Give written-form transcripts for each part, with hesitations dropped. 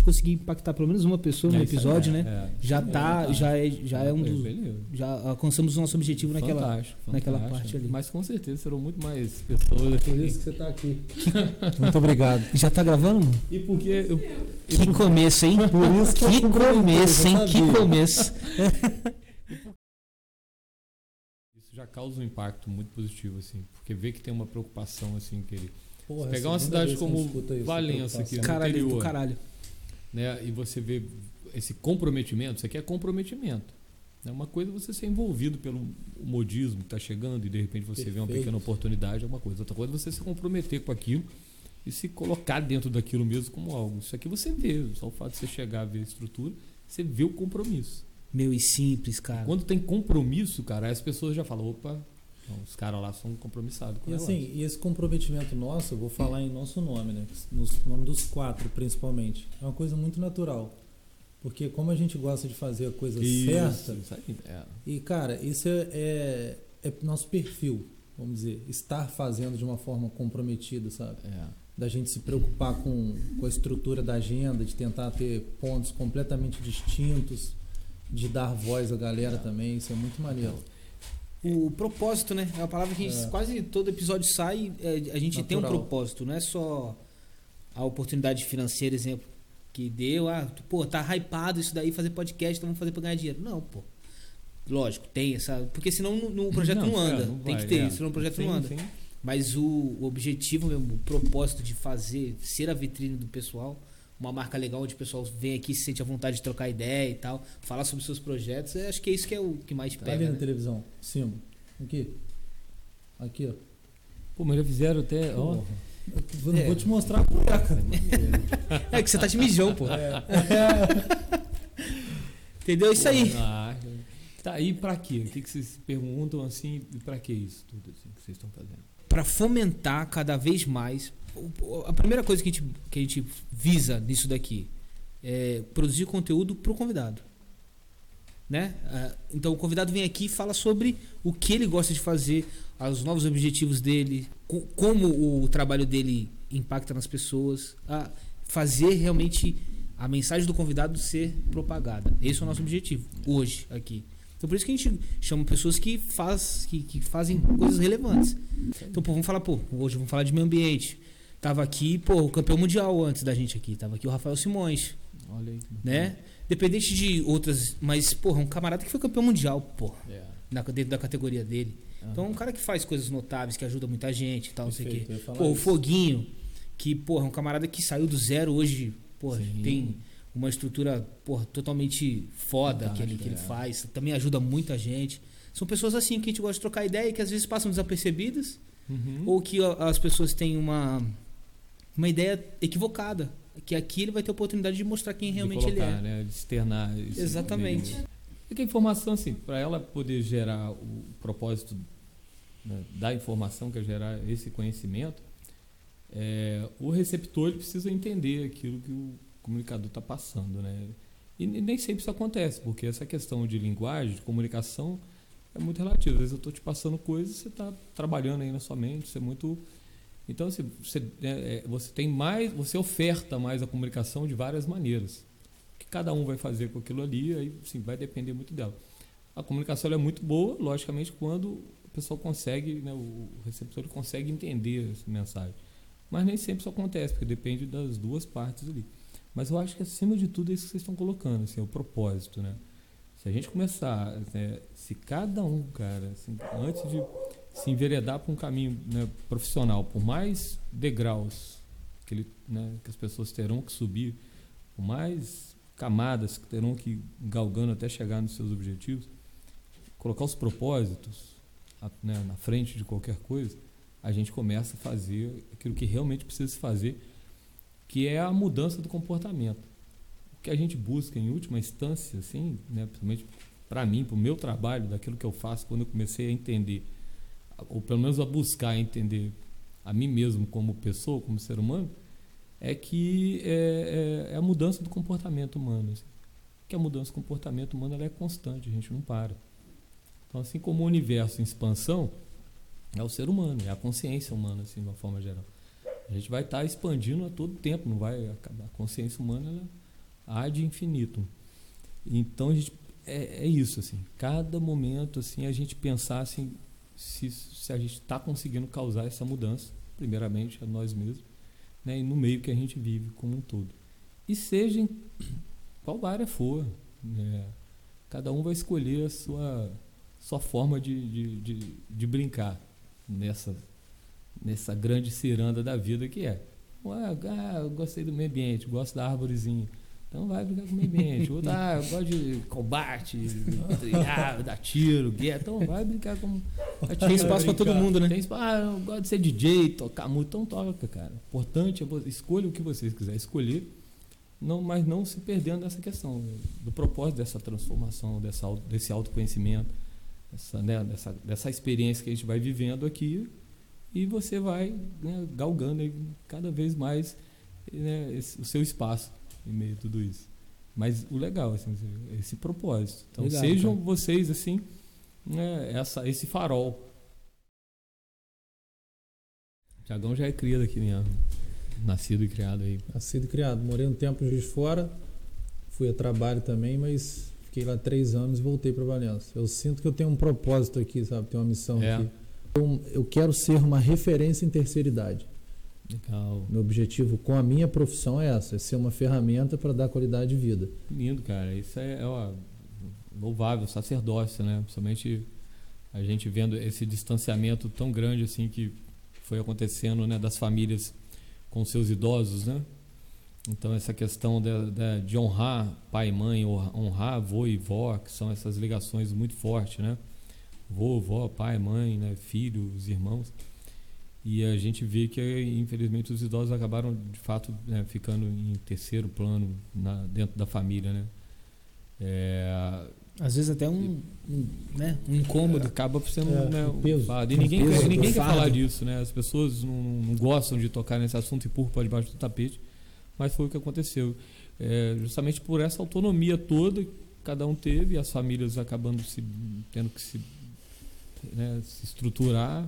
conseguir impactar pelo menos uma pessoa no episódio, né? Já é um dos... Já alcançamos o nosso objetivo naquela parte ali. Mas com certeza serão muito mais pessoas. Por isso que você está aqui. Muito obrigado. Já tá gravando, mano? E porque... Que começo, hein? Por isso que começo, hein? Que começo. Isso já causa um impacto muito positivo, assim. Porque vê que tem uma preocupação, assim, que ele... Porra, pegar uma cidade como Valença aqui no interior, caralho. Né, e você vê esse comprometimento, isso aqui é comprometimento. É uma coisa você ser envolvido pelo modismo que está chegando e de repente você vê uma pequena oportunidade, é uma coisa. Outra coisa é você se comprometer com aquilo e se colocar dentro daquilo mesmo como algo. Isso aqui você vê, só o fato de você chegar a ver a estrutura, você vê o compromisso. Meu, e simples, cara. Quando tem compromisso, cara, aí as pessoas já falam, opa, não, os caras lá são compromissados com e assim, e esse comprometimento nosso, eu vou falar em nosso nome, né? No nome dos 4, principalmente. É uma coisa muito natural. Porque como a gente gosta de fazer a coisa certa... Isso aí, E, cara, isso é nosso perfil, vamos dizer. Estar fazendo de uma forma comprometida, sabe? Da gente se preocupar com a estrutura da agenda, de tentar ter pontos completamente distintos, de dar voz à galera também. Isso é muito maneiro. O propósito, né? É uma palavra que quase todo episódio sai, a gente Natural. tem um propósito, não é só a oportunidade financeira, exemplo, que deu, tá hypado isso daí, fazer podcast, então vamos fazer pra ganhar dinheiro. Não, pô. Lógico, tem essa... Porque senão o projeto não anda. Tem que ter isso, senão o projeto não anda. Sim. Mas o objetivo mesmo, o propósito de ser a vitrine do pessoal, uma marca legal onde o pessoal vem aqui, se sente à vontade de trocar ideia e tal, falar sobre seus projetos, eu acho que é isso que é o que mais pega. Tá ali na né? televisão, cima. Aqui, ó. Pô, mas já fizeram até... Ó. Eu vou te mostrar a cueca. É que você tá de mijão, pô. Entendeu? Isso aí. Tá, e pra quê? O que vocês perguntam assim, e pra que isso tudo assim, que vocês estão fazendo? Para fomentar cada vez mais, a primeira coisa que a gente visa nisso daqui é produzir conteúdo pro convidado. Né? Então o convidado vem aqui e fala sobre o que ele gosta de fazer, os novos objetivos dele, como o trabalho dele impacta nas pessoas, fazer realmente a mensagem do convidado ser propagada. Esse é o nosso objetivo hoje aqui. Então por isso que a gente chama pessoas que fazem coisas relevantes. Então, vamos falar, hoje vamos falar de meio ambiente. Tava aqui, o campeão mundial antes da gente aqui, tava aqui o Rafael Simões. Olha aí. Né? Dependente de outras, mas, um camarada que foi campeão mundial, dentro da categoria dele. Então, um cara que faz coisas notáveis, que ajuda muita gente e tal, não sei o quê. O Foguinho, que, é um camarada que saiu do zero hoje, tem uma estrutura, totalmente foda que ele faz. Também ajuda muita gente. São pessoas assim que a gente gosta de trocar ideia e que às vezes passam desapercebidas, ou que as pessoas têm uma ideia equivocada. Que aqui ele vai ter a oportunidade de mostrar quem realmente ele é. Né? De externar isso. Exatamente. Porque a informação, assim, para ela poder gerar o propósito, né, da informação, que é gerar esse conhecimento, o receptor ele precisa entender aquilo que o comunicador está passando. Né? E nem sempre isso acontece, porque essa questão de linguagem, de comunicação, é muito relativa. Às vezes eu estou te passando coisas, você está trabalhando aí na sua mente, isso é muito... Então, assim, você oferta mais a comunicação de várias maneiras. O que cada um vai fazer com aquilo ali, aí, assim, vai depender muito dela. A comunicação é muito boa, logicamente, quando o pessoal consegue, né, o receptor consegue entender essa mensagem. Mas nem sempre isso acontece, porque depende das duas partes ali. Mas eu acho que, acima de tudo, é isso que vocês estão colocando, assim, é o propósito, né? Se a gente começar, se cada um, cara, assim, antes de se enveredar para um caminho, né, profissional, por mais degraus que as pessoas terão que subir, por mais camadas que terão que ir galgando até chegar nos seus objetivos, colocar os propósitos, né, na frente de qualquer coisa, a gente começa a fazer aquilo que realmente precisa se fazer, que é a mudança do comportamento. O que a gente busca em última instância, assim, né, principalmente para mim, para o meu trabalho, daquilo que eu faço quando eu comecei a entender, ou pelo menos a buscar entender a mim mesmo como pessoa, como ser humano, é que é a mudança do comportamento humano. Assim. Que a mudança do comportamento humano ela é constante, a gente não para. Então, assim como o universo em expansão, é o ser humano, é a consciência humana, assim, de uma forma geral. A gente vai estar expandindo a todo tempo, não vai acabar. A consciência humana ela ad infinitum. Então a gente, é isso, assim, cada momento assim, a gente pensar assim, se a gente está conseguindo causar essa mudança, primeiramente a nós mesmos, né, e no meio que a gente vive como um todo. E seja em qual área for, né, cada um vai escolher a sua forma de brincar nessa grande ciranda da vida que é. Eu gostei do meio ambiente, gosto da árvorezinha. Então vai brigar com o meio ambiente. Outro, eu gosto de combate, dar tiro, guerra. Então vai brincar com... Tem espaço para todo mundo, né? Tem espaço, eu gosto de ser DJ, tocar muito. Então toca, cara. O importante é escolha o que vocês quiserem escolher, mas não se perdendo nessa questão do propósito dessa transformação, desse autoconhecimento, dessa experiência que a gente vai vivendo aqui, e você vai, né, galgando aí cada vez mais, né, o seu espaço em meio a tudo isso. Mas o legal, assim, esse propósito. Então legal, sejam cara. Vocês assim, né, esse farol. O Thiagão já é criado aqui mesmo. Nascido e criado aí. Nascido e criado. Morei um tempo em Juiz de Fora, fui a trabalho também, mas fiquei lá 3 anos e voltei para Valença. Eu sinto que eu tenho um propósito aqui, sabe? Tenho uma missão aqui. Eu quero ser uma referência em terceira idade. Legal. Meu objetivo com a minha profissão é essa, é ser uma ferramenta para dar qualidade de vida. Lindo, cara. Isso é louvável, sacerdócio, né? Principalmente a gente vendo esse distanciamento tão grande assim que foi acontecendo, né, das famílias com seus idosos, né? Então essa questão de honrar pai e mãe, honrar avô e vó, que são essas ligações muito fortes, né? Vô, vó, pai, mãe, né? Filhos, irmãos. E a gente vê que, infelizmente, os idosos acabaram, de fato, né, ficando em terceiro plano dentro da família, né? Às vezes até um incômodo. Acaba sendo um peso. E ninguém quer falar disso, né? As pessoas não gostam de tocar nesse assunto e empurram para debaixo do tapete, mas foi o que aconteceu. Justamente por essa autonomia toda que cada um teve, e as famílias acabando tendo que se estruturar,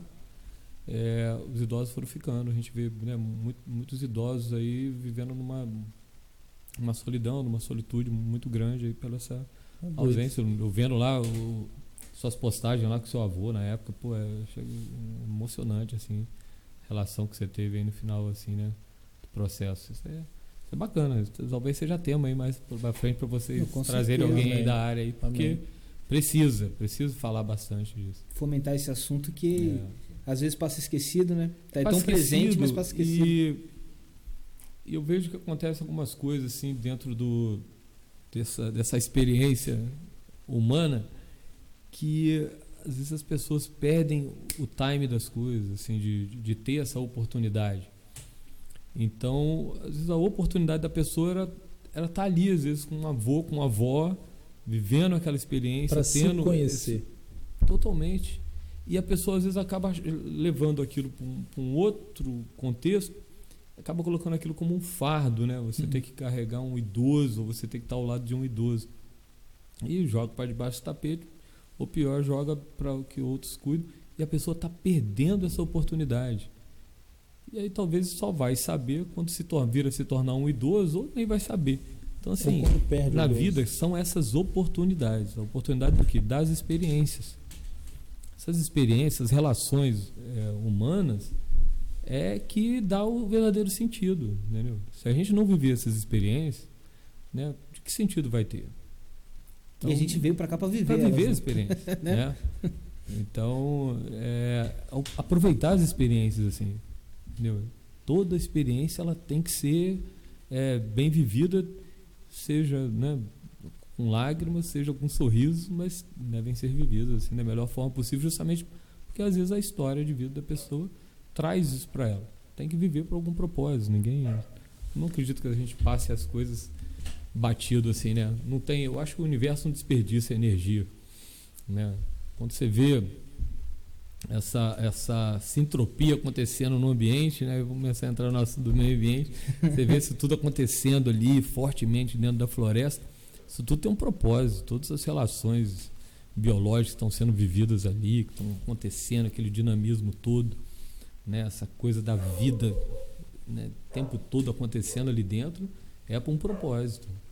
os idosos foram ficando. A gente vê, né, muitos idosos aí vivendo numa solidão, numa solitude muito grande aí pela essa ausência. Eu vendo lá suas postagens lá com seu avô na época, achei emocionante, assim, a relação que você teve aí no final, assim, né, do processo. Isso é bacana. Talvez seja tema aí mais pra frente para vocês trazerem alguém aí da área aí, porque precisa falar bastante disso. Fomentar esse assunto que às vezes passa esquecido, né? Tá tão presente, mas passa esquecido. E eu vejo que acontece algumas coisas assim dentro dessa experiência humana, que às vezes as pessoas perdem o time das coisas, assim, de ter essa oportunidade. Então, às vezes a oportunidade da pessoa ela tá ali, às vezes com um avô, com uma avó, vivendo aquela experiência, para se conhecer totalmente. E a pessoa às vezes acaba levando aquilo para um outro contexto, acaba colocando aquilo como um fardo, né? Você tem que carregar um idoso, você tem que estar ao lado de um idoso. E joga para debaixo do tapete, ou pior, joga para que outros cuidem, e a pessoa está perdendo essa oportunidade. E aí talvez só vai saber quando vir a se tornar um idoso, ou nem vai saber. Então, assim, na vida são essas oportunidades. A oportunidade do quê? Das experiências. Essas experiências, relações humanas, é que dá o verdadeiro sentido, entendeu? Se a gente não viver essas experiências, né, de que sentido vai ter? Então, e a gente veio para cá para viver. Para viver as experiências, né? Então, aproveitar as experiências, assim, entendeu? Toda experiência ela tem que ser bem vivida, seja, né, com lágrimas, seja com sorrisos, mas devem ser vividas assim, da melhor forma possível, justamente porque às vezes a história de vida da pessoa traz isso para ela. Tem que viver por algum propósito. Não acredito que a gente passe as coisas batido assim, né? Não tem, eu acho que o universo não desperdiça energia, né? Quando você vê essa sintropia acontecendo no ambiente, né? Vamos começar a entrar no assunto do meio ambiente. Você vê isso tudo acontecendo ali fortemente dentro da floresta. Isso tudo tem um propósito. Todas as relações biológicas que estão sendo vividas ali, que estão acontecendo, aquele dinamismo todo, né? Essa coisa da vida, né? O tempo todo acontecendo ali dentro, é para um propósito.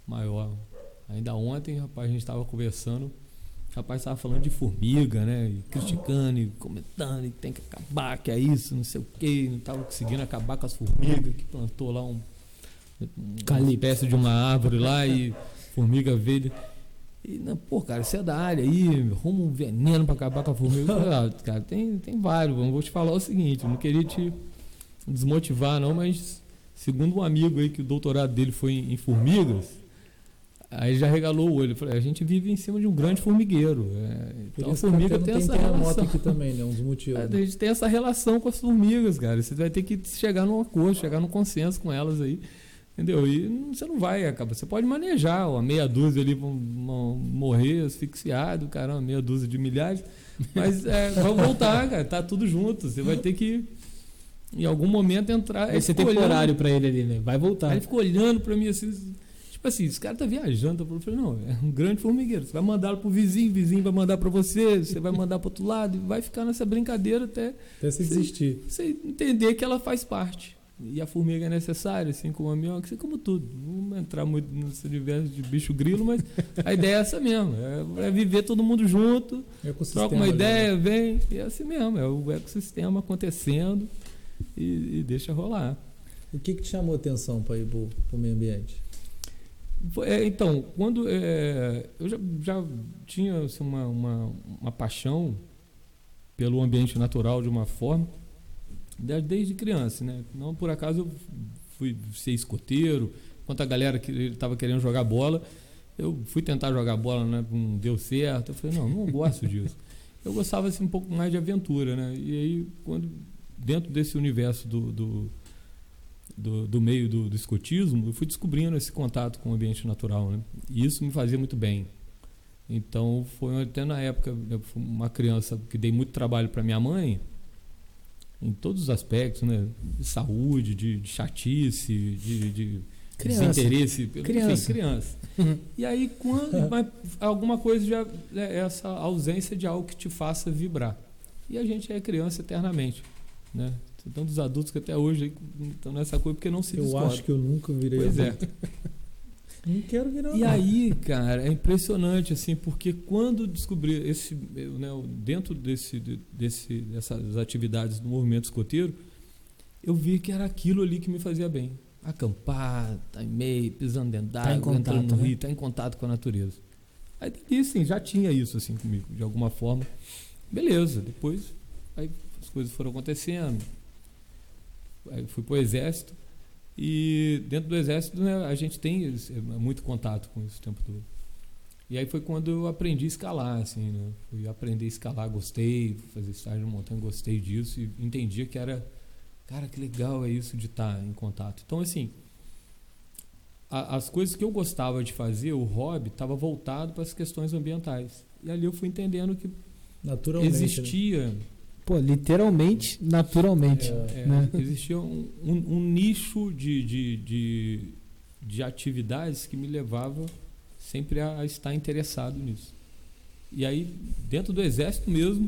maior. Ainda ontem, rapaz, a gente estava conversando, o rapaz estava falando de formiga, né? E criticando e comentando, e tem que acabar, que é isso, não sei o quê, não estava conseguindo acabar com as formigas, que plantou lá uma espécie de uma árvore lá e formiga veio. E, não, pô, cara, isso é da área aí, arruma um veneno para acabar com a formiga. Eu falei, cara, tem vários, vou te falar o seguinte, eu não queria te desmotivar não, mas segundo um amigo aí que o doutorado dele foi em formigas, aí já regalou o olho. Eu falei, a gente vive em cima de um grande formigueiro. Então a formiga tem essa relação. Aqui também, né? Um dos motivos. A gente tem essa relação com as formigas, cara. Você vai ter que chegar num acordo, chegar num consenso com elas aí. Entendeu? E você não vai acabar. Você pode manejar, uma meia dúzia ali vão morrer asfixiado, caramba, meia dúzia de milhares. Mas vão voltar, cara. Tá tudo junto. Você vai ter que, em algum momento, entrar. Aí você tem horário pra ele ali, né? Vai voltar. Aí ele ficou olhando pra mim assim. Tipo assim, esse cara tá viajando. Eu falei, não, é um grande formigueiro. Você vai mandar pro vizinho, o vizinho vai mandar pra você vai mandar pro outro lado, e vai ficar nessa brincadeira até você desistir. Você entender que ela faz parte. E a formiga é necessária, assim como a minhoca, assim como tudo. Não vou entrar muito nesse universo de bicho grilo, mas a ideia é essa mesmo. É viver todo mundo junto, troca uma ideia, vem, e é assim mesmo. É o ecossistema acontecendo e deixa rolar. O que te chamou a atenção para ir para o meio ambiente? Então, quando eu já tinha assim, uma paixão pelo ambiente natural de uma forma, desde criança, né? Não por acaso eu fui ser escoteiro, enquanto a galera que estava querendo jogar bola, eu fui tentar jogar bola, né? Não deu certo. Eu falei, não gosto disso. Eu gostava assim, um pouco mais de aventura, né? E aí, quando dentro desse universo do meio do escotismo, eu fui descobrindo esse contato com o ambiente natural, né? E isso me fazia muito bem. Então, foi até na época, eu fui uma criança que dei muito trabalho para minha mãe, em todos os aspectos, né? De saúde, de chatice, de desinteresse. Criança. E aí, mas alguma coisa já essa ausência de algo que te faça vibrar. E a gente é criança eternamente, né? Tem tantos adultos que até hoje estão nessa coisa porque não se descobrem. Eu acho que eu nunca virei adulto. Não quero virar. E aí, cara, é impressionante, assim, porque quando descobri dentro dessas atividades do movimento escoteiro, eu vi que era aquilo ali que me fazia bem. Acampar, tá em meio, pisando dentro d'água, entrando no rio, tá em contato com a natureza. Aí dali, sim, já tinha isso, assim, comigo, de alguma forma. Beleza, depois aí as coisas foram acontecendo. Aí fui pro exército. E dentro do exército, né, a gente tem muito contato com isso o tempo todo. E aí foi quando eu aprendi a escalar, assim, né? Fui aprender a escalar, gostei, fazer estágio de montanha, gostei disso e entendia que era, cara, que legal é isso de estar em contato. Então, assim, as coisas que eu gostava de fazer, o hobby, estava voltado para as questões ambientais. E ali eu fui entendendo que existia... Né? Pô, literalmente, naturalmente. Né? Existia um nicho de atividades que me levava sempre a estar interessado nisso. E aí, dentro do exército mesmo,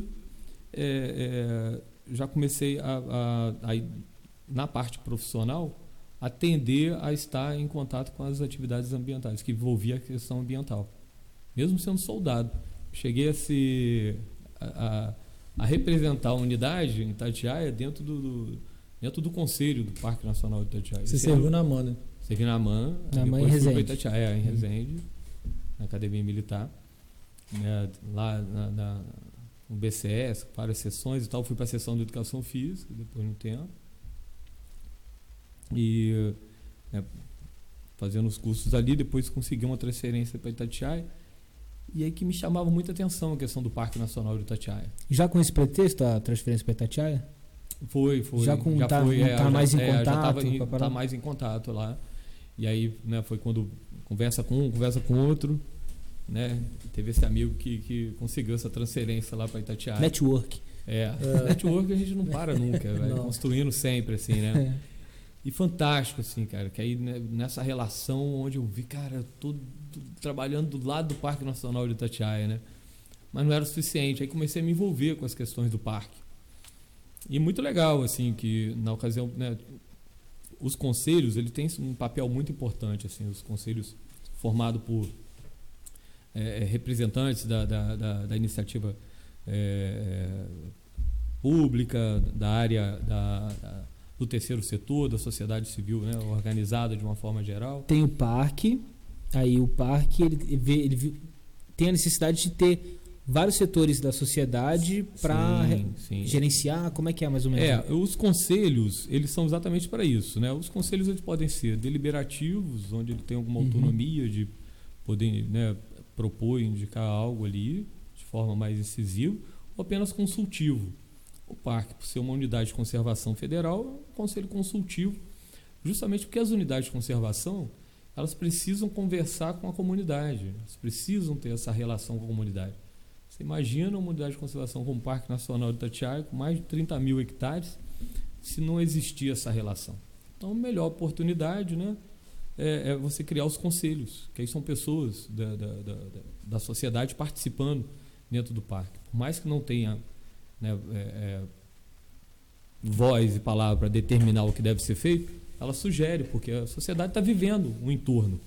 já comecei na parte profissional, a tender a estar em contato com as atividades ambientais, que envolvia a questão ambiental. Mesmo sendo soldado, cheguei a ser... a representar a unidade em Itatiaia dentro do conselho do Parque Nacional de Itatiaia. Você serviu na MAN, né? Servi na MAN, em Resende. Itatiaia, em Resende, na Academia Militar, né, lá no BCS, várias sessões e tal. Fui para a sessão de Educação Física, depois de um tempo. E fazendo os cursos ali, depois consegui uma transferência para Itatiaia. E aí que me chamava muita atenção a questão do Parque Nacional de Itatiaia. Já com esse pretexto, a transferência para Itatiaia? Foi. Já tá mais em contato? Já tá mais em contato lá. E aí, né, foi quando conversa com um, conversa com outro, né? Teve esse amigo que conseguiu essa transferência lá para Itatiaia. Network. Network a gente não para nunca, vai construindo sempre, assim, né? E fantástico, assim, cara, que aí, né, nessa relação onde eu vi, cara, eu tô trabalhando do lado do Parque Nacional de Itatiaia, né? Mas não era o suficiente. Aí comecei a me envolver com as questões do parque. E muito legal, assim, que na ocasião, né, os conselhos, ele tem um papel muito importante, assim, os conselhos formado por representantes da iniciativa pública, da área do terceiro setor, da sociedade civil, né, organizada de uma forma geral. Tem o parque, aí o parque ele tem a necessidade de ter vários setores da sociedade para gerenciar. Como é que é mais ou menos? Os conselhos, eles são exatamente para isso, né? Os conselhos eles podem ser deliberativos, onde ele tem alguma autonomia de poder, né, propor, indicar algo ali de forma mais incisiva, ou apenas consultivo. O parque, por ser uma unidade de conservação federal, é um conselho consultivo, justamente porque as unidades de conservação elas precisam conversar com a comunidade, elas precisam ter essa relação com a comunidade. Você imagina uma unidade de conservação como o Parque Nacional de Itatiaia, com mais de 30 mil hectares, se não existir essa relação. Então, a melhor oportunidade, né, é você criar os conselhos, que aí são pessoas da sociedade participando dentro do parque. Por mais que não tenha, né, voz e palavra para determinar o que deve ser feito, ela sugere, porque a sociedade está vivendo um entorno.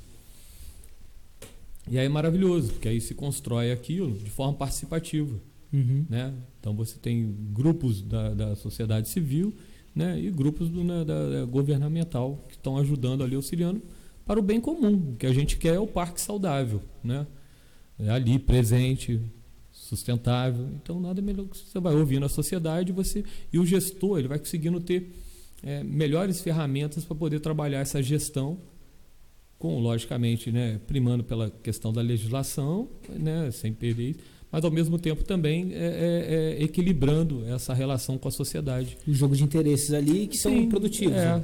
E aí é maravilhoso, porque aí se constrói aquilo de forma participativa. Né? Então você tem grupos da sociedade civil, né, e grupos da governamental que estão ajudando ali, auxiliando para o bem comum. O que a gente quer é o parque saudável, né? Ali presente, sustentável. Então nada melhor que você vai ouvindo a sociedade e o gestor ele vai conseguindo ter melhores ferramentas para poder trabalhar essa gestão, logicamente, né, primando pela questão da legislação, né, sem perder isso, mas ao mesmo tempo também equilibrando essa relação com a sociedade. O jogo de interesses ali que são produtivos. Né?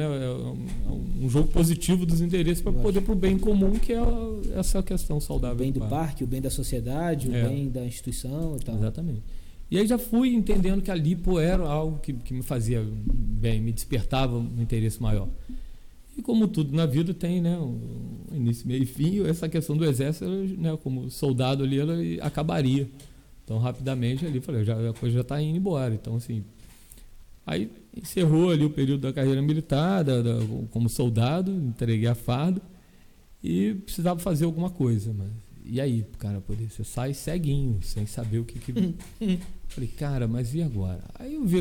Um jogo positivo dos interesses para poder para o bem comum, que é essa questão saudável. O bem do parque, o bem da sociedade, o bem da instituição e tal. Exatamente. E aí já fui entendendo que a lipo era algo que me fazia bem, me despertava um interesse maior. E como tudo na vida tem, né, um início, meio e fim, essa questão do exército, né, como soldado ali, ela acabaria. Então, rapidamente ali, falei, a coisa já está indo embora. Então, assim, aí encerrou ali o período da carreira militar, como soldado, entreguei a farda e precisava fazer alguma coisa. E aí, cara, você sai ceguinho, sem saber o que... Falei, cara, mas e agora? Aí eu vi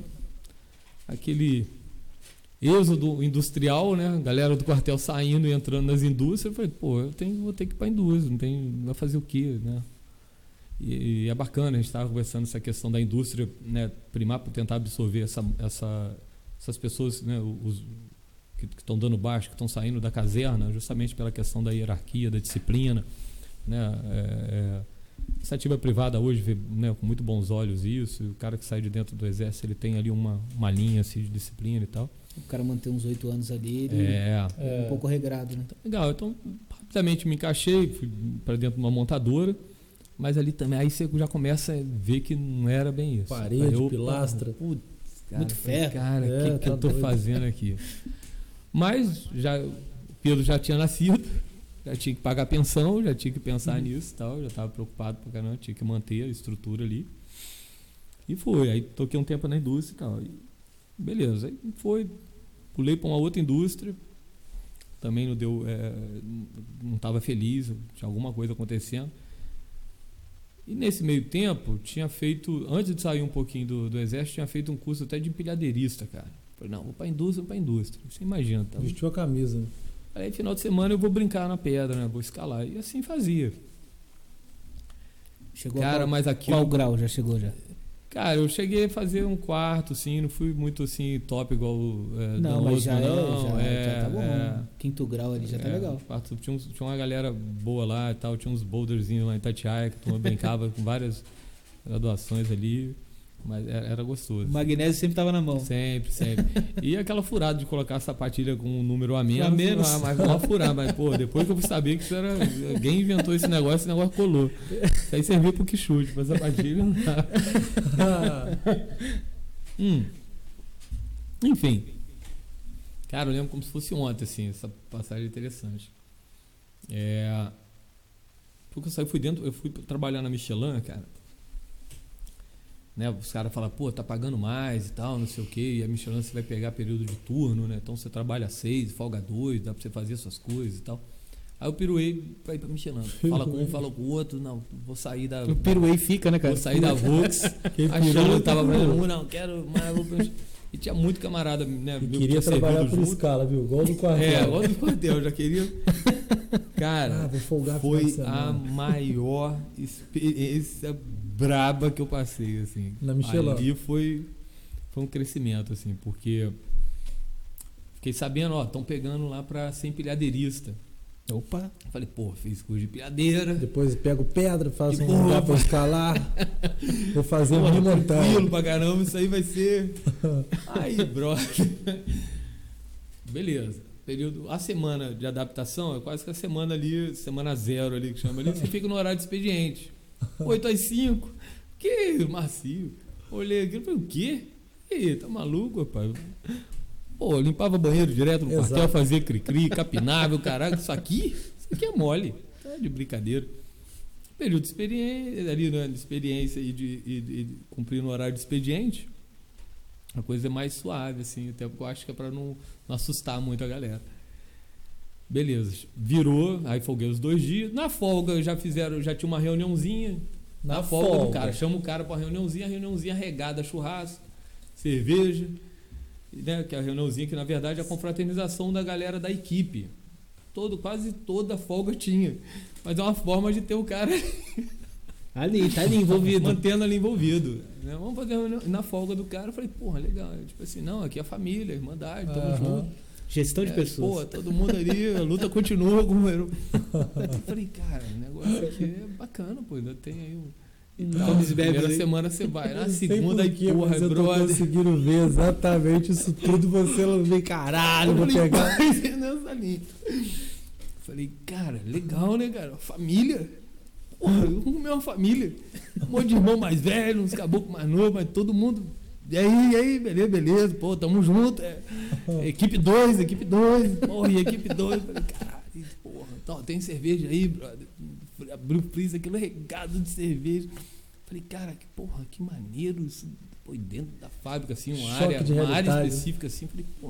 aquele êxodo industrial, né? A galera do quartel saindo e entrando nas indústrias. Eu falei, vou ter que ir para a indústria, vai fazer o quê, né? E é bacana, a gente estava conversando essa questão da indústria, né, primar para tentar absorver essas pessoas, né, que estão dando baixo, que estão saindo da caserna, justamente pela questão da hierarquia, da disciplina, né? Iniciativa privada hoje vê, né, com muito bons olhos isso. O cara que sai de dentro do exército, ele tem ali uma linha assim, de disciplina e tal. O cara manter uns 8 anos ali, ele um pouco regrado, né? Legal, então rapidamente me encaixei, fui para dentro de uma montadora, mas ali também aí você já começa a ver que não era bem isso. Parede, pilastra. Putz, cara, muito ferro. Cara, o que eu tô fazendo aqui? Mas o Pedro já tinha nascido, já tinha que pagar pensão, já tinha que pensar nisso e tal, já estava preocupado pra caramba, tinha que manter a estrutura ali. E foi, aí toquei um tempo na indústria e tal. E beleza, aí pulei para uma outra indústria, também não deu, não estava feliz, tinha alguma coisa acontecendo. E nesse meio tempo, tinha feito, antes de sair um pouquinho do exército, tinha feito um curso até de empilhadeirista, cara. Falei, não, vou para a indústria. Você imagina. Tá? Vestiu a camisa. Aí, final de semana, eu vou brincar na pedra, né? Vou escalar. E assim fazia. Chegou mas aquilo... Qual grau já chegou já? Cara, eu cheguei a fazer um quarto, assim, não fui muito assim top igual não, mas já tá bom. 5º grau ali já tá legal. Quarto, tinha uma galera boa lá e tal, tinha uns boulderzinhos lá em Itatiaia, que eu brincava com várias graduações ali, mas era gostoso. O magnésio sempre tava na mão. Sempre. E aquela furada de colocar a sapatilha com um número a menos. Mas não furar, mas depois que eu fui saber que isso era... Alguém inventou esse negócio colou. Isso aí serviu pro que chute, pra sapatilha não dá. Enfim. Cara, eu lembro como se fosse ontem, assim, essa passagem interessante. Porque eu fui trabalhar na Michelin, cara. Né, os caras falam, tá pagando mais e tal, não sei o quê, e a Michelin você vai pegar período de turno, né? Então você trabalha 6, folga 2, dá pra você fazer suas coisas e tal. Aí eu piruei pra ir pra Michelin. Fala com um, fala com o outro. Não, vou sair da... O piruei fica, né, cara? Vou sair da Vox. Achando que eu tava fazendo não quero mais... E tinha muito camarada, né? E queria trabalhar por escala, viu? Igual do quartel. Igual do quartel, já queria... Cara, vou folgar foi a maior experiência braba que eu passei, assim. Na Michelin. Ali foi um crescimento, assim, porque... Fiquei sabendo, estão pegando lá pra ser empilhadeirista. Opa! Falei, pô, fiz curso de empilhadeira. Depois pego pedra, faço um lugar pra escalar. Vou fazer uma montanha. Tranquilo pra caramba, isso aí vai ser... Aí, brother. Beleza. A semana de adaptação é quase que a semana ali, semana 0 ali, que chama ali, você fica no horário de expediente. 8 às 5. Que macio. Olhei aqui e falei, o quê? Ih, tá maluco, rapaz? Pô, eu limpava banheiro direto no quartel, fazia cri-cri, capinava, o caralho. Isso aqui é mole. Tá de brincadeira. Período de experiência, ali, né, de experiência e de cumprir no horário de expediente, a coisa é mais suave, assim, até porque eu acho que é pra não assustar muito a galera. Beleza, virou, aí folguei os 2 dias. Na folga já tinha uma reuniãozinha. Na folga do cara, chama o cara pra reuniãozinha regada, churrasco, cerveja. Né, que é a reuniãozinha que na verdade é a confraternização da galera da equipe. Quase toda folga tinha. Mas é uma forma de ter o cara ali, tá ali envolvido. Mantendo ali envolvido. Né? Vamos fazer reunião. Na folga do cara, eu falei, porra, legal. Tipo assim, não, aqui é a família, a irmandade, tamo junto. Gestão de pessoas. Pô, todo mundo ali, a luta continua. Eu falei, cara, o negócio aqui é bacana, pô, ainda tem aí na primeira semana você vai, na segunda aí, porra, eu tô conseguindo ver exatamente isso tudo, você não vê, caralho, vou pegar. Nessa linha. Falei, cara, legal, né, cara? Família. Porra, uma família. Um monte de irmão mais velho, uns caboclos mais novos, mas todo mundo. E aí, beleza, pô, tamo junto. Equipe 2. Porra, e equipe 2. Falei, caralho, porra, tem cerveja aí, brother. Abriu o freezer, aquilo regado de cerveja. Falei, cara, que maneiro isso. Pô, dentro da fábrica, assim, uma área específica, assim. Falei, pô.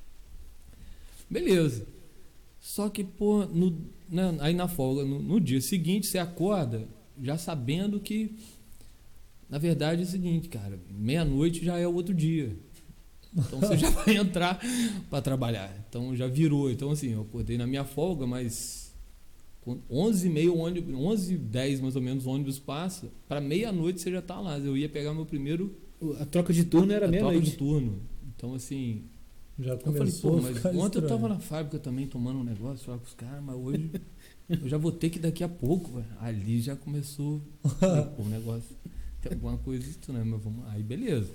Beleza. Só que, pô, aí na folga, no dia seguinte, você acorda já sabendo que, na verdade, é o seguinte, cara, meia-noite já é o outro dia. Então você já vai entrar para trabalhar. Então já virou. Então, assim, eu acordei na minha folga, mas 11h30, 11h10 mais ou menos, o ônibus passa. Para meia-noite você já tá lá. Eu ia pegar meu primeiro... A troca de turno era meia-noite. A troca de turno. Então, assim... Já começou. Eu falei, pô, mas ontem eu tava na fábrica também tomando um negócio lá com os caras, mas hoje eu já vou ter que daqui a pouco, véio. Ali já começou. Falei, pô, o negócio. Tem alguma coisa isso, né? Mas vamos. Aí, beleza.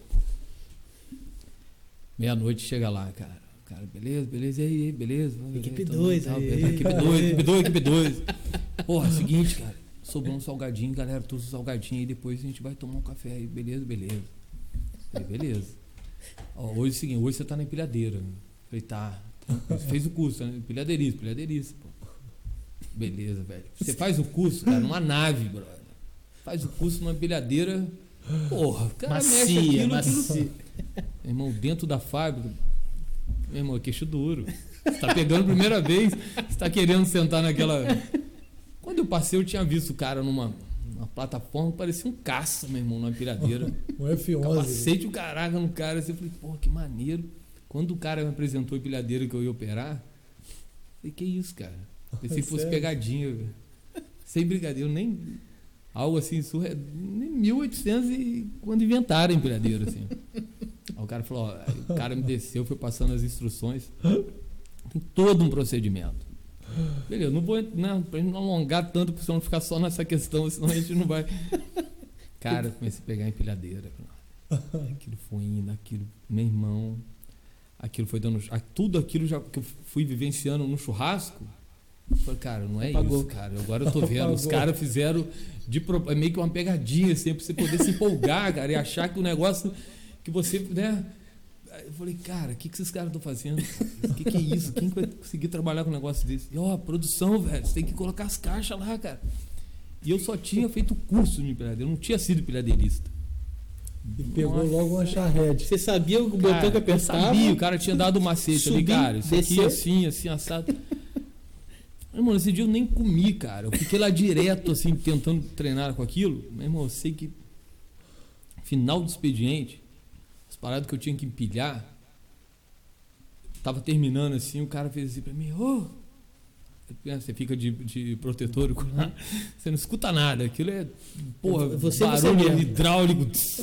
Meia-noite chega lá, cara. Cara, beleza, e aí, beleza? Equipe 2, Equipe 2. Porra, seguinte, cara. Sobrou um salgadinho, galera, todos os salgadinhos aí, depois a gente vai tomar um café aí, beleza. Aí, beleza. Ó, hoje é o seguinte, hoje você tá na empilhadeira. Falei, tá. Fez o curso, né? Empilhadeirista, pô. Beleza, velho. Você faz o curso, cara, numa nave, brother. Faz o curso numa empilhadeira. Porra, o cara mexe aquilo. Meu irmão, dentro da fábrica. Meu irmão, queixo duro. Você tá pegando a primeira vez, você tá querendo sentar naquela. Quando eu passei, eu tinha visto o cara numa plataforma, parecia um caça, meu irmão, numa empilhadeira. Um F11. Capacete o caraca no cara. Assim, eu falei, porra, que maneiro. Quando o cara me apresentou a empilhadeira que eu ia operar, eu falei, que isso, cara? Pensei que fosse pegadinha, velho. Sem brincadeira, nem. Algo assim, nem 1800 e quando inventaram a empilhadeira, assim. Aí o cara falou, ó, o cara me desceu, foi passando as instruções. Tem todo um procedimento. Beleza, não vou, pra gente não alongar tanto, pra você não ficar só nessa questão, senão a gente não vai. Cara, eu comecei a pegar a empilhadeira. Aquilo foi indo, meu irmão. Aquilo foi dando. Tudo aquilo já que eu fui vivenciando no churrasco. Eu falei, cara, não é isso, cara. Agora eu tô vendo. Os caras fizeram meio que uma pegadinha, assim, pra você poder se empolgar, cara, e achar que o negócio que você, né? Eu falei, cara, o que esses caras estão fazendo? O que é isso? Quem vai conseguir trabalhar com um negócio desse? E, produção, velho, você tem que colocar as caixas lá, cara. E eu só tinha feito curso de empilhadeira, eu não tinha sido empilhadeirista. E pegou logo uma charrete. Você sabia o botão que apertava? Sabia, o cara tinha dado o macete ali, cara. Isso aqui, assim, assado. Irmão, esse dia eu nem comi, cara. Eu fiquei lá direto, assim, tentando treinar com aquilo. Meu irmão, eu sei que final do expediente, as paradas que eu tinha que empilhar, tava terminando assim, o cara fez assim pra mim, você fica de protetor ocular, você não escuta nada, aquilo é, porra, barulho hidráulico,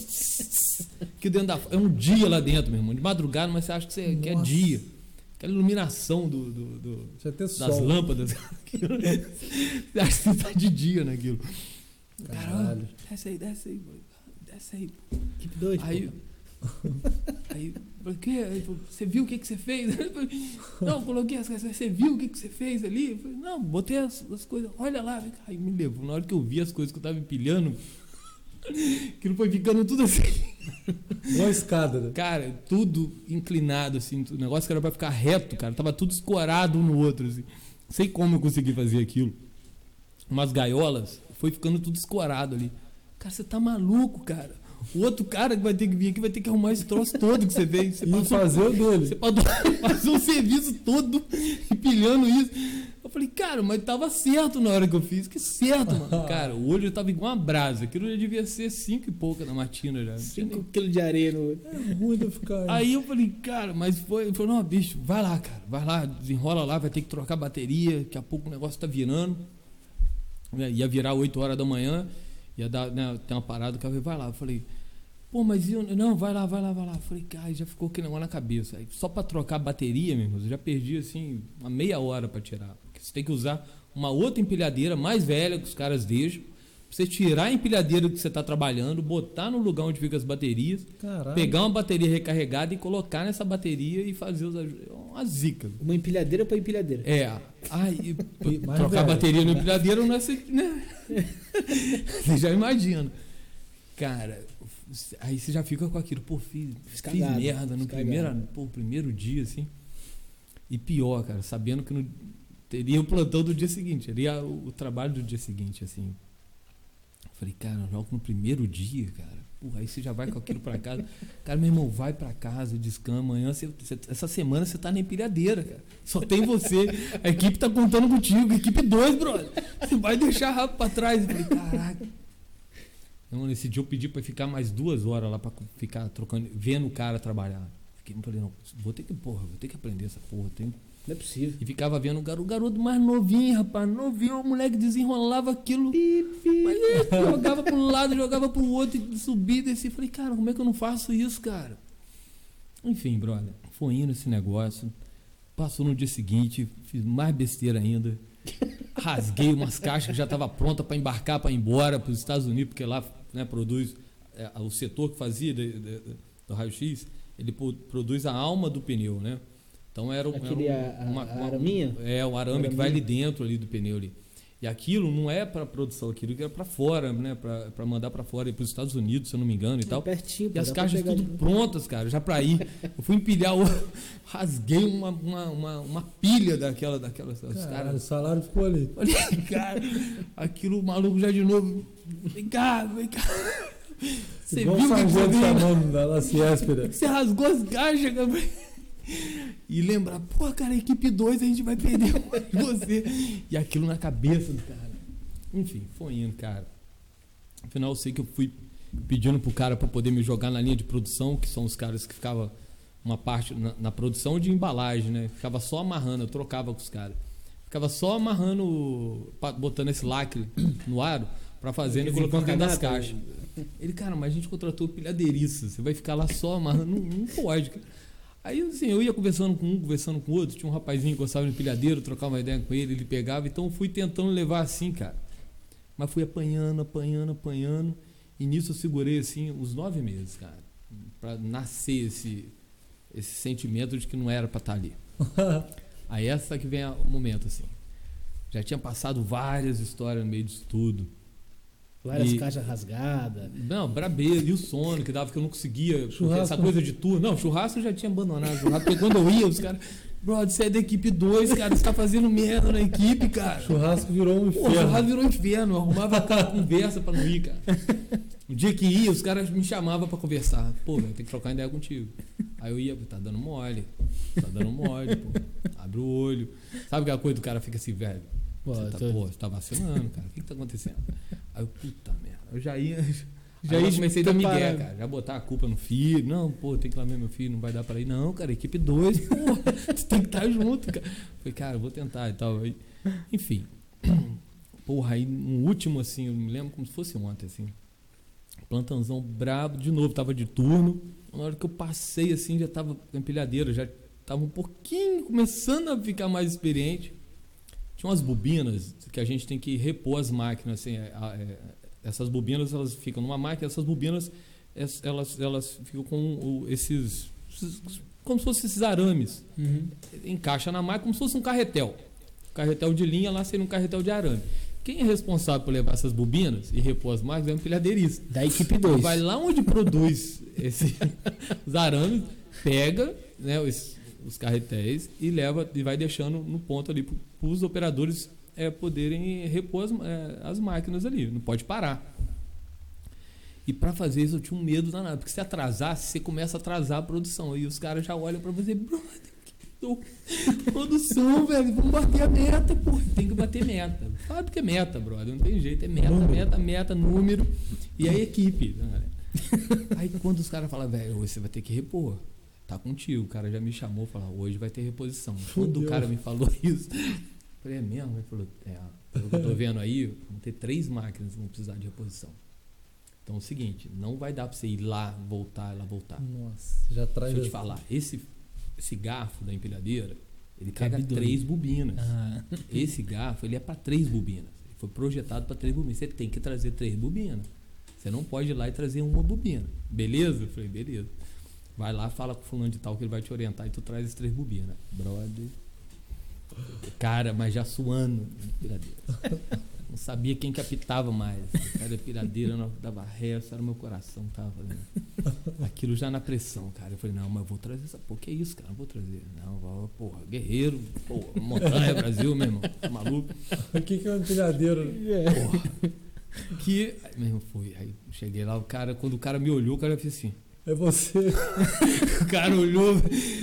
que dentro é um dia lá dentro, meu irmão, de madrugada, mas você acha que é dia, aquela iluminação das lâmpadas, você acha que você tá de dia naquilo. Caralho. Desce aí, Equipe 2. Aí, por quê? Você viu o que você fez? Não, coloquei as coisas. Você viu o que você fez ali? Eu falei, não, botei as coisas. Olha lá. Aí me levou. Na hora que eu vi as coisas que eu tava empilhando, aquilo foi ficando tudo assim. Uma escada, né? Cara, tudo inclinado, assim. O negócio que era pra ficar reto, cara. Tava tudo escorado um no outro, assim. Não sei como eu consegui fazer aquilo. Umas gaiolas, foi ficando tudo escorado ali. Cara, você tá maluco, cara. O outro cara que vai ter que vir aqui vai ter que arrumar esse troço todo que você fez. Você fazer o dele. Você fazer um serviço todo empilhando isso. Eu falei, cara, mas tava certo na hora que eu fiz. Que certo, mano. Cara, o olho já tava igual uma brasa. Aquilo já devia ser 5 e pouca na matina já. 5 quilos de areia no olho. É ruim de ficar. Aí eu falei, cara, mas foi. Ele falou, não, bicho, vai lá, cara. Vai lá, desenrola lá, vai ter que trocar bateria. Daqui a pouco o negócio tá virando. Ia virar 8 horas da manhã. Ia dar, né, tem uma parada, o cara vai lá. Eu falei, pô, mas não, vai lá. Eu falei, cara, já ficou aquele negócio na cabeça. Aí, só pra trocar a bateria, meu irmão, eu já perdi assim uma meia hora pra tirar. Porque você tem que usar uma outra empilhadeira mais velha que os caras deixam. Pra você tirar a empilhadeira que você tá trabalhando, botar no lugar onde ficam as baterias, caralho, pegar uma bateria recarregada e colocar nessa bateria e fazer uma zica. Uma empilhadeira pra empilhadeira. É. Aí, trocar a bateria no empilhadeira não é assim, né? Você já imagina. Cara, aí você já fica com aquilo, pô, fiz merda no primeiro dia, assim. E pior, cara, sabendo que não teria o plantão do dia seguinte, teria o trabalho do dia seguinte, assim. Falei, cara, eu jogo no primeiro dia, cara. Porra, aí você já vai com aquilo pra casa. Cara, meu irmão, vai pra casa, descansa. Amanhã, essa semana você tá na empilhadeira, cara. Só tem você. A equipe tá contando contigo. Equipe 2, brother. Você vai deixar rápido pra trás. Eu falei, caraca. Então, nesse dia eu pedi pra ficar mais 2 horas lá pra ficar trocando, vendo o cara trabalhar. Falei, não, vou ter que aprender essa porra. Não é possível. E ficava vendo o garoto mais novinho, rapaz. Novinho, o moleque desenrolava aquilo. Mas ele jogava para um lado, jogava para o outro, e subia e descia. Falei, cara, como é que eu não faço isso, cara? Enfim, brother, foi indo esse negócio. Passou no dia seguinte, fiz mais besteira ainda. Rasguei umas caixas que já estava pronta para embarcar, para ir embora para os Estados Unidos, porque lá, né, produz o setor que fazia do raio-x, ele produz a alma do pneu, né? Então era uma araminha? O arame que vai ali dentro ali do pneu ali. E aquilo não é para produção, aquilo que é para fora, né? Para mandar para fora, para os Estados Unidos, se eu não me engano e tal. Pertinho, e as caixas tudo prontas, cara, já para ir. Eu fui empilhar, rasguei uma pilha daquelas caras. O salário ficou ali. Olha, cara, aquilo, o maluco já de novo. Vem cá. Você viu o que você fez? Você rasgou as caixas, cara. E lembrar, pô, cara, a equipe 2 a gente vai perder você. E aquilo na cabeça do cara. Enfim, foi indo, cara. Afinal, eu sei que eu fui pedindo pro cara para poder me jogar na linha de produção, que são os caras que ficavam uma parte na produção de embalagem, né? Ficava só amarrando, eu trocava com os caras. Ficava só amarrando, botando esse lacre no aro para fazer e colocando dentro das caixas. Ele, cara, mas a gente contratou pilhadeiriça, você vai ficar lá só amarrando. Não pode, cara. Aí, assim, eu ia conversando com um, conversando com o outro. Tinha um rapazinho que gostava de empilhadeiro, trocava uma ideia com ele, ele pegava. Então, eu fui tentando levar assim, cara. Mas fui apanhando. E nisso eu segurei, assim, uns 9 meses, cara. Pra nascer esse sentimento de que não era pra estar ali. Aí, essa que vem o momento, assim. Já tinha passado várias histórias no meio disso tudo. Várias caixas rasgadas. Não, brabeira. E o sono que dava que eu não conseguia. Essa coisa de turno. Não, churrasco eu já tinha abandonado. Porque quando eu ia, os caras... Brother, você é da equipe 2, cara. Você tá fazendo merda na equipe, cara. Churrasco virou um inferno. Churrasco virou um inferno. Eu arrumava aquela conversa pra não ir, cara. O dia que ia, os caras me chamavam pra conversar. Pô, velho, tem que trocar ideia contigo. Aí eu ia, tá dando mole, pô. Abre o olho. Sabe aquela coisa do cara fica assim, velho? Você tá vacilando, cara. O que tá acontecendo? Aí eu, puta merda. Eu já comecei a dar migué, cara. Já botar a culpa no filho. Não, pô, tem que lamer meu filho, não vai dar pra ir. Não, cara, equipe 2, porra. Você tem que estar junto, cara. Falei, cara, eu vou tentar e tal. Aí, enfim. Porra, aí um último, assim, eu me lembro como se fosse ontem, assim. Plantãozão brabo, de novo, tava de turno. Na hora que eu passei, assim, já tava com a empilhadeira, já tava um pouquinho começando a ficar mais experiente. Tinha umas bobinas que a gente tem que repor as máquinas, assim, essas bobinas, elas ficam numa máquina, essas bobinas, elas ficam com esses, como se fossem esses arames. Uhum. Encaixa na máquina como se fosse um carretel. Carretel de linha lá seria um carretel de arame. Quem é responsável por levar essas bobinas e repor as máquinas é um empilhadeirista. Da equipe 2. Vai lá onde produz os arames, pega, né, os carretéis e leva e vai deixando no ponto ali para os operadores poderem repor as máquinas ali. Não pode parar. E para fazer isso eu tinha um medo danado, porque se atrasasse, você começa a atrasar a produção. E os caras já olham para você, brother, produção, velho, vamos bater a meta, pô. Tem que bater meta. Sabe que é meta, brother, não tem jeito, é meta, número e a equipe. Né? Aí quando os caras falam, velho, hoje você vai ter que repor, tá contigo, o cara já me chamou e falou, hoje vai ter reposição. Quando o cara me falou isso, eu falei, é mesmo? Ele falou, pelo que eu tô vendo aí, vão ter 3 máquinas que vão precisar de reposição. Então é o seguinte, não vai dar pra você ir lá, voltar. Nossa, já traz. Deixa eu te falar, esse garfo da empilhadeira, ele pega 3 bobinas. Esse garfo, ele é para 3 bobinas. Ele foi projetado para 3 bobinas. Você tem que trazer 3 bobinas. Você não pode ir lá e trazer uma bobina. Beleza? Eu falei, beleza. Vai lá, fala com o fulano de tal que ele vai te orientar e tu traz as 3 bobinas. Brother. Cara, mas já suando empilhadeira. Não sabia quem que apitava mais. Cara, empilhadeira, não dava ré, só era o meu coração que tava fazendo. Aquilo já na pressão, cara. Eu falei, não, mas eu vou trazer essa. Pô, que isso, cara? Não vou trazer. Não, porra, guerreiro, porra, montanha, Brasil, meu irmão. Tá maluco? O que é um empilhadeiro? Porra. Que. Aí, meu irmão, foi. Aí cheguei lá, quando o cara me olhou, o cara fez assim. É você. O cara olhou.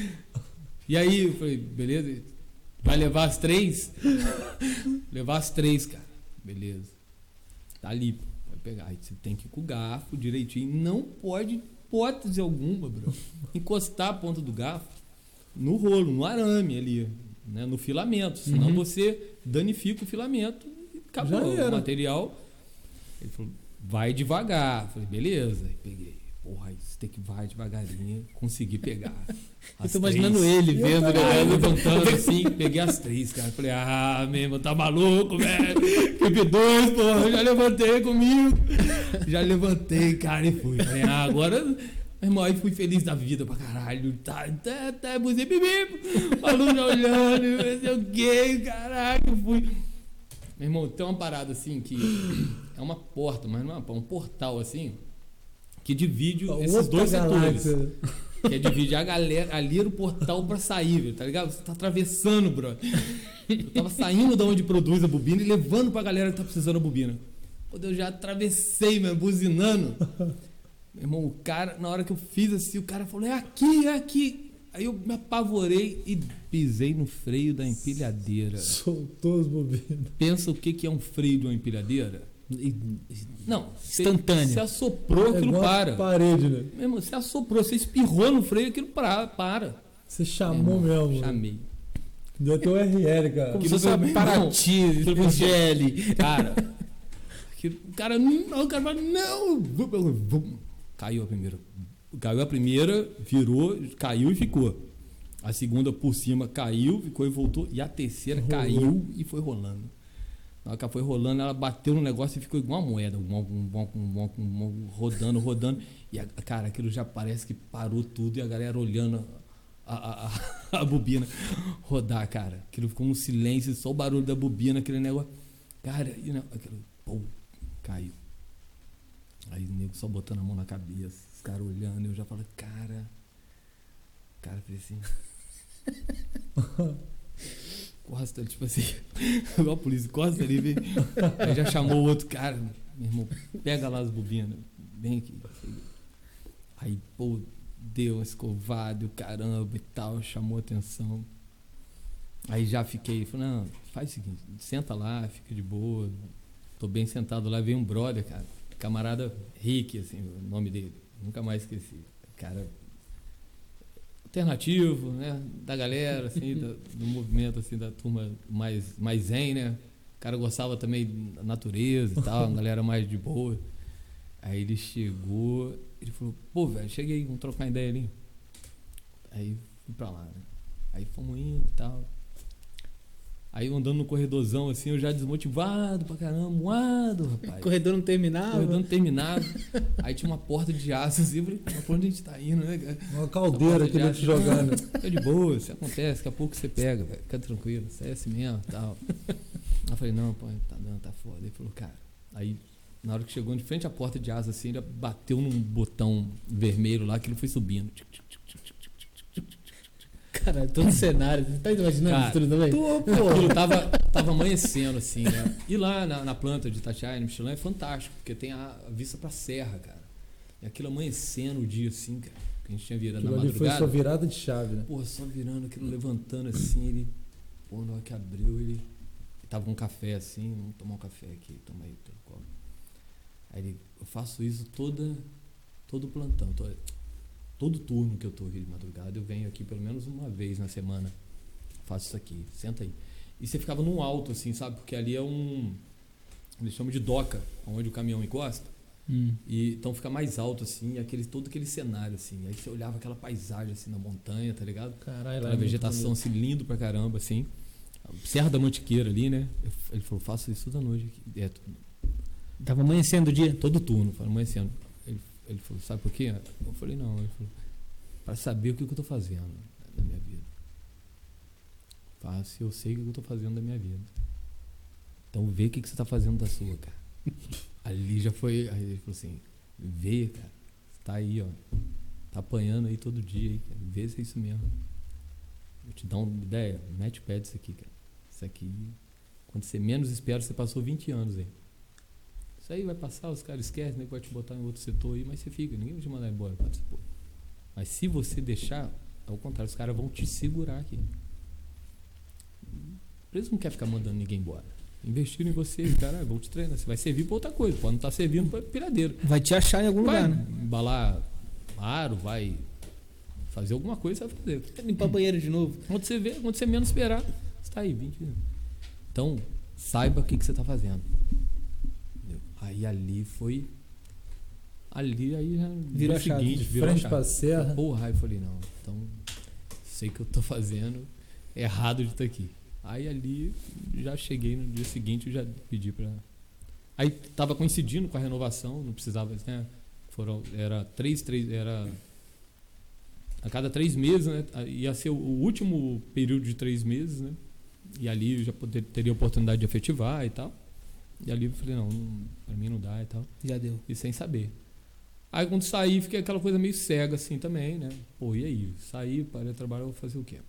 E aí, eu falei, beleza? Vai levar as 3? Levar as 3, cara. Beleza. Tá ali, vai pegar. Aí você tem que ir com o garfo direitinho. Não pode, hipótese alguma, bro, encostar a ponta do garfo no rolo, no arame ali, né, no filamento. Senão você danifica o filamento e acabou o material. Ele falou, vai devagar. Eu falei, beleza. Aí peguei. Porra, aí você tem que vai devagarinho, consegui pegar. Eu tô imaginando ele vendo, né? Levantando assim, peguei as 3, cara. Falei, mesmo, tá maluco, velho? Equipe 2, porra, já levantei comigo. Já levantei, cara, e fui. Falei, agora, meu irmão, aí fui feliz da vida pra caralho. Tá, buzei, o aluno já olhando, não sei o que, caralho, fui. Meu irmão, tem uma parada assim que é uma porta, mas não é um portal assim, que divide esses 2 setores. Que é dividir a galera. Ali era o portal pra sair, velho, tá ligado? Você tá atravessando, brother. Eu tava saindo de onde produz a bobina e levando pra galera que tá precisando da bobina. Pô, eu já atravessei, mano, buzinando. Meu irmão, o cara, na hora que eu fiz assim, o cara falou, é aqui. Aí eu me apavorei e pisei no freio da empilhadeira. Soltou as bobinas. Pensa o que é um freio de uma empilhadeira? Não, instantâneo. Você assoprou, aquilo para. Parede, né? Meu irmão, você assoprou, você espirrou no freio, aquilo para. Você chamou mesmo. Chamei. Deu até o RL, cara. Como se fosse uma Paraty, GL. Cara, o cara falou, não. Caiu a primeira, virou, caiu e ficou. A segunda por cima caiu, ficou e voltou. E a terceira caiu e foi rolando. Na hora que ela foi rolando, ela bateu no negócio e ficou igual uma moeda, rodando. E, cara, aquilo já parece que parou tudo e a galera olhando a bobina rodar, cara. Aquilo ficou um silêncio, só o barulho da bobina, aquele negócio. Cara, aquilo, caiu. Aí o nego só botando a mão na cabeça, os caras olhando, e eu já falei, cara, fez assim. Costa, tipo assim, igual a polícia, costa ali, vem. Aí já chamou o outro cara, meu irmão, pega lá as bobinas, vem aqui. Aí, deu uma escovada, o caramba e tal, chamou atenção. Aí já fiquei, falei, não, faz o seguinte, senta lá, fica de boa. Tô bem sentado lá, veio um brother, cara, camarada Rick, assim, o nome dele, nunca mais esqueci. Cara alternativo, né, da galera, assim, do movimento, assim, da turma mais zen, né. O cara gostava também da natureza e tal, uma galera mais de boa. Aí ele chegou, ele falou, pô, velho, cheguei, vamos trocar ideia ali. Aí fui pra lá, né. Aí fomos indo e tal. Aí eu andando no corredorzão, assim, eu já desmotivado pra caramba, moado, rapaz. Corredor não terminava? Corredor não terminava. Aí tinha uma porta de aço, assim, eu falei, mas pra onde a gente tá indo, né, cara? Uma caldeira que ele te jogando. Fica de boa, isso acontece, daqui a pouco você pega, velho, fica tranquilo, isso é assim mesmo e tal. Aí eu falei, não, pô, tá dando, tá foda. Aí ele falou, cara, aí na hora que chegou de frente à porta de aço, assim, ele bateu num botão vermelho lá, que ele foi subindo. Cara, todo cenário. Você tá imaginando isso tudo também? Aquilo tava amanhecendo, assim, né? E lá na planta de Itatiaia, no Michelin, é fantástico, porque tem a vista pra serra, cara. E aquilo amanhecendo o dia, assim, cara. Que a gente tinha virado Aquilo na madrugada. Ali foi sua virada de chave, né? Porra, só virando aquilo, levantando assim, ele... Pô, na hora que abriu, ele tava com um café, assim, vamos tomar um café aqui, toma aí, teu copo. Aí ele, eu faço isso todo plantão, todo turno que eu tô aqui de madrugada, eu venho aqui pelo menos uma vez na semana. Faço isso aqui, senta aí. E você ficava num alto, assim, sabe? Porque ali é eles chamam de doca, onde o caminhão encosta. E então fica mais alto, assim, todo aquele cenário, assim. Aí você olhava aquela paisagem, assim, na montanha, tá ligado? Caralho, aquela vegetação, assim, lindo pra caramba, assim. Serra da Mantiqueira ali, né? Ele falou, faço isso toda noite aqui. Tava amanhecendo o dia? Todo turno, amanhecendo. Ele falou, sabe por quê? Eu falei, não. Ele falou, para saber o que eu tô fazendo da minha vida. Faço, eu sei o que eu tô fazendo da minha vida. Então vê o que você tá fazendo da sua, cara. Ali já foi, aí ele falou assim, vê, cara, você tá aí, ó. Tá apanhando aí todo dia, aí, cara. Vê se é isso mesmo. Vou te dar uma ideia, mete o pé disso aqui, cara. Isso aqui, quando você menos espera, você passou 20 anos aí. Isso aí vai passar, os caras esquecem, né, que vai te botar em outro setor aí, mas você fica, ninguém vai te mandar embora. Mas se você deixar, ao contrário, os caras vão te segurar aqui. Eles não querem ficar mandando ninguém embora. Investiram em você, cara, vão te treinar. Você vai servir para outra coisa, pode não estar servindo para piradeiro. Vai te achar em algum lugar, né? Embalar aro, vai fazer alguma coisa, você vai fazer. Limpar banheiro de novo. Quando você menos esperar, você está aí, 20 minutos. Então, saiba o que você está fazendo. Aí ali foi. Ali aí já virou a chave, de frente pra serra. Porra, aí eu falei, não, então sei que eu tô fazendo errado de estar aqui. Aí ali já cheguei no dia seguinte, eu já pedi pra. Aí tava coincidindo com a renovação, não precisava, né? Era a cada 3 meses, né? Ia ser o último período de 3 meses, né? E ali eu já teria oportunidade de efetivar e tal. E ali eu falei, não, pra mim não dá e tal. Já deu. E sem saber. Aí quando saí, fiquei aquela coisa meio cega assim também, né? Pô, e aí? Saí, parei de trabalhar, vou fazer o quê?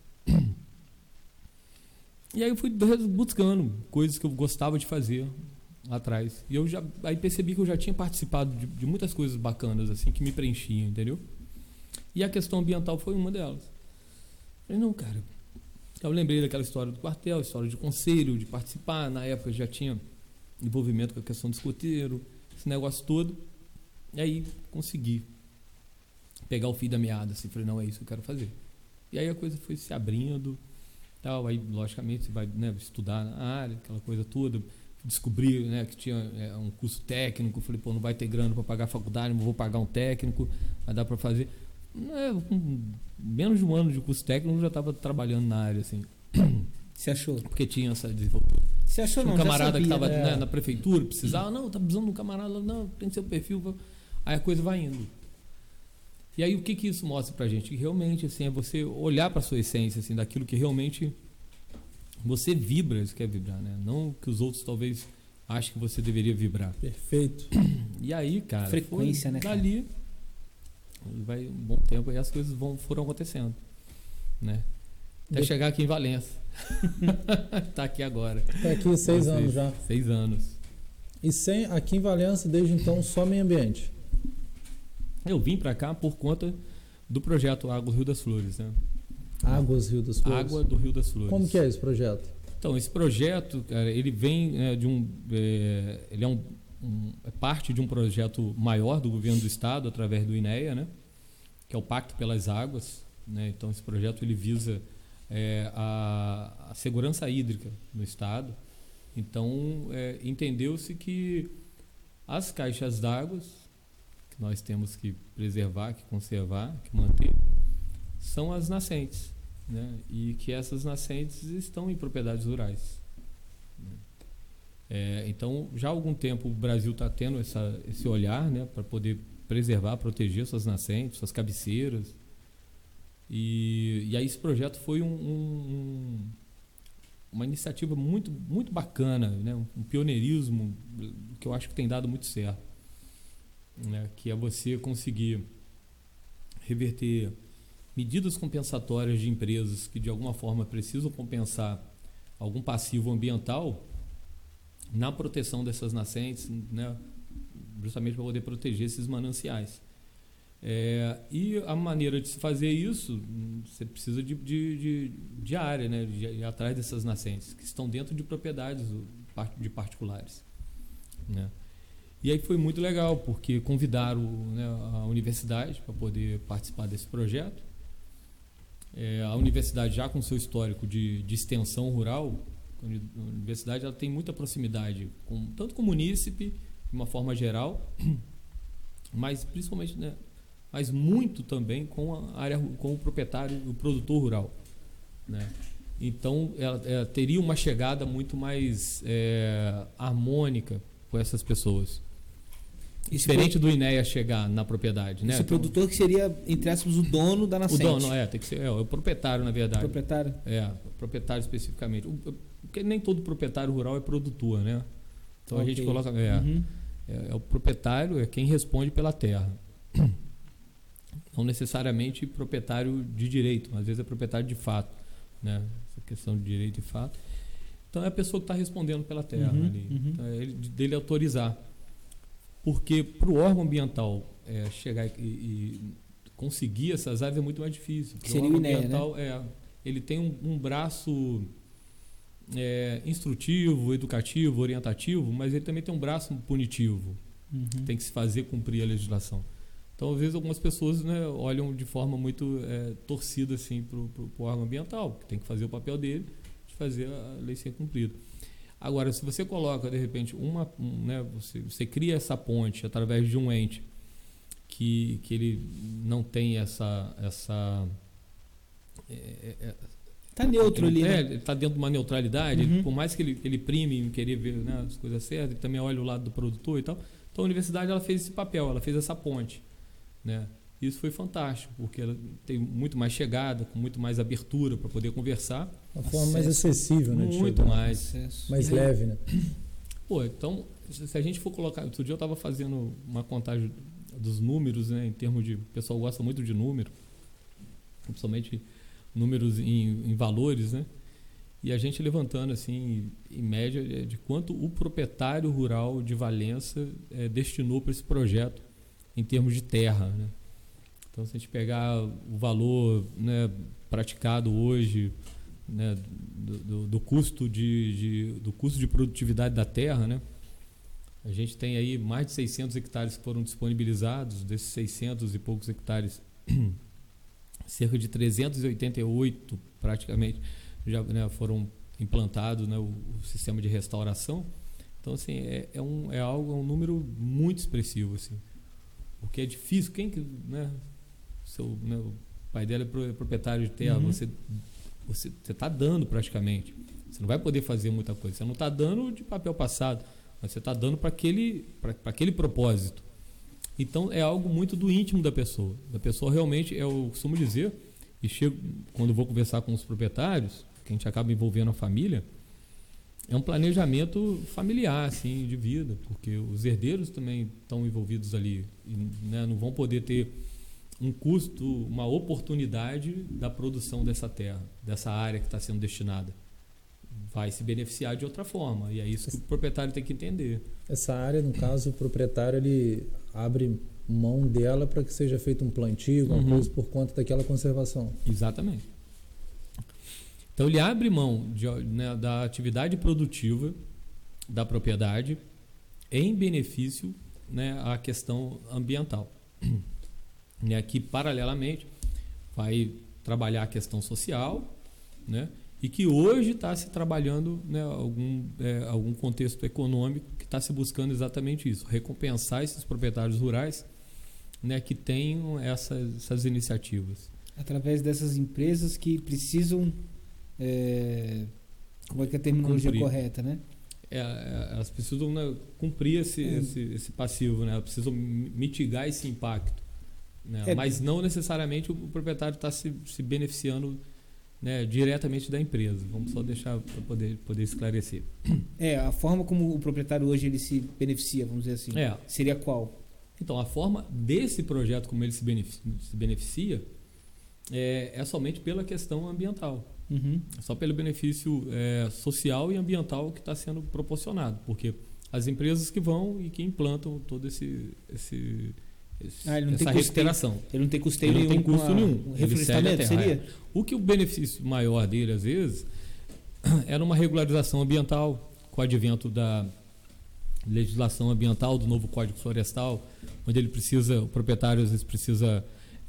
E aí eu fui buscando coisas que eu gostava de fazer lá atrás. E eu aí percebi que eu já tinha participado de muitas coisas bacanas, assim, que me preenchiam, entendeu? E a questão ambiental foi uma delas. Falei, não, cara. Eu lembrei daquela história do quartel, história de conselho, de participar. Na época eu já tinha envolvimento com a questão do escoteiro, esse negócio todo. E aí consegui pegar o fio da meada, assim, falei, não, é isso que eu quero fazer. E aí a coisa foi se abrindo, tal, aí logicamente você vai, né, estudar na área, aquela coisa toda, descobri, né, que tinha um curso técnico, falei, pô, não vai ter grana para pagar a faculdade, não vou pagar um técnico, vai dar para fazer. Com menos de um ano de curso técnico eu já estava trabalhando na área, assim. Você achou? Porque tinha essa desenvoltura. Você achou? Tinha um camarada que estava, né, na prefeitura, precisava, não, tá precisando de um camarada, não, tem seu perfil. Aí a coisa vai indo. E aí o que isso mostra pra gente? Que realmente, assim, é você olhar pra sua essência, assim, daquilo que realmente você vibra, você quer vibrar, né? Não que os outros talvez achem que você deveria vibrar. Perfeito. E aí, cara, frequência, né, cara? Dali vai um bom tempo e as coisas foram acontecendo, né? Até chegar aqui em Valença. Tá aqui agora. Tá aqui 6 anos já. 6 anos. E aqui em Valença, desde então, só meio ambiente? Eu vim para cá por conta do projeto Água Rio das Flores, né? Águas Rio das Flores. Água do Rio das Flores. Como que é esse projeto? Então, esse projeto, cara, ele vem de ele é parte de um projeto maior do governo do estado, através do INEA, né? Que é o Pacto pelas Águas, né? Então, esse projeto ele visa a segurança hídrica no estado. Então, entendeu-se que as caixas d'água que nós temos que preservar, que conservar, que manter, são as nascentes, né? E que essas nascentes estão em propriedades rurais. Então, já há algum tempo o Brasil está tendo esse olhar, né, para poder preservar, proteger suas nascentes, suas cabeceiras. E aí esse projeto foi uma iniciativa muito, muito bacana, né, um pioneirismo que eu acho que tem dado muito certo, né, que é você conseguir reverter medidas compensatórias de empresas que de alguma forma precisam compensar algum passivo ambiental na proteção dessas nascentes, né, justamente para poder proteger esses mananciais. E a maneira de se fazer isso, você precisa de área, né, de ir atrás dessas nascentes, que estão dentro de propriedades de particulares, né. E aí foi muito legal, porque convidaram, né, a universidade para poder participar desse projeto. A universidade, já com seu histórico de extensão rural, a universidade ela tem muita proximidade tanto com o munícipe, de uma forma geral, mas principalmente, né, mas muito também com a área, com o proprietário, o produtor rural, né? Então ela teria uma chegada muito mais harmônica com essas pessoas. Diferente do INEA chegar na propriedade, né? Esse produtor que seria, entre aspas, o dono da nascente. O dono, tem que ser o proprietário, na verdade. O proprietário? Proprietário especificamente. Porque nem todo proprietário rural é produtor, né? Então a gente coloca... o proprietário, é quem responde pela terra. Não necessariamente proprietário de direito, às vezes é proprietário de fato, né? Essa questão de direito e fato. Então é a pessoa que está respondendo pela terra ali. Então é dele autorizar. Porque para o órgão ambiental chegar e conseguir essas áreas é muito mais difícil. Que seria o INEA, ambiental, né? Ele tem um braço instrutivo, educativo, orientativo, mas ele também tem um braço punitivo, que tem que se fazer cumprir a legislação. Então, às vezes, algumas pessoas, né, olham de forma muito torcida assim, para o órgão ambiental, que tem que fazer o papel dele, de fazer a lei ser cumprida. Agora, se você coloca, de repente, né, você cria essa ponte através de um ente que ele não tem essa Tá neutro ali, né? Ele está dentro de uma neutralidade, por mais que ele prime em querer ver, né, as coisas certas, ele também olha o lado do produtor e tal. Então a universidade ela fez esse papel, ela fez essa ponte, né? Isso foi fantástico, porque ela tem muito mais chegada, com muito mais abertura para poder conversar. Uma forma mais acessível, né? Muito mais. Mais leve, né? Então, se a gente for colocar... Outro dia eu estava fazendo uma contagem dos números, né? Em termos de... O pessoal gosta muito de número, principalmente números em valores, né? E a gente levantando, assim, em média, de quanto o proprietário rural de Valença destinou para esse projeto em termos de terra, né? Então, se a gente pegar o valor, né, praticado hoje, né, do custo do custo de produtividade da terra, né, a gente tem aí mais de 600 hectares que foram disponibilizados. Desses 600 e poucos hectares, cerca de 388 praticamente já, né, foram implantados, né, o sistema de restauração. Então, assim, é um número muito expressivo, assim, porque é difícil. Quem que, né, o pai dela é proprietário de terra, você está dando praticamente. Você não vai poder fazer muita coisa. Você não está dando de papel passado, mas você está dando para aquele propósito. Então é algo muito do íntimo da pessoa. Da pessoa realmente, eu costumo dizer, e quando vou conversar com os proprietários, que a gente acaba envolvendo a família, é um planejamento familiar, assim, de vida, porque os herdeiros também estão envolvidos ali e, né, não vão poder ter um custo, uma oportunidade da produção dessa terra, dessa área que está sendo destinada. Vai se beneficiar de outra forma, e é isso que o proprietário tem que entender. Essa área, no caso, o proprietário ele abre mão dela para que seja feito um plantio, alguma coisa por conta daquela conservação. Exatamente. Então ele abre mão da atividade produtiva da propriedade em benefício, né, à questão ambiental, né, que paralelamente vai trabalhar a questão social, né, e que hoje está se trabalhando, né, algum contexto econômico que está se buscando exatamente isso, recompensar esses proprietários rurais, né, que tenham essas iniciativas. Através dessas empresas que precisam, como é que é a terminologia correta, né? Elas precisam, né, cumprir esse passivo, né? Elas precisam mitigar esse impacto, né? Mas não necessariamente o proprietário está se beneficiando, né, diretamente da empresa. Vamos só deixar para poder esclarecer. A forma como o proprietário hoje ele se beneficia, vamos dizer assim, seria qual? Então, a forma desse projeto como ele se beneficia é somente pela questão ambiental. Uhum. Só pelo benefício social e ambiental que está sendo proporcionado, porque as empresas que vão e que implantam todo essa recuperação. Ele não tem custeio nenhum. Ele não tem custo nenhum. Um reflorestamento seria? O que o benefício maior dele, às vezes, era uma regularização ambiental, com o advento da legislação ambiental, do novo Código Florestal, onde o proprietário às vezes precisa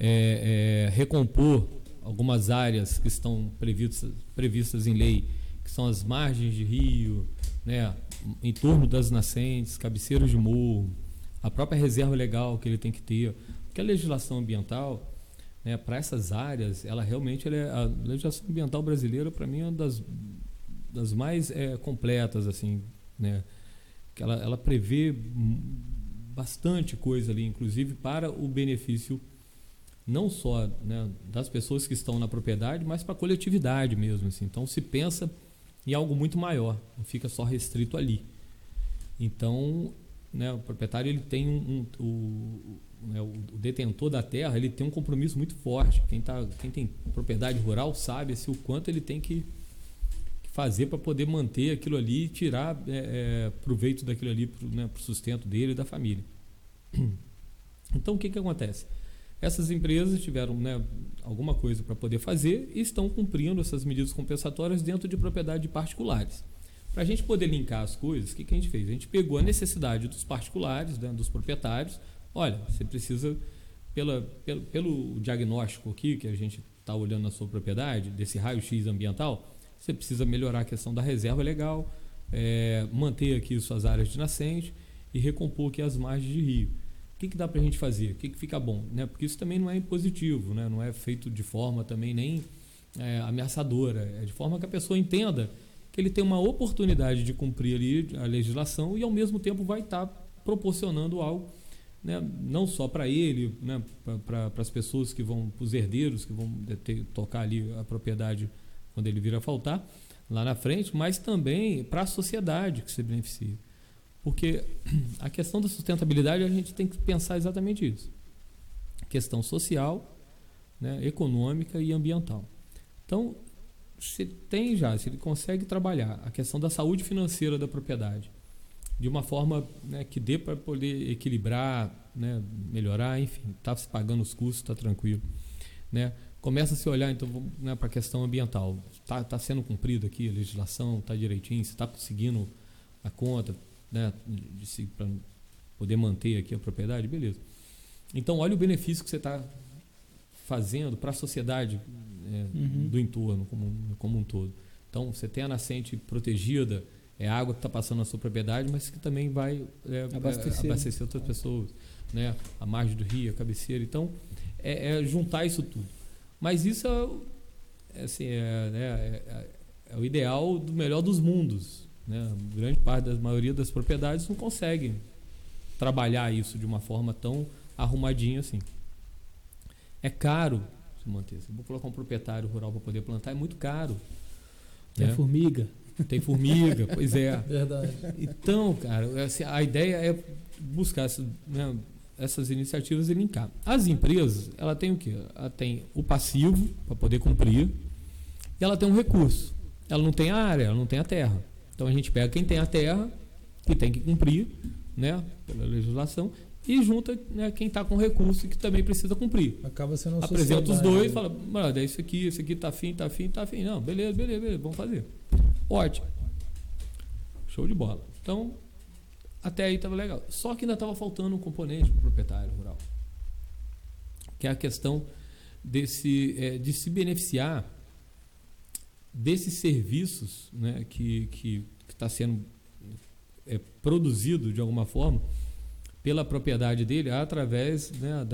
recompor algumas áreas que estão previstas em lei, que são as margens de rio, né, em torno das nascentes, cabeceiras de morro, a própria reserva legal que ele tem que ter. Porque a legislação ambiental, né, para essas áreas, ela realmente a legislação ambiental brasileira, para mim, é uma das mais completas, assim, né, que ela prevê bastante coisa ali, inclusive para o benefício não só, né, das pessoas que estão na propriedade, mas para a coletividade mesmo, assim. Então se pensa em algo muito maior, não fica só restrito ali. Então, né, o proprietário ele tem o detentor da terra, ele tem um compromisso muito forte. Quem tem propriedade rural sabe assim, o quanto ele tem que fazer para poder manter aquilo ali e tirar proveito daquilo ali para o sustento dele e da família. Então o que acontece? Essas empresas tiveram, né, alguma coisa para poder fazer e estão cumprindo essas medidas compensatórias dentro de propriedade de particulares. Para a gente poder linkar as coisas, o que a gente fez? A gente pegou a necessidade dos particulares, né, dos proprietários. Olha, você precisa, pelo diagnóstico aqui que a gente está olhando na sua propriedade, desse raio-x ambiental, você precisa melhorar a questão da reserva legal, manter aqui suas áreas de nascente e recompor aqui as margens de rio. O que dá para a gente fazer? O que fica bom? Né? Porque isso também não é impositivo, né? Não é feito de forma também nem ameaçadora. É de forma que a pessoa entenda que ele tem uma oportunidade de cumprir ali a legislação e ao mesmo tempo vai estar proporcionando algo, né? Não só para ele, né? Para as pessoas que vão, para os herdeiros que vão tocar ali a propriedade quando ele vir a faltar lá na frente, mas também para a sociedade que se beneficia. Porque a questão da sustentabilidade a gente tem que pensar exatamente isso. Questão social, né, econômica e ambiental. Então, se ele consegue trabalhar a questão da saúde financeira da propriedade de uma forma, né, que dê para poder equilibrar, né, melhorar, enfim, está se pagando os custos, está tranquilo, né? Começa a se olhar então, né, para a questão ambiental. Está sendo cumprida aqui a legislação, está direitinho, você está conseguindo a conta, né, para poder manter aqui a propriedade, beleza. Então, olha o benefício que você está fazendo para a sociedade do entorno como um todo. Então, você tem a nascente protegida, é água que está passando na sua propriedade, mas que também vai abastecer outras pessoas, né? A margem do rio, a cabeceira. Então, juntar isso tudo. Mas isso é o ideal do melhor dos mundos, né? Grande parte da maioria das propriedades não conseguem trabalhar isso de uma forma tão arrumadinha assim. É caro se manter. Se eu vou colocar um proprietário rural para poder plantar, é muito caro. Tem formiga. Tem formiga, pois é. Verdade. Então, cara, assim, a ideia é buscar essas iniciativas e linkar. As empresas, ela tem o quê? Ela tem o passivo para poder cumprir e ela tem um recurso. Ela não tem a área, ela não tem a terra. Então a gente pega quem tem a terra, que tem que cumprir, né, pela legislação, e junta, né, quem está com recurso que também precisa cumprir. Acaba sendo uma Apresenta os dois, sociedade. fala, mano, é isso aqui, esse aqui tá afim. Não, beleza, vamos fazer. Ótimo. Show de bola. Então, até aí estava legal. Só que ainda estava faltando um componente para o proprietário rural, que é a questão de se beneficiar desses serviços, né, que está sendo produzido de alguma forma pela propriedade dele através, né,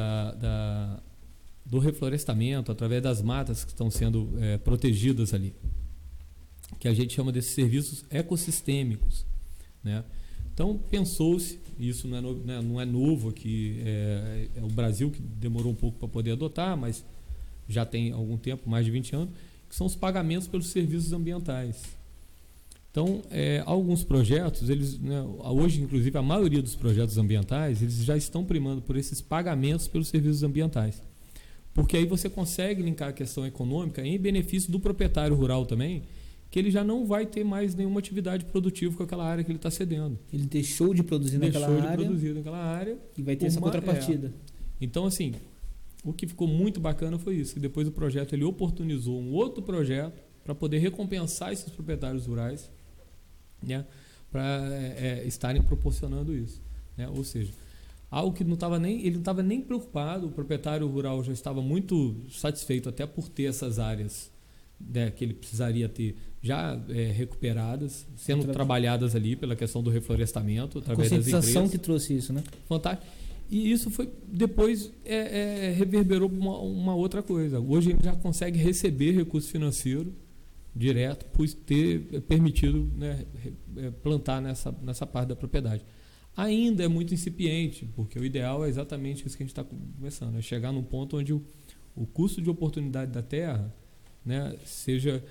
do reflorestamento, através das matas que estão sendo protegidas ali, que a gente chama desses serviços ecossistêmicos, né? Então pensou-se, isso não é novo aqui, é o Brasil que demorou um pouco para poder adotar, mas já tem algum tempo, mais de 20 anos, que são os pagamentos pelos serviços ambientais. Então, alguns projetos, eles, né, hoje, inclusive, a maioria dos projetos ambientais, eles já estão primando por esses pagamentos pelos serviços ambientais. Porque aí você consegue linkar a questão econômica em benefício do proprietário rural também, que ele já não vai ter mais nenhuma atividade produtiva com aquela área que ele está cedendo. Ele deixou de produzir naquela área e vai ter essa contrapartida. Então, assim, o que ficou muito bacana foi isso, que depois o projeto ele oportunizou um outro projeto para poder recompensar esses proprietários rurais, né, para estarem proporcionando isso, né? Ou seja, algo que ele não estava nem preocupado, o proprietário rural já estava muito satisfeito até por ter essas áreas, né, que ele precisaria ter já recuperadas, sendo trabalhadas ali pela questão do reflorestamento através das empresas. Conscientização que trouxe isso, né? Fantástico. E isso foi depois reverberou uma outra coisa. Hoje ele já consegue receber recurso financeiro direto por ter permitido, né, plantar nessa parte da propriedade. Ainda é muito incipiente, porque o ideal é exatamente isso que a gente está começando, é chegar num ponto onde o custo de oportunidade da terra, né, seja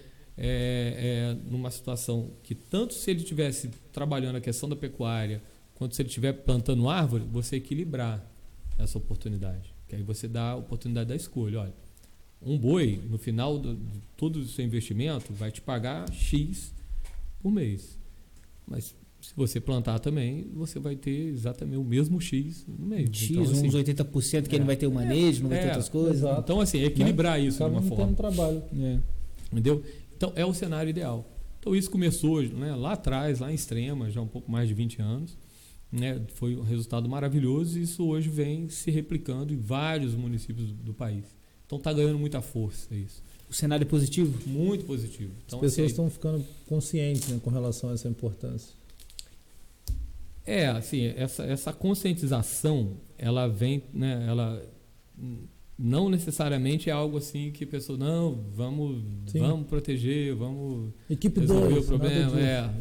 numa situação que tanto se ele estivesse trabalhando a questão da pecuária, quanto se ele estiver plantando árvore, você equilibrar essa oportunidade. Que aí você dá a oportunidade da escolha. Olha, um boi, no final de todo o seu investimento, vai te pagar X por mês. Mas se você plantar também, você vai ter exatamente o mesmo X no mês. X, então, uns 80% que ele não vai ter o manejo, não vai ter outras coisas. Exato. Então, assim, equilibrar isso de uma forma. Trabalho. Entendeu? Então, é o cenário ideal. Então, isso começou, né, lá atrás, lá em Extrema, já há um pouco mais de 20 anos. Né, foi um resultado maravilhoso e isso hoje vem se replicando em vários municípios do país. Então está ganhando muita força isso. O cenário é positivo? Muito positivo. Então, as pessoas estão ficando conscientes, né, com relação a essa importância. Assim, essa conscientização, ela vem, né, ela não necessariamente é algo assim que a pessoa, não, vamos proteger, vamos resolver o problema.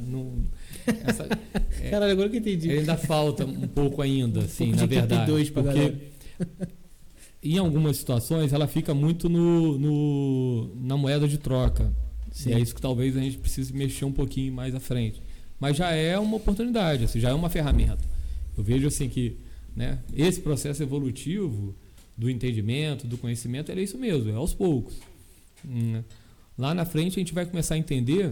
Caralho, agora que eu entendi. Ainda falta um pouco ainda, assim, na verdade. Porque em algumas situações ela fica muito na moeda de troca. Sim. E é isso que talvez a gente precise mexer um pouquinho mais à frente. Mas já é uma oportunidade, assim, já é uma ferramenta. Eu vejo assim que, né, esse processo evolutivo do entendimento, do conhecimento, é isso mesmo, é aos poucos. Lá na frente a gente vai começar a entender,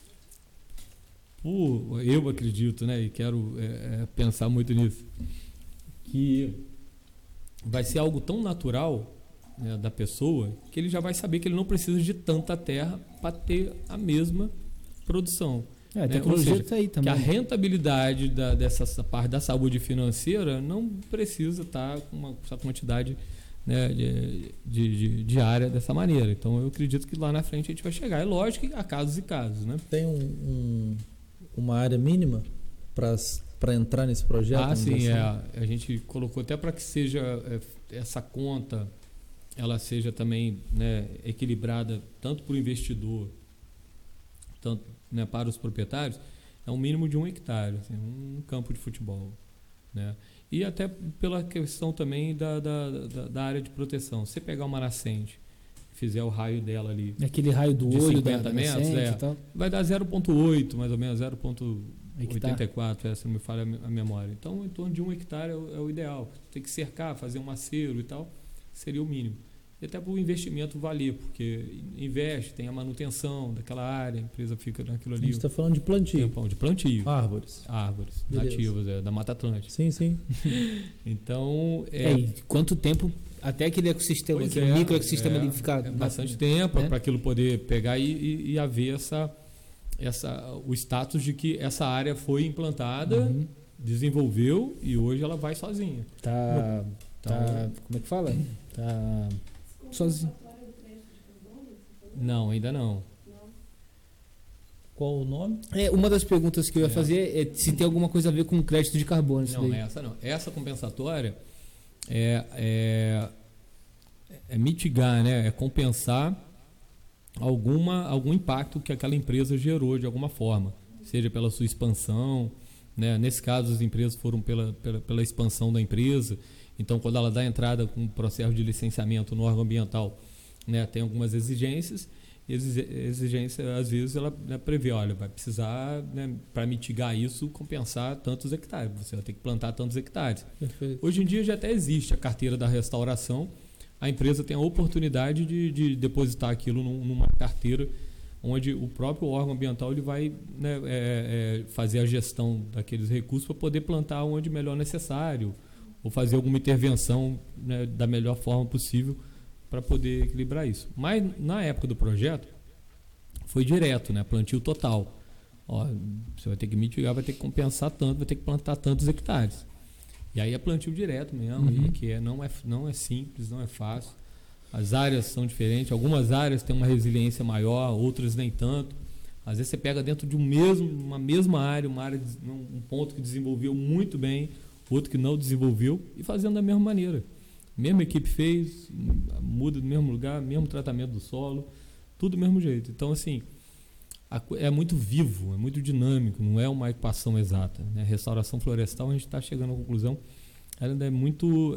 eu acredito, né, e quero pensar muito nisso, que vai ser algo tão natural, né, da pessoa, que ele já vai saber que ele não precisa de tanta terra para ter a mesma produção. A tecnologia está aí também. Que a rentabilidade dessa parte da saúde financeira não precisa estar com essa quantidade, né, de área dessa maneira. Então eu acredito que lá na frente a gente vai chegar. É lógico que há casos e casos, né? Tem uma área mínima para entrar nesse projeto? Sim, a gente colocou até para que seja essa conta, ela seja também, né, equilibrada tanto para o investidor, tanto, né, para os proprietários, é um mínimo de 1 hectare, assim, um campo de futebol, né? E até pela questão também da área de proteção. Se você pegar uma nascente, fizer o raio dela ali, aquele raio do de olho 50 da metros, nascente e tal, vai dar 0,8, mais ou menos, 0,84, se não me falha a memória. Então, em torno de 1 hectare é o ideal. Tem que cercar, fazer um acero e tal, seria o mínimo. e até para o investimento valer, porque investe, tem a manutenção daquela área, a empresa fica naquilo ali. A gente está falando de plantio. De plantio. Árvores. Nativas, da Mata Atlântica. Sim. Então, e quanto tempo até aquele ecossistema, aquele microecossistema ali ficar... bastante tempo para aquilo poder pegar e haver o status de que essa área foi implantada, desenvolveu e hoje ela vai sozinha. Como é que fala? Tá sozinho. Não, ainda não. Qual o nome? Uma das perguntas que eu ia fazer é se tem alguma coisa a ver com crédito de carbono. Não, essa não. Essa compensatória é mitigar, né? É compensar algum impacto que aquela empresa gerou de alguma forma, seja pela sua expansão, né? Nesse caso as empresas foram pela expansão da empresa, então quando ela dá entrada com o processo de licenciamento no órgão ambiental, né? Tem algumas exigências às vezes ela, né, prevê, olha, vai precisar, né, para mitigar isso, compensar tantos hectares, você vai ter que plantar tantos hectares. Perfeito. Hoje em dia já até existe a carteira da restauração, a empresa tem a oportunidade de depositar aquilo numa carteira onde o próprio órgão ambiental ele vai, né, fazer a gestão daqueles recursos para poder plantar onde melhor necessário ou fazer alguma intervenção, né, da melhor forma possível para poder equilibrar isso. Mas na época do projeto foi direto, né, plantio total. Ó, você vai ter que mitigar, vai ter que compensar tanto, vai ter que plantar tantos hectares. E aí é plantio direto mesmo, que não é simples, não é fácil. As áreas são diferentes, algumas áreas têm uma resiliência maior, outras nem tanto. Às vezes você pega dentro de uma mesma área, um ponto que desenvolveu muito bem, outro que não desenvolveu, e fazendo da mesma maneira. Mesma equipe fez, muda do mesmo lugar, mesmo tratamento do solo, tudo do mesmo jeito. Então, assim, é muito vivo, é muito dinâmico, não é uma equação exata, né? Restauração florestal, a gente está chegando à conclusão, ela ainda é muito...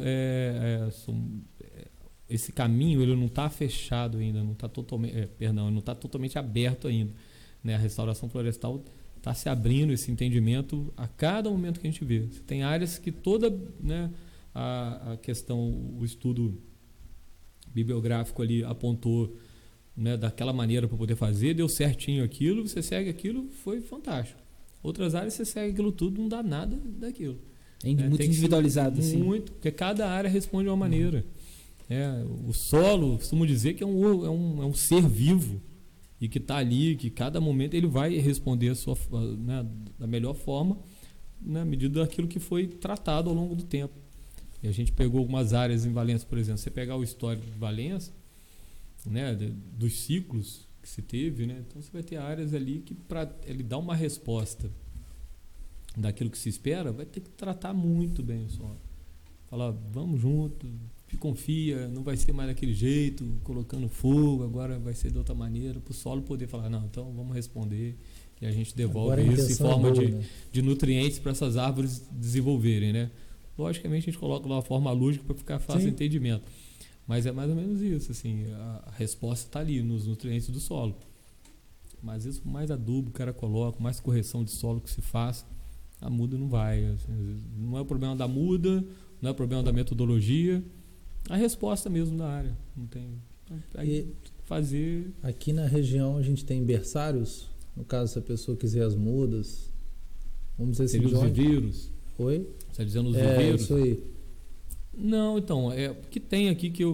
esse caminho ele não está fechado ainda, não está totalmente, não está totalmente aberto ainda, né? A restauração florestal está se abrindo esse entendimento a cada momento que a gente vê. Você tem áreas que toda, né, a questão, o estudo bibliográfico ali apontou, né, daquela maneira para poder fazer, deu certinho aquilo, você segue aquilo, foi fantástico. Outras áreas você segue aquilo tudo, não dá nada daquilo. Muito individualizado, assim. Muito, porque cada área responde de uma maneira. O solo, costumo dizer que é um ser vivo e que está ali, que cada momento ele vai responder né, da melhor forma, na medida daquilo que foi tratado ao longo do tempo. E a gente pegou algumas áreas em Valença, por exemplo, você pegar o histórico de Valença, né, dos ciclos que se teve, né, então você vai ter áreas ali que para ele dar uma resposta daquilo que se espera, vai ter que tratar muito bem o solo. Falar, vamos junto, confia, não vai ser mais daquele jeito, colocando fogo, agora vai ser de outra maneira, para o solo poder falar, não, então vamos responder, e a gente devolve isso em forma de nutrientes para essas árvores desenvolverem, né? Logicamente a gente coloca de uma forma lógica para ficar fácil o entendimento, mas é mais ou menos isso, assim, a resposta está ali nos nutrientes do solo. Mas isso, mais adubo o cara coloca, mais correção de solo que se faz, a muda não vai, assim, não é o problema da muda, não é o problema da metodologia, a resposta mesmo da área, não tem fazer. Aqui na região a gente tem berçários, no caso se a pessoa quiser as mudas, vamos dizer assim, os viveiros. Oi? Você está dizendo os viveiros? Isso aí. Não, então, o que tem aqui que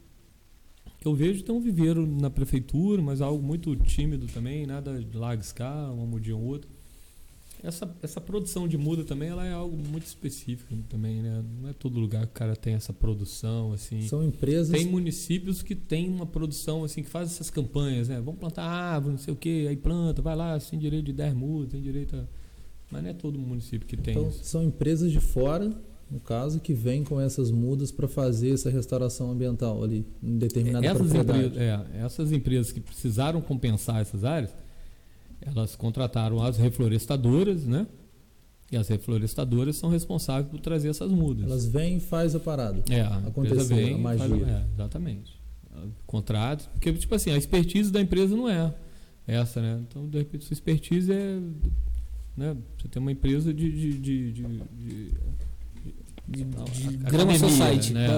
eu vejo, tem um viveiro na prefeitura, mas algo muito tímido também, nada de larga escala, uma mudinha ou outra. Essa produção de muda também, ela é algo muito específico também, né? Não é todo lugar que o cara tem essa produção, assim. São empresas... Tem municípios que tem uma produção, assim, que faz essas campanhas, né? Vamos plantar árvore, não sei o quê, aí planta, vai lá, tem direito de 10 mudas, tem direito a... Mas não é todo município que tem então, isso. São empresas de fora, no caso, que vêm com essas mudas para fazer essa restauração ambiental ali, em determinada propriedade. Essas empresas que precisaram compensar essas áreas, elas contrataram as reflorestadoras, né? E as reflorestadoras são responsáveis por trazer essas mudas. Elas vêm e fazem a parada. Aconteceu a magia. Exatamente. Contratos, porque, tipo assim, a expertise da empresa não é essa, né? Então, de repente, sua expertise é... Né? Você tem uma empresa de academia, Grama Society. né?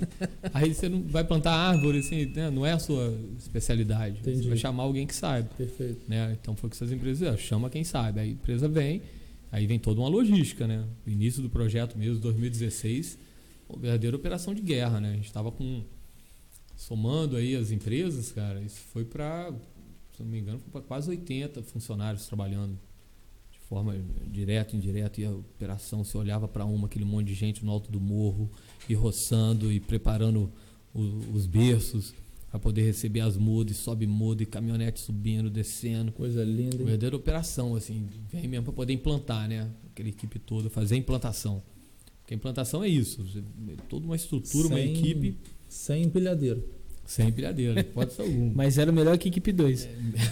Aí você não vai plantar árvore, assim, né? Não é a sua especialidade. Entendi. Você vai chamar alguém que saiba. Perfeito. Né? Então foi o que essas empresas fizeram, chama quem sabe. Aí a empresa vem, aí vem toda uma logística, né? O início do projeto mesmo, 2016, uma verdadeira operação de guerra, né? A gente estava somando aí as empresas, cara, isso foi para, se não me engano, foi para quase 80 funcionários trabalhando de forma direta, indireta, e a operação, você olhava para aquele monte de gente no alto do morro, e roçando, e preparando os berços para poder receber as mudas, sobe muda, e caminhonete subindo, descendo. Coisa linda. Hein? Verdadeira operação, assim, vem mesmo para poder implantar, né? Aquela equipe toda, fazer a implantação. Porque a implantação é isso, toda uma estrutura, uma equipe. Sem empilhadeira. Sem empilhadeira, não pode ser algum. Mas era melhor que equipe 2.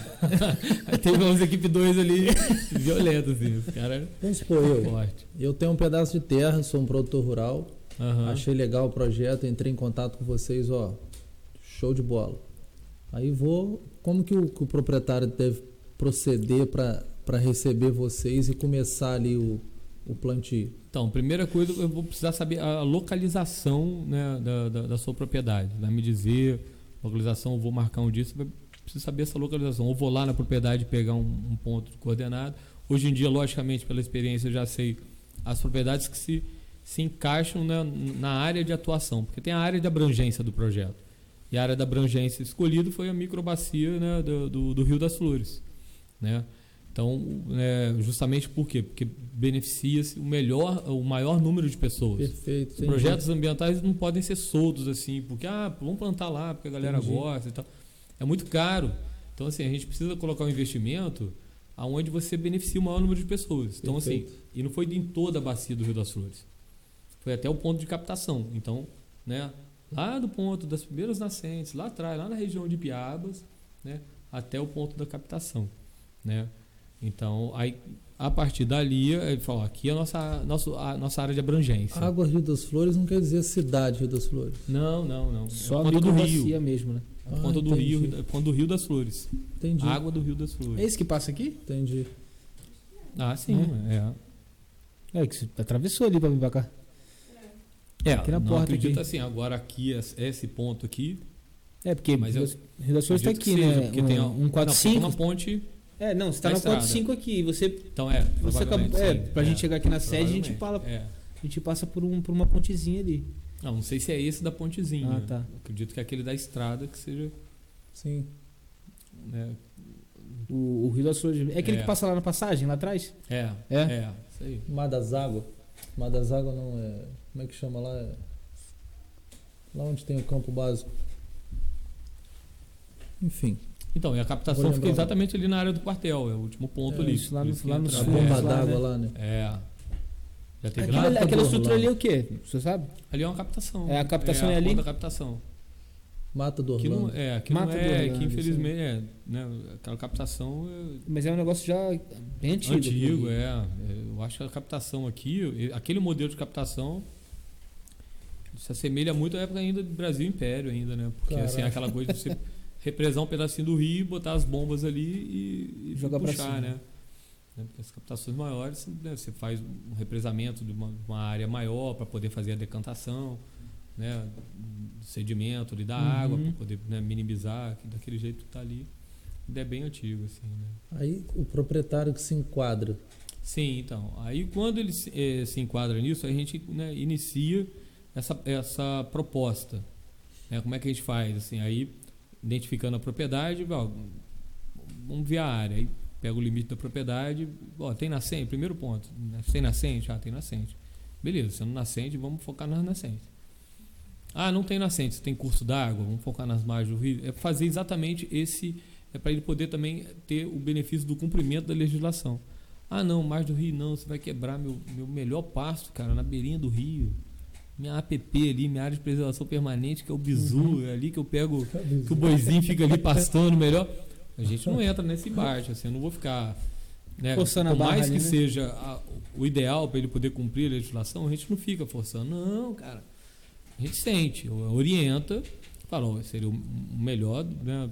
Aí teve umas equipe 2 ali, violentas, assim, os caras Vamos supor, forte. eu tenho um pedaço de terra, sou um produtor rural, Uhum. achei legal o projeto, entrei em contato com vocês, ó, show de bola. Aí como que o proprietário deve proceder para receber vocês e começar ali o plantio? Então, primeira coisa, eu vou precisar saber a localização, né, da sua propriedade. Vai me dizer, localização, eu vou marcar um dia, você vai precisar saber essa localização. Ou vou lá na propriedade pegar um ponto de coordenado. Hoje em dia, logicamente, pela experiência, eu já sei as propriedades que se encaixam na área de atuação, porque tem a área de abrangência do projeto. E a área da abrangência escolhida foi a microbacia, né, do Rio das Flores, né? Então, justamente por quê? Porque beneficia-se o maior número de pessoas. Perfeito. Os projetos ambientais não podem ser soltos assim, porque vamos plantar lá, porque a galera gosta e tal. É muito caro. Então, assim, a gente precisa colocar um investimento aonde você beneficia o maior número de pessoas. Então, Perfeito. assim, e não foi em toda a bacia do Rio das Flores. Foi até o ponto de captação. Então, né, lá do ponto das primeiras nascentes, lá atrás, lá na região de Piabas, né, até o ponto da captação, né? Então, aí, a partir dali, ele falou, aqui é a nossa área de abrangência. Água Rio das Flores não quer dizer cidade Rio das Flores. Não. Só é a ponta do Rio. bacia mesmo, né? É ponta do entendi. Rio, ponta do Rio das Flores. Entendi. Água do Rio das Flores. É esse que passa aqui? Entendi. Ah, sim. É que você atravessou ali pra vir pra cá. Aqui na não porta acredito aqui. assim, agora aqui, esse ponto aqui. É, porque Mas eu Rio das Flores tá acredito aqui, que seja, né? porque tem Um Não, 4-5. uma ponte. Não, você tá da no estrada. 4-5 aqui. Você Então acabou. sim, Pra gente chegar aqui na sede, a gente provavelmente, a gente passa por uma pontezinha ali. Não sei se é esse da pontezinha. Ah, tá. Acredito que é aquele da estrada que seja. Sim. Né, O Rio das Flores. É aquele que passa lá na passagem, lá atrás? isso aí. Mar das Águas. Mar das Águas não é. Como é que chama lá? Lá onde tem o campo básico. Enfim. Então, e a Vou captação lembrar fica o exatamente ali na área do quartel, é o último ponto ali. isso lá no- Por isso que lá no entra- A sul. bomba lá, d'água né? lá, né? Já teve lá? Aquela do estrutura Orlando. ali é o quê? Você sabe? Ali é uma captação. A captação é a ali? ponta da captação. Mata do Que não, Orlando. que não Mata do é, Orlando, que infelizmente né, aquela captação Mas é um negócio já bem antigo. antigo, eu acho que a captação aqui, aquele modelo de captação se assemelha muito à época ainda do Brasil Império ainda, né? Porque assim, Caraca. aquela coisa de você represar um pedacinho do rio, botar as bombas ali e Jogar pra puxar, cima. né? Porque as captações maiores, né, você faz um represamento de uma área maior para poder fazer a decantação, né, do sedimento ali da água, para poder, né, minimizar, que daquele jeito tá ali. Ainda é bem antigo, assim, né? Aí o proprietário que se enquadra. Sim, então. Aí quando ele se enquadra nisso, a gente, né, inicia essa proposta. Né? Como é que a gente faz? Assim, aí, identificando a propriedade, vamos ver a área. Aí pega o limite da propriedade. Tem nascente? Primeiro ponto. Tem nascente? Tem nascente. Beleza, sendo nascente, vamos focar nas nascentes. Não tem nascente, tem curso d'água, vamos focar nas margens do rio. É fazer exatamente esse... É para ele poder também ter o benefício do cumprimento da legislação. Não, margem do rio não, você vai quebrar meu melhor pasto, cara, na beirinha do rio. Minha APP ali, minha área de preservação permanente, que é o bizu, é ali que eu pego, que o boizinho fica ali pastando melhor. A gente não entra nesse embate, assim, eu não vou ficar... Né, forçando a por barra mais ali, que né? seja o ideal para ele poder cumprir a legislação, a gente não fica forçando. Não, cara. A gente sente, orienta, fala, seria o melhor, né,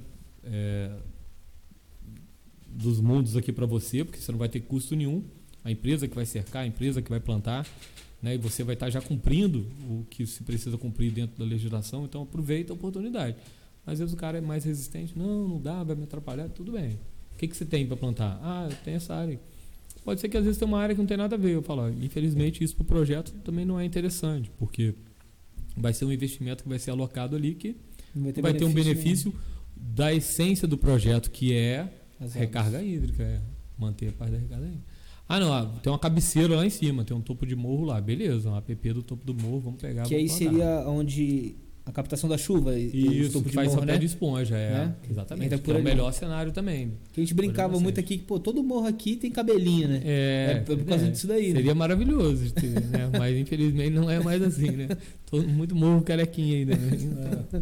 dos mundos aqui para você, porque você não vai ter custo nenhum. A empresa que vai cercar, a empresa que vai plantar, né? E você vai estar já cumprindo o que se precisa cumprir dentro da legislação, então aproveita a oportunidade. Às vezes o cara é mais resistente, não dá, vai me atrapalhar, tudo bem. O que você tem para plantar? Eu tenho essa área. Pode ser que às vezes tem uma área que não tem nada a ver. Eu falo, infelizmente isso para o projeto também não é interessante, porque vai ser um investimento que vai ser alocado ali que vai ter um benefício da essência do projeto, que é recarga hídrica, manter a parte da recarga hídrica. Tem uma cabeceira lá em cima, tem um topo de morro lá, beleza, um app do topo do morro, vamos pegar. Que aí seria onde a captação da chuva e o topo de faz morro, papel, né? De esponja, né? Exatamente. É o melhor cenário também. Que a gente brincava muito aqui, que todo morro aqui tem cabelinho, né? Por causa disso daí. Seria maravilhoso de ter, né? Mas infelizmente não é mais assim, né? Muito morro carequinha ainda, né?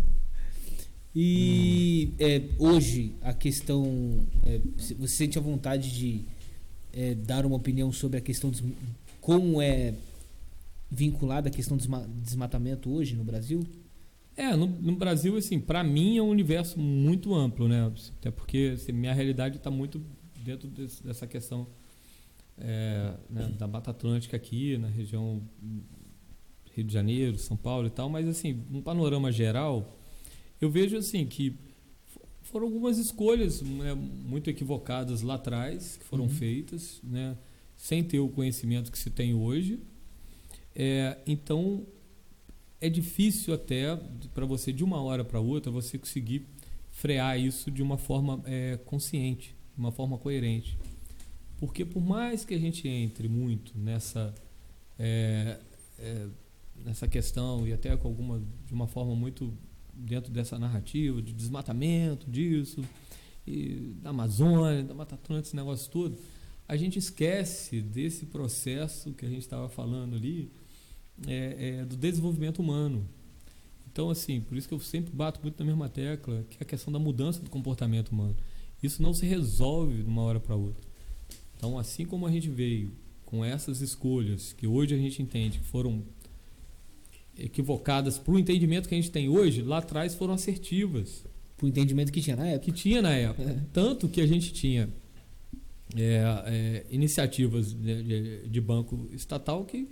E hoje a questão, você sente a vontade de dar uma opinião sobre a questão de como é vinculada a questão do desmatamento hoje no Brasil? No Brasil, assim, para mim é um universo muito amplo, né? Até porque assim, minha realidade está muito dentro dessa questão né, da Mata Atlântica aqui, na região Rio de Janeiro, São Paulo e tal, mas assim, um panorama geral, eu vejo assim que foram algumas escolhas, né, muito equivocadas lá atrás, que foram feitas, né, sem ter o conhecimento que se tem hoje. Então, é difícil até para você, de uma hora para outra, você conseguir frear isso de uma forma consciente, de uma forma coerente. Porque por mais que a gente entre muito nessa questão, e até de uma forma muito dentro dessa narrativa de desmatamento, disso, e da Amazônia, da Mata Atlântica, esse negócio todo, a gente esquece desse processo que a gente estava falando ali, do desenvolvimento humano. Então, assim, por isso que eu sempre bato muito na mesma tecla, que é a questão da mudança do comportamento humano. Isso não se resolve de uma hora para outra. Então, assim como a gente veio com essas escolhas, que hoje a gente entende que foram equivocadas para o entendimento que a gente tem hoje, lá atrás foram assertivas. Para o entendimento que tinha na época. Tanto que a gente tinha iniciativas de banco estatal que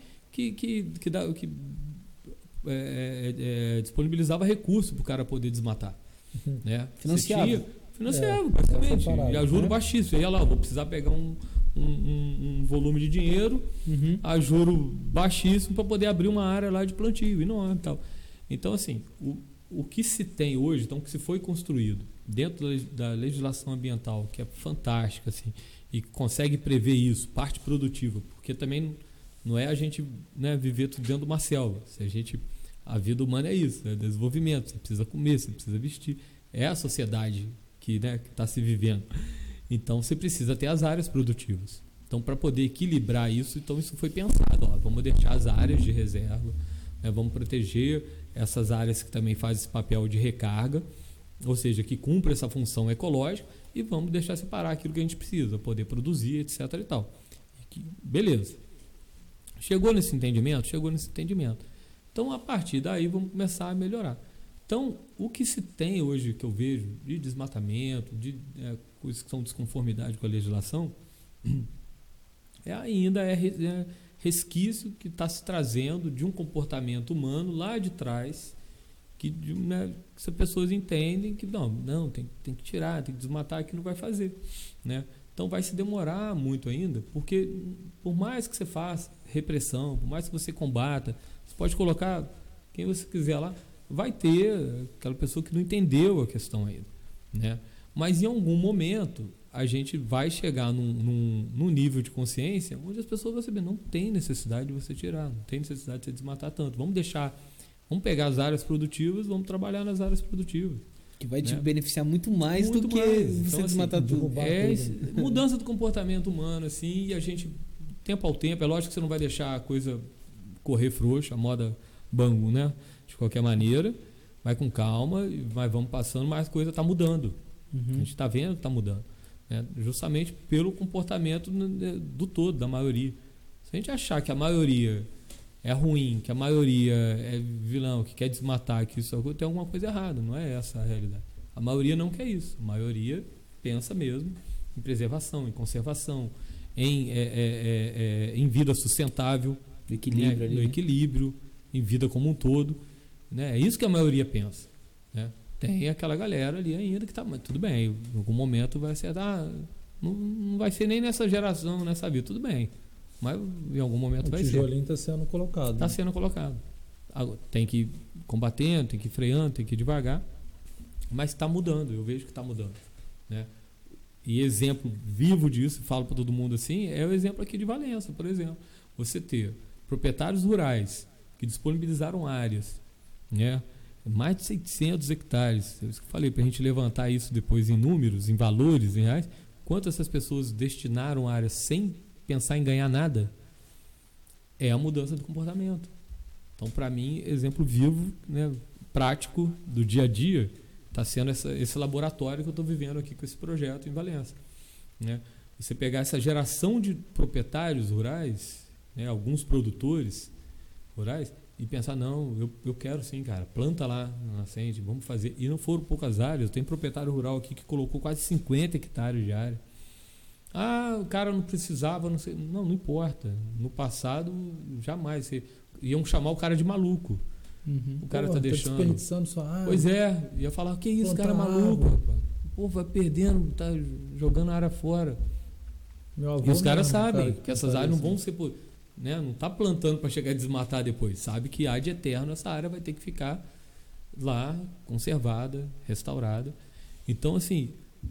disponibilizava recurso para o cara poder desmatar. Né? Financiava, basicamente. E a juro baixíssimo. Aí lá, vou precisar pegar um volume de dinheiro a juro baixíssimo para poder abrir uma área lá de plantio e tal. Então, assim, o que se tem hoje, então, o que se foi construído dentro da legislação ambiental, que é fantástica, assim, e consegue prever isso, parte produtiva, porque também não é a gente, né, viver tudo dentro de uma selva. A vida humana é isso, é desenvolvimento, você precisa comer, você precisa vestir. É a sociedade que está se vivendo. Então, você precisa ter as áreas produtivas. Então, para poder equilibrar isso, então isso foi pensado. Vamos deixar as áreas de reserva, né, vamos proteger essas áreas que também fazem esse papel de recarga, ou seja, que cumpre essa função ecológica, e vamos deixar separar aquilo que a gente precisa, poder produzir, etc. e tal. Beleza. Chegou nesse entendimento? Então, a partir daí, vamos começar a melhorar. Então, o que se tem hoje, que eu vejo, de desmatamento, de coisas que são desconformidade com a legislação, ainda é resquício que está se trazendo de um comportamento humano lá de trás, que as pessoas entendem que não tem que tirar, tem que desmatar, que não vai fazer, né? Então vai se demorar muito ainda, porque por mais que você faça repressão, por mais que você combata, você pode colocar quem você quiser lá, vai ter aquela pessoa que não entendeu a questão ainda, né? Mas em algum momento a gente vai chegar num nível de consciência onde as pessoas vão saber, não tem necessidade de você tirar, não tem necessidade de você desmatar tanto. Vamos pegar as áreas produtivas, vamos trabalhar nas áreas produtivas. Que vai te beneficiar muito mais do que você desmatar tudo. Mudança do comportamento humano, assim, e a gente, tempo ao tempo, é lógico que você não vai deixar a coisa correr frouxa, a moda bangu, né? De qualquer maneira, vai com calma, mas vamos passando, mas a coisa está mudando. A gente está vendo que está mudando. Né? Justamente pelo comportamento do todo, da maioria. Se a gente achar que a maioria é ruim, que a maioria é vilão, que quer desmatar, que isso tem alguma coisa errada. Não é essa a realidade. A maioria não quer isso. A maioria pensa mesmo em preservação, em conservação, em vida sustentável, equilíbrio, né? ali, No né? equilíbrio, em vida como um todo. Né? É isso que a maioria pensa. Né? Tem aquela galera ali ainda que tá, mas tudo bem, em algum momento vai ser, não vai ser nem nessa geração, nessa vida, tudo bem. Mas em algum momento vai ser. O tijolinho está sendo colocado. Está sendo colocado. Tem que ir combatendo, tem que ir freando, tem que ir devagar. Mas está mudando, eu vejo que está mudando. Né? E exemplo vivo disso, falo para todo mundo assim, é o exemplo aqui de Valença, por exemplo. Você ter proprietários rurais que disponibilizaram áreas, né? Mais de 600 hectares. Eu falei para a gente levantar isso depois em números, em valores, em reais. Quanto essas pessoas destinaram áreas sem pensar em ganhar nada, é a mudança do comportamento. Então, para mim, exemplo vivo, né, prático do dia a dia, está sendo esse laboratório que eu estou vivendo aqui com esse projeto em Valença. Né? Você pegar essa geração de proprietários rurais, né, alguns produtores rurais, e pensar, não, eu quero sim, cara, planta lá na nascente, vamos fazer. E não foram poucas áreas, eu tenho proprietário rural aqui que colocou quase 50 hectares de área. O cara não precisava, não sei. Não importa. No passado, jamais. Iam chamar o cara de maluco. Uhum. O cara tá deixando. Desperdiçando sua área. Pois é, ia falar, que isso, cara é maluco, rapaz. Pô, vai perdendo, tá jogando a área fora. E os caras sabem que essas áreas não vão ser. Né, não tá plantando para chegar a desmatar depois. Sabe que há de eterno essa área vai ter que ficar lá, conservada, restaurada. Então, assim.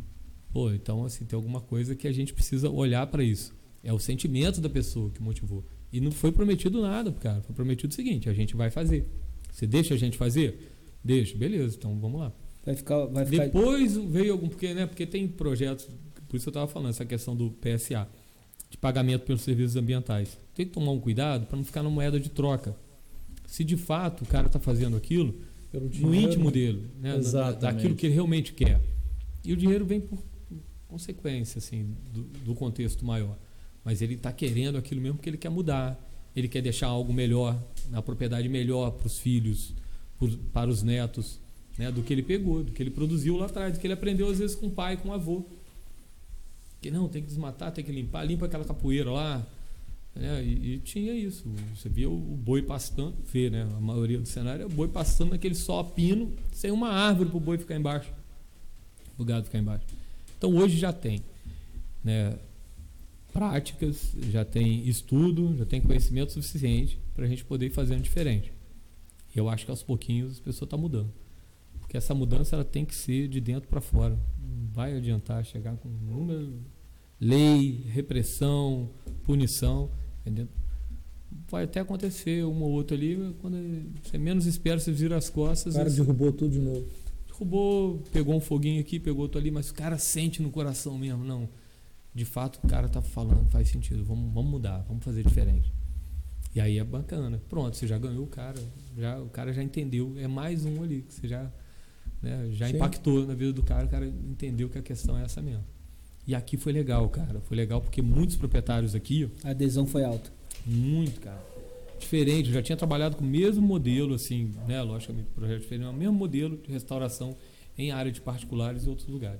Tem alguma coisa que a gente precisa olhar para isso. É o sentimento da pessoa que motivou. E não foi prometido nada, cara. Foi prometido o seguinte: a gente vai fazer. Você deixa a gente fazer? Deixa, beleza, então vamos lá. Vai ficar... Depois veio algum. Porque tem projetos, por isso eu estava falando, essa questão do PSA, de pagamento pelos serviços ambientais. Tem que tomar um cuidado para não ficar na moeda de troca. Se de fato o cara está fazendo aquilo no íntimo dele, né, daquilo que ele realmente quer. E o dinheiro vem por consequência assim, do contexto maior. Mas ele está querendo aquilo mesmo porque ele quer mudar. Ele quer deixar algo melhor, na propriedade melhor para os filhos, para os netos, né, do que ele pegou, do que ele produziu lá atrás, do que ele aprendeu às vezes com o pai, com o avô. Que não, tem que desmatar, tem que limpar, limpa aquela capoeira lá. Né, e tinha isso. Você via o boi pastando, né, a maioria do cenário é o boi pastando naquele só pino, sem uma árvore para o boi ficar embaixo, para o gado ficar embaixo. Então hoje já tem, né, práticas, já tem estudo, já tem conhecimento suficiente para a gente poder ir fazendo diferente. E eu acho que aos pouquinhos as pessoas estão mudando. Porque essa mudança ela tem que ser de dentro para fora. Não vai adiantar chegar com número, lei, repressão, punição. Entendeu? Vai até acontecer uma ou outra ali, quando você menos espera, você vira as costas. O cara derrubou tudo de novo. Derrubou, pegou um foguinho aqui, pegou outro ali, mas o cara sente no coração mesmo. Não, de fato o cara tá falando, faz sentido, vamos mudar, vamos fazer diferente. E aí é bacana. Pronto, você já ganhou o cara, o cara já entendeu. É mais um ali que você já, né, já impactou na vida do cara, o cara entendeu que a questão é essa mesmo. E aqui foi legal, cara. Foi legal porque muitos proprietários aqui... A adesão foi alta. Muito, cara. Diferente, eu já tinha trabalhado com o mesmo modelo, assim, né? Logicamente, projeto diferente, mas o mesmo modelo de restauração em área de particulares e outros lugares.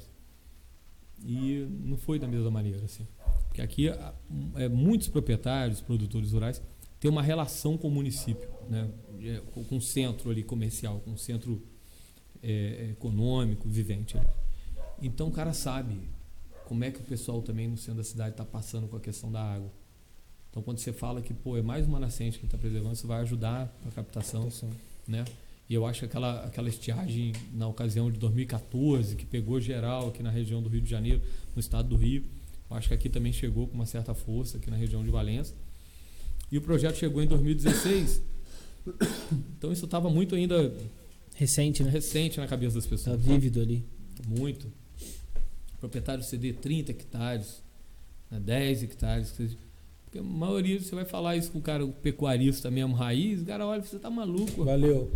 E não foi da mesma maneira, assim. Porque aqui, muitos proprietários, produtores rurais, têm uma relação com o município, né? Com o centro ali comercial, com o centro econômico, vivente. Ali. Então o cara sabe como é que o pessoal também no centro da cidade está passando com a questão da água. Então quando você fala que é mais uma nascente que está preservando, você vai ajudar a captação, né? E eu acho que aquela estiagem na ocasião de 2014, que pegou geral aqui na região do Rio de Janeiro, no estado do Rio, eu acho que aqui também chegou com uma certa força aqui na região de Valença. E o projeto chegou em 2016, então isso estava muito ainda recente, né? Recente na cabeça das pessoas. Está vívido ali. Muito. O proprietário ceder 30 hectares, 10 hectares. Porque a maioria, você vai falar isso com o cara, o pecuarista mesmo, raiz, o cara olha, você tá maluco. Valeu.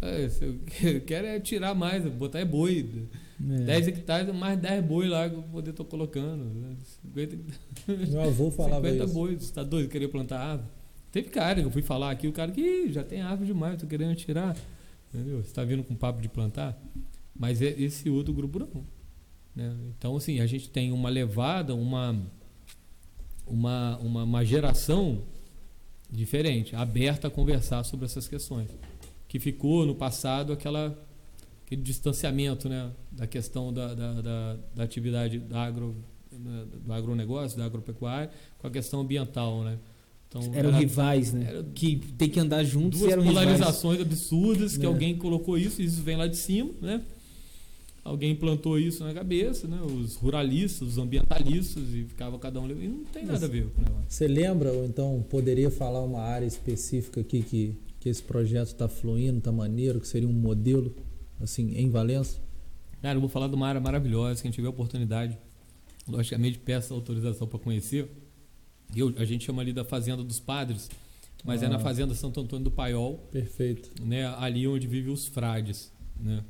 Eu quero tirar mais, botar boi. 10 hectares, mais 10 boi lá que eu vou poder estar colocando. 50, meu avô falava 50 isso. boi, você tá doido, querer plantar árvore? Teve cara que eu fui falar aqui, o cara que já tem árvore demais, tô querendo tirar. Entendeu? Você tá vindo com papo de plantar? Mas esse outro grupo não. Né? Então, assim, a gente tem uma levada, uma geração diferente, aberta a conversar sobre essas questões. Que ficou no passado aquele distanciamento, né, da questão da atividade do agronegócio, da agropecuária, com a questão ambiental, né? Então, eram rivais, né? Que tem que andar juntos e eram rivais. Duas polarizações absurdas, que alguém colocou isso vem lá de cima, né? Alguém plantou isso na cabeça, né? Os ruralistas, os ambientalistas, e ficava cada um... E não tem nada a ver com o negócio. Você lembra, ou então poderia falar uma área específica aqui que esse projeto está fluindo, está maneiro, que seria um modelo, assim, em Valença? Cara, eu vou falar de uma área maravilhosa, quem tiver oportunidade, logicamente peço autorização para conhecer. A gente chama ali da Fazenda dos Padres, mas é na Fazenda Santo Antônio do Paiol. Perfeito. Né, ali onde vivem os frades. Né?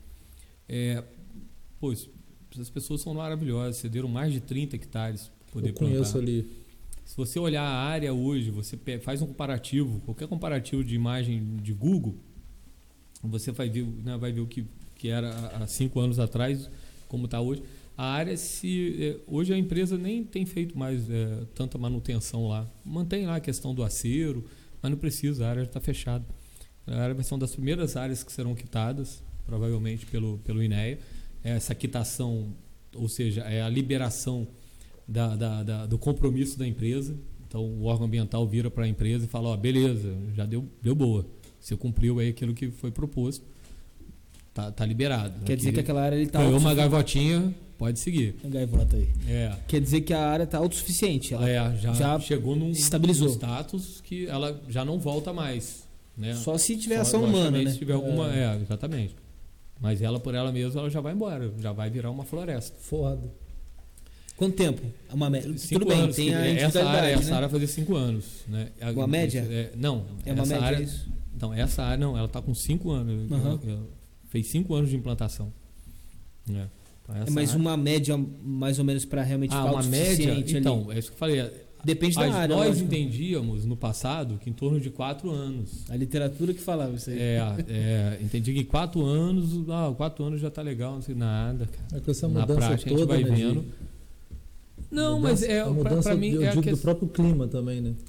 As pessoas são maravilhosas, cederam mais de 30 hectares para poder plantar. Eu conheço ali. Se você olhar a área hoje, você faz um comparativo, qualquer comparativo de imagem de Google, você vai ver, né, o que era há 5 anos atrás, como está hoje. A área, hoje a empresa nem tem feito mais tanta manutenção lá. Mantém lá a questão do acero, mas não precisa, a área já está fechada. A área vai ser uma das primeiras áreas que serão quitadas, provavelmente pelo INEA. Essa quitação, ou seja, é a liberação do compromisso da empresa. Então o órgão ambiental vira para a empresa e fala, beleza, já deu boa. Você cumpriu aí aquilo que foi proposto. Tá liberado. Quer dizer que aquela área está ganhou uma gaivotinha, pode seguir. A gaivota aí. Quer dizer que a área está autossuficiente. Ela já chegou num estabilizou. Status que ela já não volta mais. Né? Só se tiver ação humana, né? Se tiver alguma, exatamente. Mas ela por ela mesma, ela já vai embora, já vai virar uma floresta. Foda. Quanto tempo? Tudo bem, anos, tem a essa área né? vai fazer 5 anos. Né? Uma média? Não. É uma média área, isso? Não, essa área não, ela está com 5 anos. Fez 5 anos de implantação. Mas uma média mais ou menos para realmente ficar uma média, ali. Então, é isso que eu falei. Depende da área. Nós entendíamos no passado que em torno de 4 anos. A literatura que falava isso aí. Entendi que 4 anos, 4 anos já tá legal, não sei nada, cara. Com essa na mudança prática toda, a gente vai vendo. Não, mas a mudança, para mim eu digo do próprio clima também, né?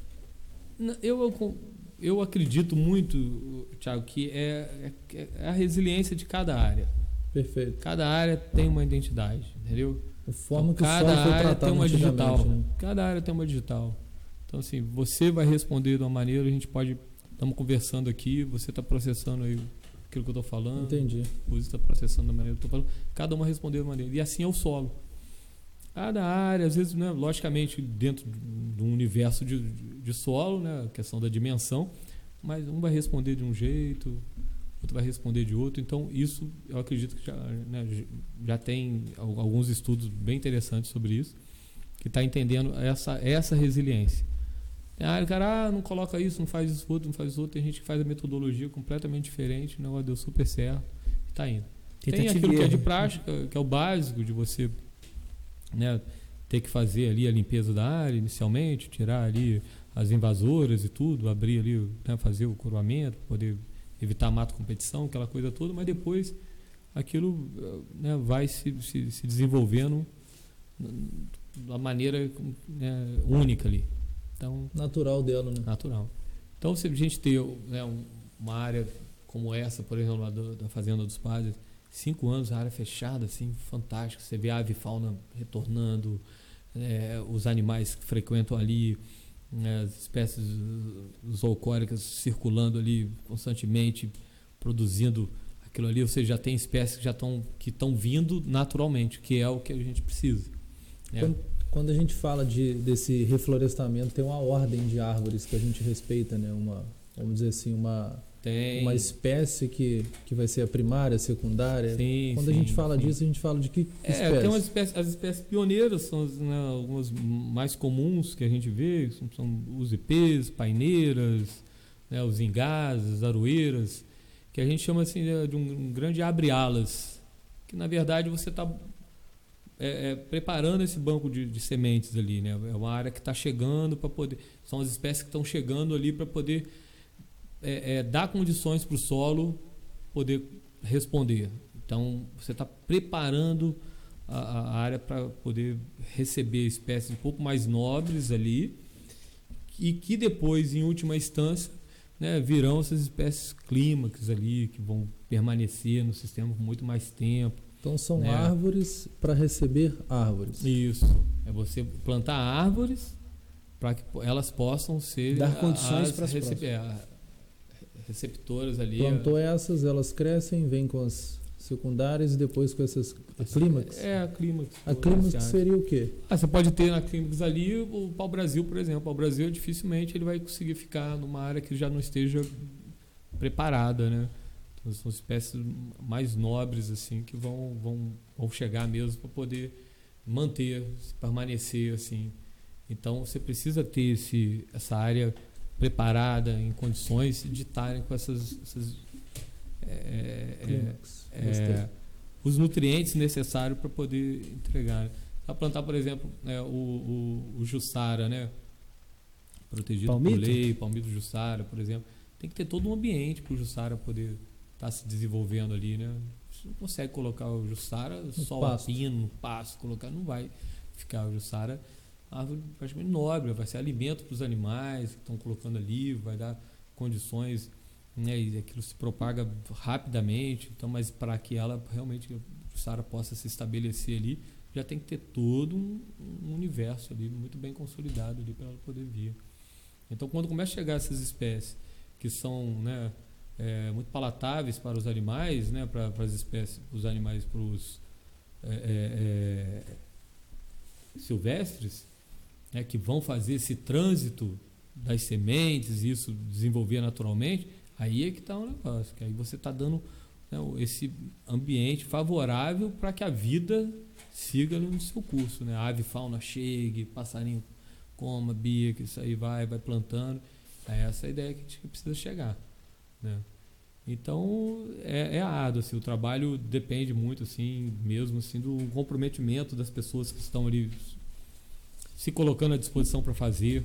Eu acredito muito, Thiago, que é a resiliência de cada área. Perfeito. Cada área tem uma identidade, entendeu? A forma que cada o solo foi área tratado tem uma digital. Né? Cada área tem uma digital. Então, assim, você vai responder de uma maneira, a gente pode... Estamos conversando aqui, você está processando aí aquilo que eu estou falando. Entendi. Você está processando da maneira que eu estou falando. Cada uma respondeu de uma maneira. E assim é o solo. Cada área, às vezes, né, logicamente, dentro de um universo de solo, né, a questão da dimensão, mas um vai responder de um jeito, outro vai responder de outro. Então, isso eu acredito que já tem alguns estudos bem interessantes sobre isso, que está entendendo essa resiliência. O cara não coloca isso, não faz isso outro, não faz isso outro. Tem gente que faz a metodologia completamente diferente, o negócio deu super certo e está indo. Tem aquilo que é de prática, que é o básico de você, né, ter que fazer ali a limpeza da área inicialmente, tirar ali as invasoras e tudo, abrir ali, né, fazer o coroamento, poder evitar mato competição, aquela coisa toda, mas depois aquilo, né, vai se desenvolvendo da maneira, né, única ali. Então, natural dela, né? Natural. Então, se a gente ter, né, uma área como essa, por exemplo, lá da Fazenda dos Padres, 5 anos, a área fechada, assim, fantástico. Você vê a ave e fauna retornando, os animais que frequentam ali, as espécies zoocóricas circulando ali constantemente, produzindo aquilo ali. Ou seja, já tem espécies que estão vindo naturalmente, que é o que a gente precisa. Quando a gente fala desse reflorestamento, tem uma ordem de árvores que a gente respeita, né? Vamos dizer assim, uma espécie que vai ser a primária, a secundária. Quando a gente fala disso, a gente fala de que espécie? Tem as espécies pioneiras, são, né, algumas mais comuns que a gente vê, são os ipês, paineiras, né, os ingás, as aroeiras, que a gente chama assim de um grande abre-alas, que na verdade você está preparando esse banco de sementes ali, né? É uma área que está chegando para poder... São as espécies que estão chegando ali para poder dar condições para o solo poder responder. Então, você está preparando a área para poder receber espécies um pouco mais nobres ali, e que depois, em última instância, né, virão essas espécies clímax ali, que vão permanecer no sistema por muito mais tempo. Então são né? árvores para receber árvores. Isso. É você plantar árvores para que elas possam ser Dar condições para as receptoras ali. Plantou essas, elas crescem, vêm com as secundárias e depois com essas clímax. A clímax. A clímax seria o quê? Você pode ter na clímax ali o pau-brasil, por exemplo. O pau-brasil dificilmente ele vai conseguir ficar numa área que já não esteja preparada, né? Então, são espécies mais nobres assim que vão chegar mesmo para poder manter, permanecer assim. Então você precisa ter essa área preparada, em condições de estarem com os nutrientes necessários para poder entregar. Para plantar, por exemplo, o Jussara, né? Protegido palmito? Por lei, palmito Jussara, por exemplo. Tem que ter todo um ambiente para o Jussara poder estar se desenvolvendo ali, né? Você não consegue colocar o Jussara só alpino, no pasto, colocar, não vai ficar o Jussara. Árvore praticamente nobre, vai ser alimento para os animais que estão colocando ali, vai dar condições, né, e aquilo se propaga rapidamente. Então, mas para que ela realmente, o Jussara possa se estabelecer ali, já tem que ter todo um universo ali muito bem consolidado ali para ela poder vir. Então, quando começa a chegar essas espécies que são, né, muito palatáveis para os animais, né, para as espécies, os animais, para os silvestres, né, que vão fazer esse trânsito das sementes, isso desenvolver naturalmente, aí é que está o negócio, que aí você está dando, né, esse ambiente favorável para que a vida siga ali no seu curso, né? A ave fauna chegue, passarinho coma, bica, isso aí vai plantando. É essa a ideia que a gente precisa chegar, né? Então é árduo, assim, o trabalho depende muito, assim, mesmo assim, do comprometimento das pessoas que estão ali se colocando à disposição para fazer.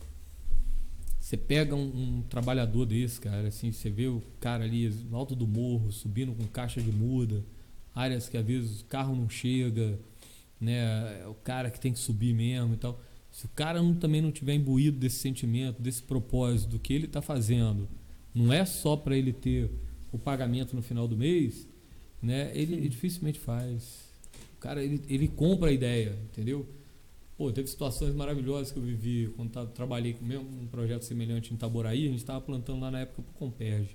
Você pega um trabalhador desse, cara, assim, você vê o cara ali no alto do morro, subindo com caixa de muda, áreas que às vezes o carro não chega, né? É o cara que tem que subir mesmo e tal. Se o cara também não tiver imbuído desse sentimento, desse propósito, do que ele está fazendo, não é só para ele ter o pagamento no final do mês, né? Ele dificilmente faz. O cara, ele compra a ideia, entendeu? Pô, teve situações maravilhosas que eu vivi quando trabalhei com mesmo um projeto semelhante em Itaboraí. A gente estava plantando lá na época para o Comperge.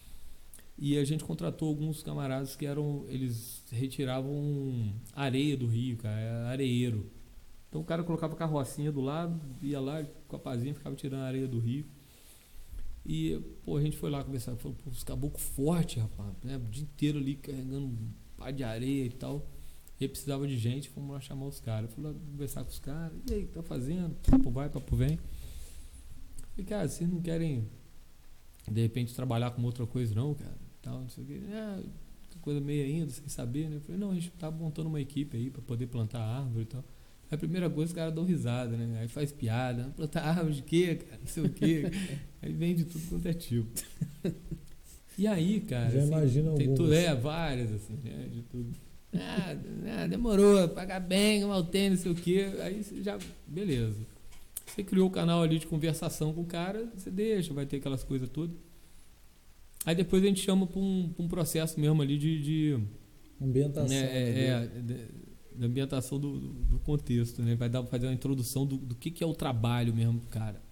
E a gente contratou alguns camaradas que eles retiravam areia do rio, cara, era areeiro. Então o cara colocava a carrocinha do lado, ia lá com a pazinha, ficava tirando a areia do rio. E, pô, a gente foi lá conversar, falou, pô, os caboclos fortes, rapaz, né? O dia inteiro ali carregando um pá de areia e tal. E precisava de gente, fomos lá chamar os caras. Eu fui lá conversar com os caras, e aí, o que tá fazendo? Papo vai, papo vem. E, cara, vocês não querem, de repente, trabalhar com outra coisa, não, cara? Tal, não sei o quê. Coisa meio ainda, sem saber, né? Eu falei, não, a gente tá montando uma equipe aí para poder plantar árvore e tal. Aí a primeira coisa, os caras dão risada, né? Aí faz piada, plantar árvore de quê, cara? Não sei o quê. Aí vem de tudo quanto é tipo. E aí, cara, já assim, imagina tem alguns. Várias, assim, né? De tudo. Demorou, pagar bem, mal tem, não sei o quê. Aí você já, beleza. Você criou o canal ali de conversação com o cara, você deixa, vai ter aquelas coisas todas. Aí depois a gente chama para um processo mesmo ali de ambientação. Da ambientação do contexto, né? Vai fazer uma introdução do que é o trabalho mesmo do cara.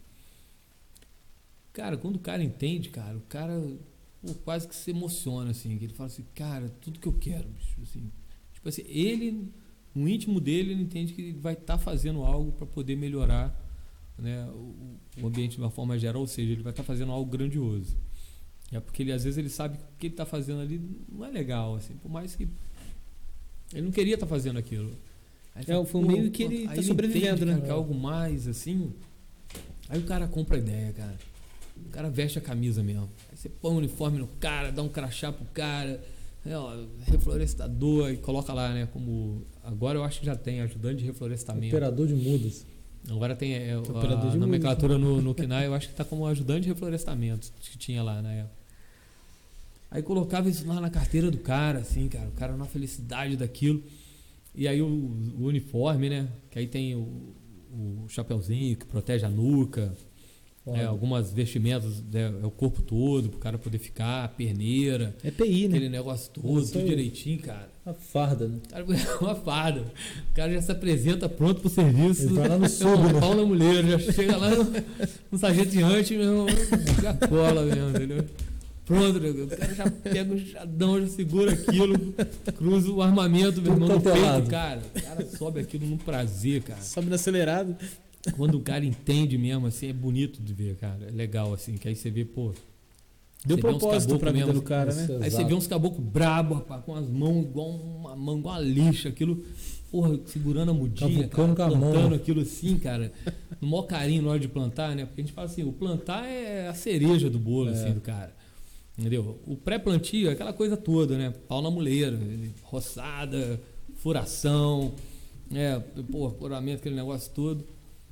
Cara, quando o cara entende, cara, o cara quase que se emociona, assim, que ele fala assim, cara, tudo que eu quero, bicho, assim. Tipo assim, ele, no íntimo dele, ele entende que ele vai estar fazendo algo para poder melhorar, né, o ambiente de uma forma geral, ou seja, ele vai estar fazendo algo grandioso. Porque às vezes ele sabe que o que ele está fazendo ali não é legal, assim, por mais que ele não queria estar fazendo aquilo. Aí foi meio que ele está sobrevivendo, né? Que algo mais, assim. Aí o cara compra a ideia, cara. O cara veste a camisa mesmo. Aí você põe um uniforme no cara, dá um crachá pro cara, reflorestador, e coloca lá, né? Como. Agora eu acho que já tem ajudante de reflorestamento. Operador de mudas. Agora tem a nomenclatura no KNAI, eu acho que está como ajudante de reflorestamento que tinha lá na época. Aí colocava isso lá na carteira do cara, assim, cara, o cara na felicidade daquilo. E aí o uniforme, né? Que aí tem o chapeuzinho que protege a nuca, algumas vestimentas, é o corpo todo, pro cara poder ficar, perneira. É PI, né? Aquele negócio todo, tudo direitinho, cara. Uma farda, né? Cara, uma farda. O cara já se apresenta pronto pro serviço. Ele vai lá no sub, né? Pau na mulher, já chega lá no sargenteante, meu irmão, já cola mesmo, entendeu? Pronto, o cara já pega o chadão, já segura aquilo, cruza o armamento, meu irmão, no peito, cara. O cara sobe aquilo num prazer, cara. Sobe no acelerado. Quando o cara entende mesmo, assim, é bonito de ver, cara. É legal, assim, que aí você vê, pô. Deu você vê uns propósito pra vida mesmo, do cara, né? Aí você vê uns caboclos brabos, rapaz, com as mãos igual uma lixa, aquilo, porra, segurando a mudinha, cara, plantando aquilo assim, cara, no maior carinho na hora de plantar, né? Porque a gente fala assim, o plantar é a cereja do bolo, assim, do cara. Entendeu? O pré-plantio é aquela coisa toda, né? Pau na muleira, roçada, furação, furamento, aquele negócio todo.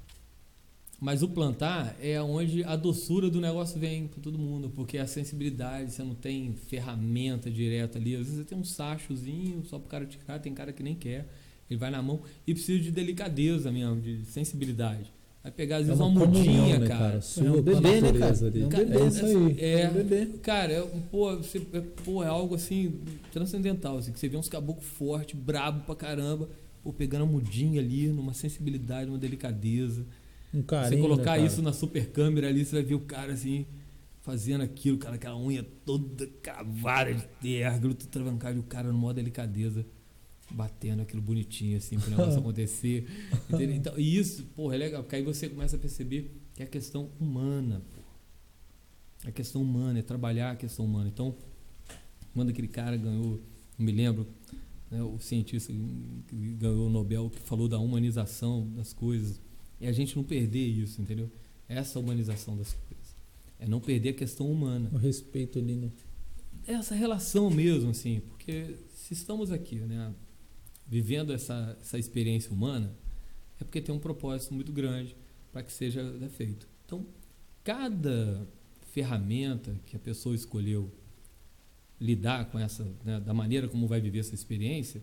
Mas o plantar é onde a doçura do negócio vem para todo mundo, porque a sensibilidade, você não tem ferramenta direta ali. Às vezes você tem um sachozinho só para o cara tirar, tem cara que nem quer, ele vai na mão e precisa de delicadeza mesmo, de sensibilidade. Vai pegar às vezes uma mudinha, né, cara. É um bebê, né, cara? É isso aí. É um bebê. Cara, é algo assim transcendental, assim, que você vê uns caboclos fortes, brabo pra caramba, pegando a mudinha ali, numa sensibilidade, uma delicadeza. Um carinho, você colocar né, isso na super câmera ali, você vai ver o cara assim, fazendo aquilo, cara, aquela unha toda cravada de terra, tudo travancado, e o cara numa delicadeza, batendo aquilo bonitinho assim pro negócio acontecer. Entendeu? Então, e isso, porra, é legal, porque aí você começa a perceber que é a questão humana, porra. A questão humana, é trabalhar a questão humana. Então, quando aquele cara ganhou, não me lembro, né, o cientista que ganhou o Nobel, que falou da humanização das coisas, é a gente não perder isso, entendeu? Essa humanização das coisas. É não perder a questão humana. O respeito ali, né? Essa relação mesmo, assim, porque se estamos aqui, né, vivendo essa experiência humana, é porque tem um propósito muito grande para que seja feito. Então, cada ferramenta que a pessoa escolheu lidar com essa, né, da maneira como vai viver essa experiência,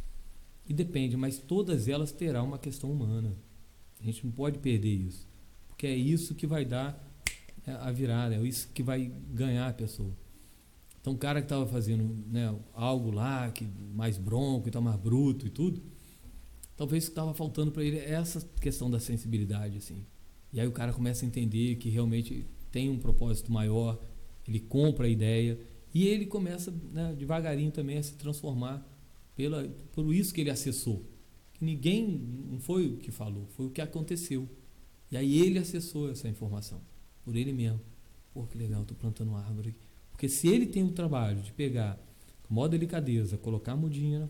e depende, mas todas elas terão uma questão humana. A gente não pode perder isso, porque é isso que vai dar a virada, é isso que vai ganhar a pessoa. Então o cara que estava fazendo, né, algo lá, que mais bronco e tal, mais bruto e tudo, talvez estava faltando para ele essa questão da sensibilidade, assim. E aí o cara começa a entender que realmente tem um propósito maior, ele compra a ideia e ele começa, né, devagarinho também a se transformar por isso que ele acessou. Que ninguém, não foi o que falou, foi o que aconteceu. E aí ele acessou essa informação, por ele mesmo. Pô, que legal, estou plantando uma árvore aqui. Porque se ele tem o trabalho de pegar com maior delicadeza, colocar a mudinha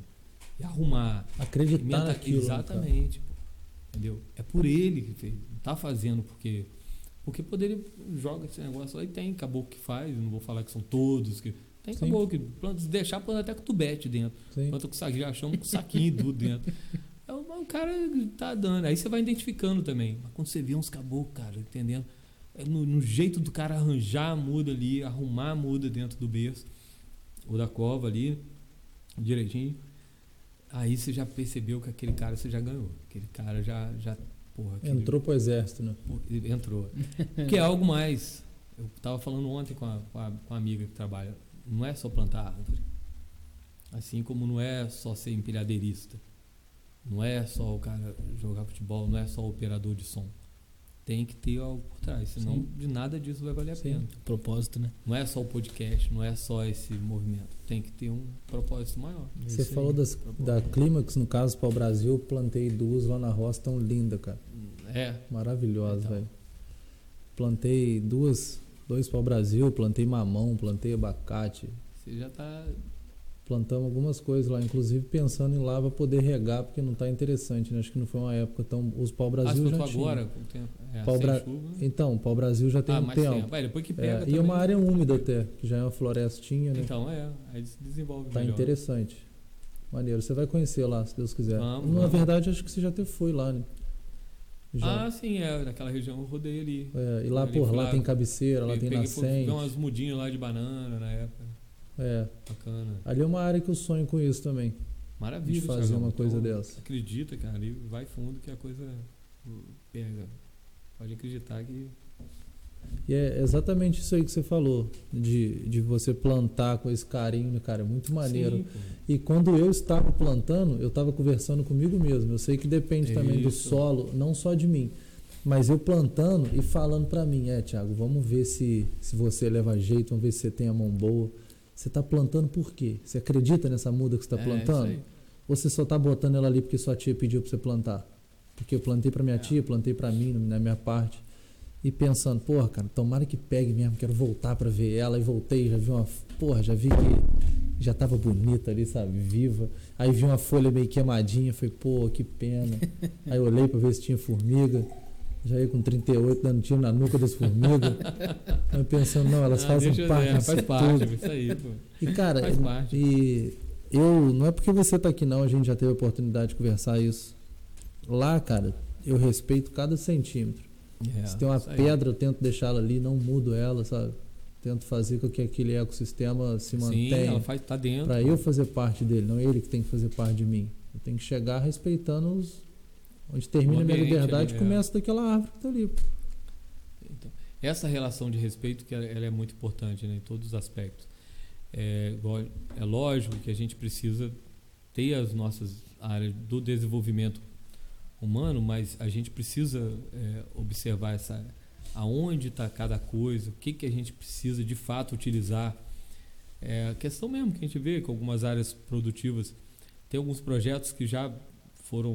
e arrumar, acreditar naquilo, exatamente, pô, entendeu? É por ele que fez, não está fazendo porque poderia joga esse negócio aí, tem caboclo que faz, não vou falar que são todos que tem caboclo que planta, se deixar planta até com tubete dentro, planta com saquinho, já chama com saquinho e tudo dentro. O cara tá dando, aí você vai identificando também. Mas quando você vê uns caboclos, cara, entendendo? No jeito do cara arranjar a muda ali, arrumar a muda dentro do berço ou da cova ali, direitinho, aí você já percebeu que aquele cara você já ganhou. Aquele cara já porra, entrou pro exército, né? Entrou. Que é algo mais. Eu tava falando ontem com a amiga que trabalha. Não é só plantar árvore. Assim como não é só ser empilhadeirista. Não é só o cara jogar futebol, não é só o operador de som. Tem que ter algo por trás, senão de nada disso vai valer a pena. Propósito, né? Não é só o podcast, não é só esse movimento. Tem que ter um propósito maior. Você falou da Clímax, no caso, para o Brasil, plantei 2 lá na roça, tão linda, cara. Maravilhosa, então. velho. Plantei 2 para o Brasil, plantei mamão, plantei abacate. Você já tá... Plantamos algumas coisas lá, inclusive pensando em lá para poder regar, porque não está interessante, né? Acho que não foi uma época tão... Os pau-brasil já tinha. Agora, com o tempo. Chuva. Então, o pau-brasil já tem um tempo. Depois que pega e é uma área úmida até, que já é uma florestinha, né? Então, aí se desenvolve tá melhor. Interessante. Maneiro. Você vai conhecer lá, se Deus quiser. Vamos. Verdade, acho que você já foi lá, né? Já. Sim, naquela região eu rodei ali. E lá por lá tem cabeceira, lá tem nascente. Tem umas mudinhas lá de banana na época. Bacana. Ali é uma área que eu sonho com isso também. Maravilha. De fazer uma coisa dessa. Acredita, cara, ali vai fundo que a coisa pega. Pode acreditar que E é exatamente isso aí que você falou, de você plantar com esse carinho, cara, é muito maneiro. Sim, E quando eu estava plantando, eu estava conversando comigo mesmo. Eu sei que depende também do solo, não só de mim, mas eu plantando e falando para mim, Thiago, vamos ver se você leva jeito, vamos ver se você tem a mão boa. Você está plantando por quê? Você acredita nessa muda que você está plantando? Ou você só está botando ela ali porque sua tia pediu para você plantar? Porque eu plantei para minha tia, plantei para mim, na minha parte. E pensando, porra, cara, tomara que pegue mesmo, quero voltar para ver ela. E voltei, já vi já vi que já tava bonita ali, sabe, viva. Aí vi uma folha meio queimadinha, falei, pô, que pena. Aí olhei para ver se tinha formiga. Já ia com 38 dando tiro na nuca das formigas. Aí pensando, não, elas fazem parte faz parte, isso aí, pô. E cara, faz parte. E eu, não é porque você tá aqui não, a gente já teve a oportunidade de conversar isso. Lá, cara, eu respeito cada centímetro. Se tem uma pedra, eu tento deixá-la ali, não mudo ela, sabe? Tento fazer com que aquele ecossistema se mantenha. Sim, ela tá dentro. Para eu fazer parte dele, não ele que tem que fazer parte de mim. Eu tenho que chegar respeitando onde termina a minha liberdade e começa daquela árvore que tá ali. Então, essa relação de respeito que ela é muito importante, né, em todos os aspectos. É lógico que a gente precisa ter as nossas áreas do desenvolvimento humano, mas a gente precisa observar aonde está cada coisa, o que a gente precisa de fato utilizar. A questão mesmo que a gente vê com algumas áreas produtivas, tem alguns projetos que já foram,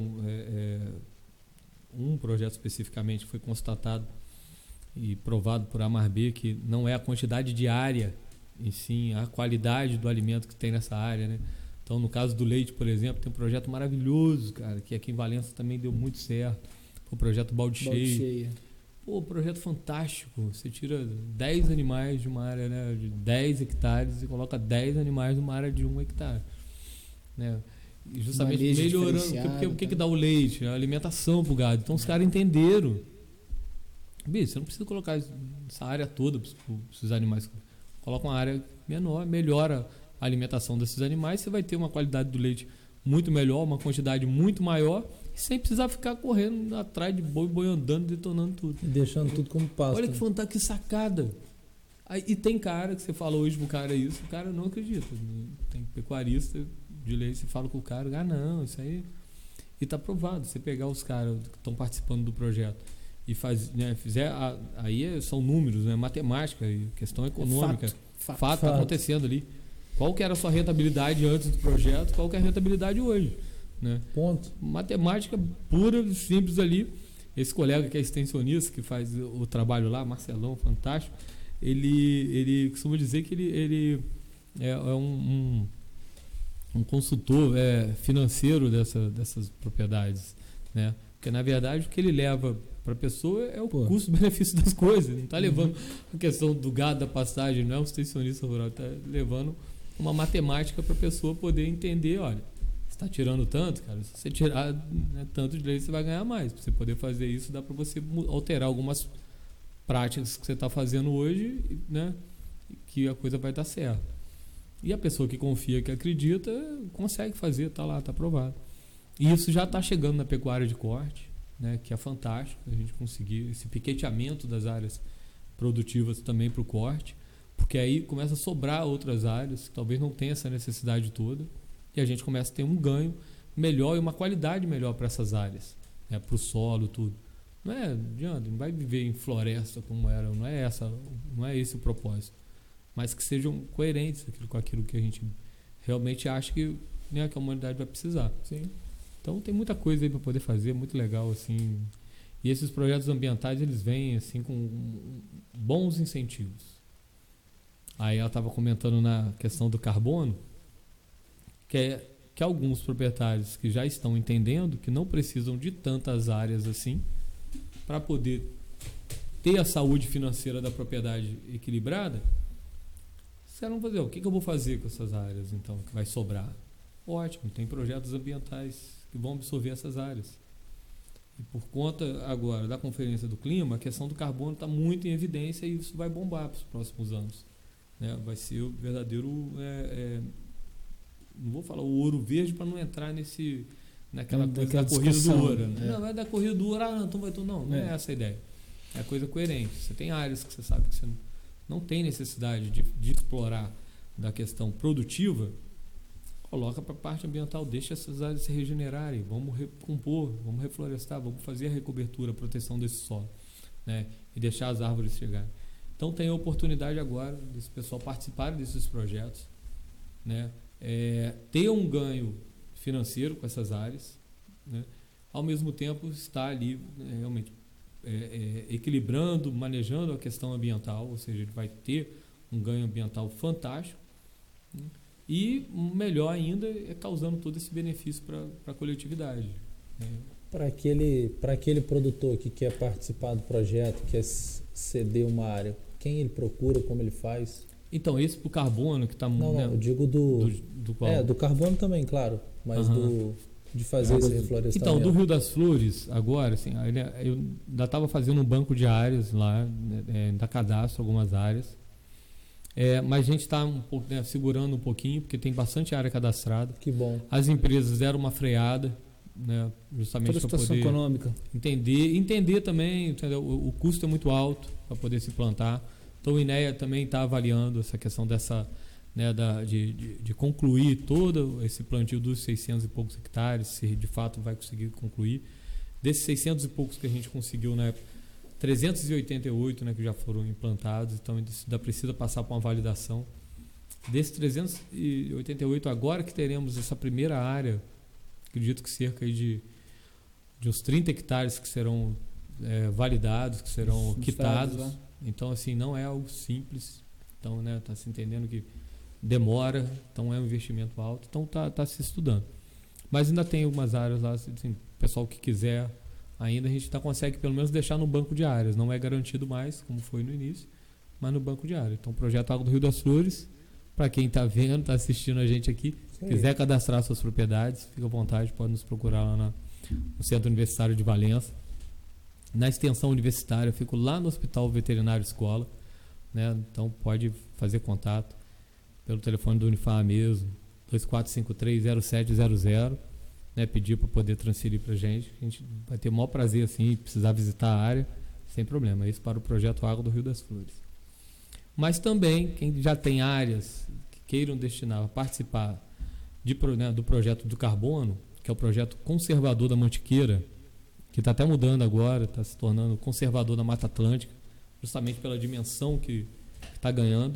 um projeto especificamente foi constatado e provado por Amarb que não é a quantidade de área, e sim a qualidade do alimento que tem nessa área, né? Então, no caso do leite, por exemplo, tem um projeto maravilhoso, cara, que aqui em Valença também deu muito certo. Foi o projeto Balde Cheio. Pô, projeto fantástico. Você tira 10 animais de uma área, né, de 10 hectares e coloca 10 animais numa área de 1 hectare. Né? E justamente melhorando. O que dá o leite? A alimentação pro gado. Então, os caras entenderam. Bicho, você não precisa colocar essa área toda para os animais. Coloca uma área menor, melhora a alimentação desses animais, você vai ter uma qualidade do leite muito melhor, uma quantidade muito maior, sem precisar ficar correndo atrás de boi andando, detonando tudo. E deixando tudo como pasto. Olha que fantástico, que sacada. Aí, e tem cara que você fala hoje pro cara isso, o cara não acredita. Tem pecuarista de leite, você fala com o cara, não, isso aí... E tá provado, você pegar os caras que estão participando do projeto e aí são números, né, matemática e questão econômica. Fato tá acontecendo ali. Qual que era a sua rentabilidade antes do projeto, qual que é a rentabilidade hoje, né? Ponto. Matemática pura, simples ali. Esse colega que é extensionista, que faz o trabalho lá, Marcelão, fantástico, ele costuma dizer que ele é um consultor financeiro dessas propriedades, né? Porque, na verdade, o que ele leva para a pessoa é o custo-benefício das coisas. Não está levando a questão do gado, da pastagem, não é um extensionista rural, está levando uma matemática para a pessoa poder entender, olha, você está tirando tanto, cara, se você tirar, né, tanto de leite, você vai ganhar mais. Para você poder fazer isso, dá para você alterar algumas práticas que você está fazendo hoje, né, que a coisa vai dar certo. E a pessoa que confia, que acredita, consegue fazer, está lá, está aprovado. E isso já está chegando na pecuária de corte, né, que é fantástico a gente conseguir esse piqueteamento das áreas produtivas também para o corte, porque aí começa a sobrar outras áreas que talvez não tenha essa necessidade toda e a gente começa a ter um ganho melhor e uma qualidade melhor para essas áreas, né, para o solo, tudo. Não adianta, não vai viver em floresta como era, não é esse o propósito, mas que sejam coerentes com aquilo que a gente realmente acha que, né, que a humanidade vai precisar. Sim. Então tem muita coisa aí para poder fazer, muito legal assim. E esses projetos ambientais, eles vêm assim com bons incentivos. Aí ela estava comentando na questão do carbono, que alguns proprietários que já estão entendendo que não precisam de tantas áreas assim para poder ter a saúde financeira da propriedade equilibrada. Disseram fazer, o que eu vou fazer com essas áreas então que vai sobrar? Ótimo, tem projetos ambientais que vão absorver essas áreas. E por conta agora da Conferência do Clima, a questão do carbono está muito em evidência e isso vai bombar para os próximos anos. Né? Vai ser o verdadeiro, não vou falar o ouro verde para não entrar naquela coisa da corrida do ouro. Né? Não é da corrida do ouro, não é essa a ideia. É coisa coerente. Você tem áreas que você sabe que você não tem necessidade de explorar da questão produtiva, coloca para a parte ambiental, deixa essas áreas se regenerarem, vamos recompor, vamos reflorestar, vamos fazer a recobertura, a proteção desse solo, né? E deixar as árvores chegarem. Então tem a oportunidade agora desse pessoal participar desses projetos, né? Ter um ganho financeiro com essas áreas, né? Ao mesmo tempo estar ali realmente equilibrando, manejando a questão ambiental, ou seja, ele vai ter um ganho ambiental fantástico, né? E melhor ainda é causando todo esse benefício para a coletividade, né? Para aquele produtor que quer participar do projeto, quer ceder uma área, quem ele procura, como ele faz? Então, esse para o carbono que está... Não, eu digo do qual? Do carbono também, claro, mas de fazer esse reflorestamento. Então, do Rio das Flores, agora, assim, eu ainda estava fazendo um banco de áreas lá, ainda cadastro algumas áreas, mas a gente está segurando um pouquinho, porque tem bastante área cadastrada. Que bom. As empresas deram uma freada, né, justamente para poder econômica. Entender também, entendeu? O custo é muito alto para poder se plantar. Então o INEA também está avaliando essa questão dessa, né, de concluir todo esse plantio dos 600 e poucos hectares, se de fato vai conseguir concluir. Desses 600 e poucos que a gente conseguiu na época, 388, né, que já foram implantados, então ainda precisa passar por uma validação. Desses 388, agora que teremos essa primeira área, acredito que cerca aí de uns 30 hectares que serão validados, que serão quitados. Então, assim, não é algo simples. Então, né, está se entendendo que demora, então é um investimento alto. Então, tá se estudando. Mas ainda tem algumas áreas lá, assim, pessoal que quiser ainda, a gente consegue pelo menos deixar no banco de áreas. Não é garantido mais, como foi no início, mas no banco de áreas. Então, o projeto Água do Rio das Flores, para quem está vendo, está assistindo a gente aqui, quiser cadastrar suas propriedades, fica à vontade, pode nos procurar lá no Centro Universitário de Valença. Na extensão universitária, eu fico lá no Hospital Veterinário Escola, né? Então pode fazer contato pelo telefone do Unifar mesmo, 2453-0700, né? Pedir para poder transferir para a gente vai ter o maior prazer, assim, precisar visitar a área, sem problema. Isso para o projeto Água do Rio das Flores. Mas também, quem já tem áreas que queiram destinar a participar do projeto do carbono, que é o projeto conservador da Mantiqueira, que está até mudando agora, está se tornando conservador da Mata Atlântica, justamente pela dimensão que está ganhando,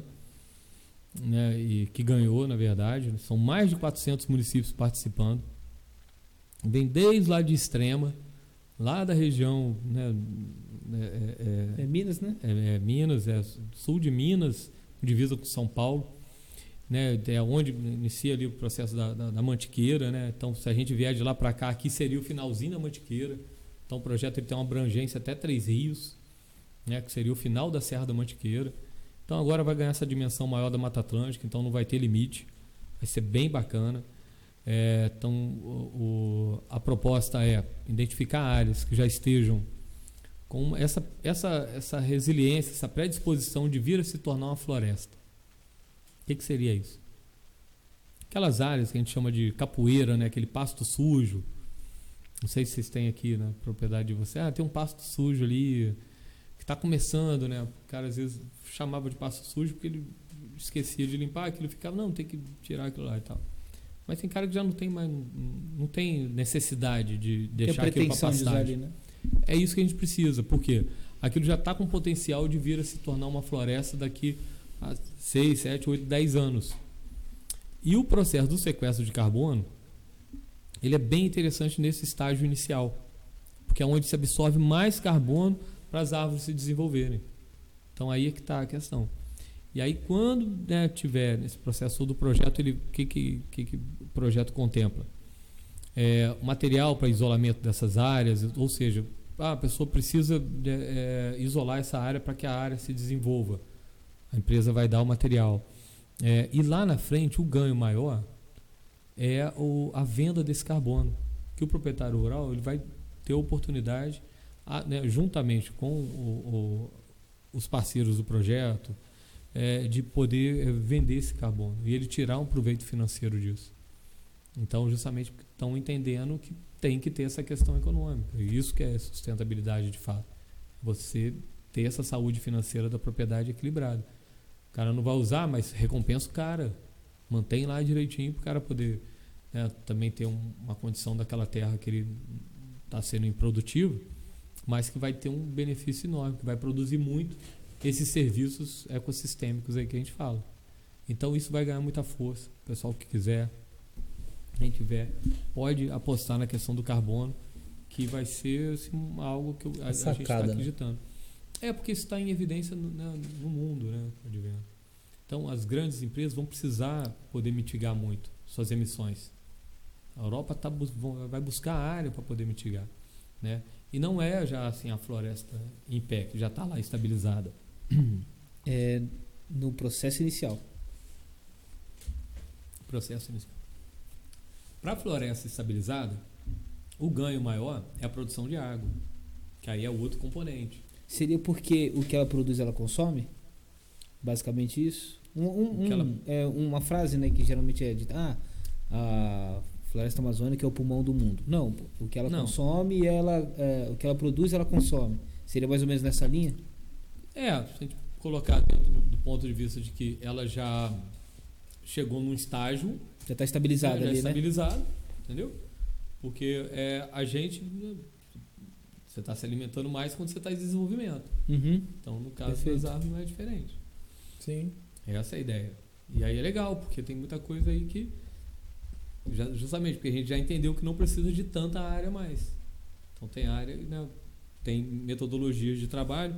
né, e que ganhou, na verdade. São mais de 400 municípios participando. Vem desde lá de Extrema, lá da região, né, Minas, né? Minas, sul de Minas, divisa com São Paulo, né, é onde inicia ali o processo da Mantiqueira, né? Então, se a gente vier de lá para cá, aqui seria o finalzinho da Mantiqueira. Então o projeto ele tem uma abrangência até 3 rios, né, que seria o final da Serra da Mantiqueira. Então agora vai ganhar essa dimensão maior da Mata Atlântica, então não vai ter limite, vai ser bem bacana. Então a proposta é identificar áreas que já estejam com essa resiliência, essa predisposição de vir a se tornar uma floresta. O que seria isso? Aquelas áreas que a gente chama de capoeira, né, aquele pasto sujo. Não sei se vocês têm aqui na propriedade de você. Tem um pasto sujo ali que está começando, né? O cara às vezes chamava de pasto sujo porque ele esquecia de limpar aquilo, ficava, não, tem que tirar aquilo lá e tal. Mas tem cara que já não tem mais, não tem necessidade de deixar aquilo para pastagem, né? É isso que a gente precisa, porque aquilo já está com potencial de vir a se tornar uma floresta daqui a 6, 7, 8, 10 anos. E o processo do sequestro de carbono, ele é bem interessante nesse estágio inicial, porque é onde se absorve mais carbono para as árvores se desenvolverem. Então aí é que está a questão. E aí quando, né, tiver nesse processo do projeto, o que o projeto contempla? O material para isolamento dessas áreas, ou seja, a pessoa precisa isolar essa área para que a área se desenvolva. A empresa vai dar o material. E lá na frente, o ganho maior é a venda desse carbono, que o proprietário rural ele vai ter a oportunidade, né, juntamente com os parceiros do projeto, de poder vender esse carbono e ele tirar um proveito financeiro disso. Então, justamente porque estão entendendo que tem que ter essa questão econômica, e isso que é sustentabilidade de fato. Você ter essa saúde financeira da propriedade equilibrada. O cara não vai usar, mas recompensa o cara. Mantém lá direitinho para o cara poder, né, também ter uma condição daquela terra que ele está sendo improdutivo, mas que vai ter um benefício enorme, que vai produzir muito esses serviços ecossistêmicos aí que a gente fala. Então isso vai ganhar muita força. O pessoal que quiser, quem tiver, pode apostar na questão do carbono, que vai ser assim, algo que a gente está acreditando. Né? Porque isso está em evidência no mundo, né? Então as grandes empresas vão precisar poder mitigar muito suas emissões. A Europa vai buscar área para poder mitigar, né? E não é já assim a floresta em pé, que já está lá estabilizada. É no processo inicial. Para a floresta estabilizada, o ganho maior é a produção de água, que aí é o outro componente. Seria porque o que ela produz ela consome? Basicamente isso? Uma frase, né, que geralmente é dita, a floresta amazônica é o pulmão do mundo. Não, o que ela consome, o que ela produz, ela consome. Seria mais ou menos nessa linha? Se a gente colocar dentro do ponto de vista de que ela já chegou num estágio... Já está estabilizada ali, estabilizado, né? Entendeu? Porque a gente... Você está se alimentando mais quando você está em desenvolvimento. Uhum. Então, no caso das árvores, não é diferente. Sim. Essa é a ideia. E aí é legal, porque tem muita coisa aí que... justamente porque a gente já entendeu que não precisa de tanta área mais. Então, tem área, né? Tem metodologias de trabalho,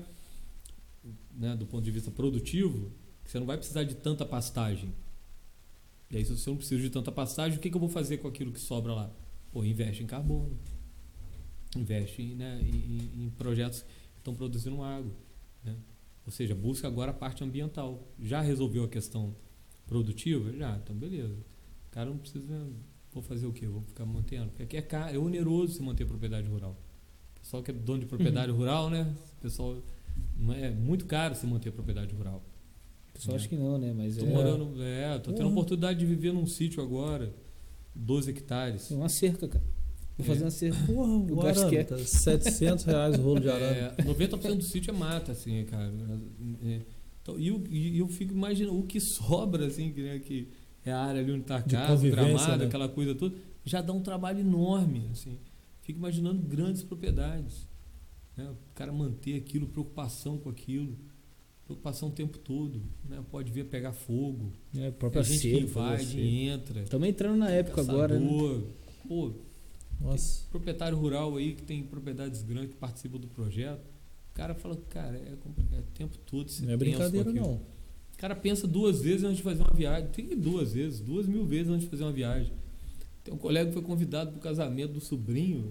né, do ponto de vista produtivo, que você não vai precisar de tanta pastagem. E aí, se você não precisa de tanta pastagem, o que eu vou fazer com aquilo que sobra lá? Investe em carbono. Investe em projetos que estão produzindo água. Né? Ou seja, busca agora a parte ambiental. Já resolveu a questão produtiva? Já, então beleza. O cara não precisa... Vou fazer o quê? Vou ficar mantendo? Porque aqui é oneroso se manter propriedade rural. O pessoal que é dono de propriedade rural, né? O pessoal... Não é muito caro se manter propriedade rural. O pessoal acha que não, né? Mas tô tendo a oportunidade de viver num sítio agora, 12 hectares. É uma cerca, cara. Vou fazer uma cerca. Porra, o arame, tá R$700 o rolo de arame. 90% do sítio é mata, assim, cara. Então, e eu fico imaginando o que sobra, assim, que é a área ali onde está a casa, gramado, né? Aquela coisa toda, já dá um trabalho enorme, assim. Fico imaginando grandes propriedades. Né? O cara manter aquilo, preocupação com aquilo, preocupação o tempo todo, né? Pode vir a pegar fogo. Própria gente cerca, que invade, entra. Estamos entrando na época agora. Né? Pô, nossa. Proprietário rural aí que tem propriedades grandes que participam do projeto. O cara fala, cara, é o tempo todo. Não é brincadeira, não. O cara pensa 2 vezes antes de fazer uma viagem. Tem que ir 2 vezes, 2.000 vezes antes de fazer uma viagem. Tem um colega que foi convidado para o casamento do sobrinho.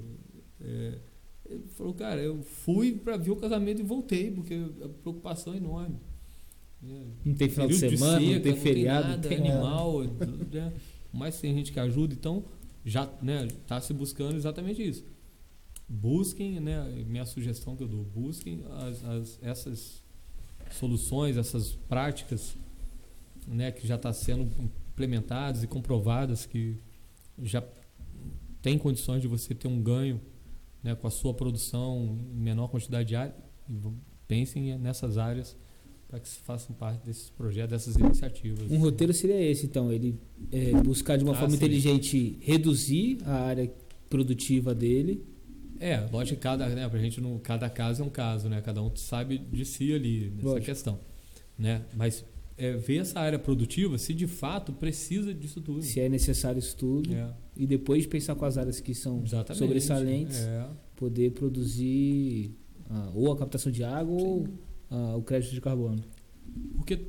Ele falou, cara, eu fui para ver o casamento e voltei, porque a preocupação é enorme. Não tem final de semana, não tem feriado, não tem animal, né? Mas tem gente que ajuda, então já está se buscando exatamente isso. Busquem, né, minha sugestão que eu dou, busquem essas soluções, essas práticas, né, que já estão sendo implementadas e comprovadas, que já tem condições de você ter um ganho, né, com a sua produção em menor quantidade de área. Pensem nessas áreas para que se façam parte desses projetos, dessas iniciativas. Um roteiro seria esse, então, ele buscar de uma forma inteligente reduzir a área produtiva dele. Lógico que pra gente cada caso é um caso, né? Cada um sabe de si ali nessa questão, né? Mas ver essa área produtiva, se de fato precisa disso tudo. Se é necessário isso tudo. E depois pensar com as áreas que são sobressalentes, poder produzir ou a captação de água ou o crédito de carbono. Porque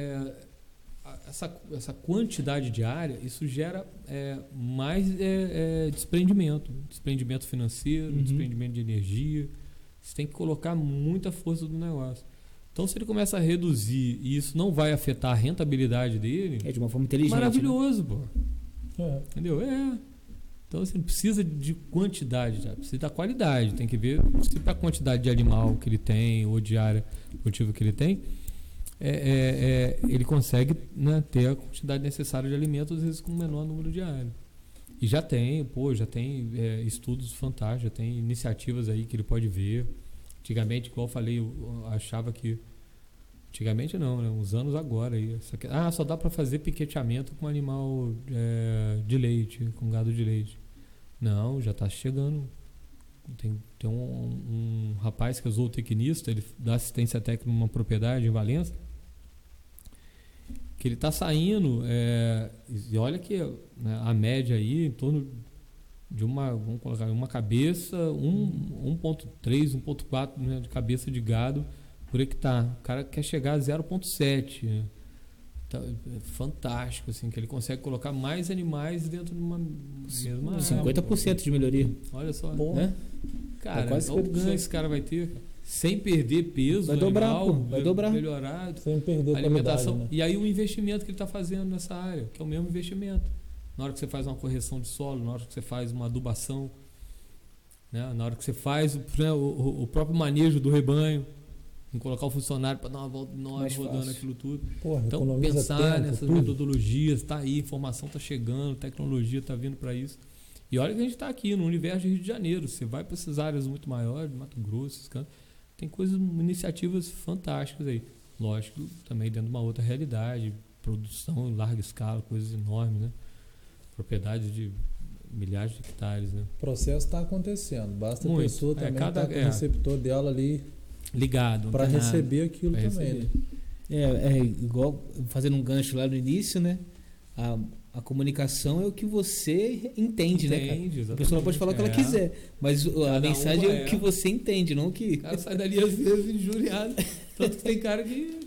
essa quantidade de área, isso gera mais desprendimento financeiro, desprendimento de energia. Você tem que colocar muita força no negócio. Então, se ele começa a reduzir e isso não vai afetar a rentabilidade dele... de uma forma inteligente. Maravilhoso, pô. Entendeu? Então, você não precisa de quantidade, precisa da qualidade. Tem que ver se para a quantidade de animal que ele tem ou de área produtiva que ele tem, ele consegue, né, ter a quantidade necessária de alimentos, às vezes com um menor número de área. E já tem estudos fantásticos, já tem iniciativas aí que ele pode ver, Antigamente, igual eu falei, eu achava que... Antigamente não, né? Uns anos agora. Só dá para fazer piqueteamento com animal de leite, com gado de leite. Não, já está chegando. Tem um rapaz que é zootecnista, ele dá assistência técnica numa propriedade em Valença, que ele está saindo, e olha que, né, a média aí, em torno de vamos colocar, uma cabeça, 1,3, 1,4, né, de cabeça de gado por hectare. O cara quer chegar a 0,7. Né? Então, é fantástico, assim, que ele consegue colocar mais animais dentro de uma mesma 50% de melhoria. Olha só. Né? Cara, olha o ganho esse cara vai ter, sem perder peso, vai dobrar, animal, vai dobrar. Melhorar, sem perder a alimentação. Né? E aí o investimento que ele está fazendo nessa área, que é o mesmo investimento. Na hora que você faz uma correção de solo, na hora que você faz uma adubação, né? Na hora que você faz o próprio manejo do rebanho, em colocar o funcionário para dar uma volta enorme rodando aquilo tudo. Porra, então, pensar tempo, nessas metodologias, está aí, informação está chegando, tecnologia está vindo para isso. E olha que a gente está aqui no universo de Rio de Janeiro. Você vai para essas áreas muito maiores, Mato Grosso, tem iniciativas fantásticas aí. Lógico, também dentro de uma outra realidade, produção em larga escala, coisas enormes, né? Propriedades de milhares de hectares, né? O processo está acontecendo, basta a pessoa também estar com o receptor dela ali ligado para receber aquilo pra também. Receber. Né? Igual fazendo um gancho lá no início, né? A comunicação é o que você entende, né, cara? Exatamente. A pessoa pode falar o que ela quiser, mas a mensagem é o que você entende, não o que... O cara sai dali às vezes injuriado. Tanto que tem cara que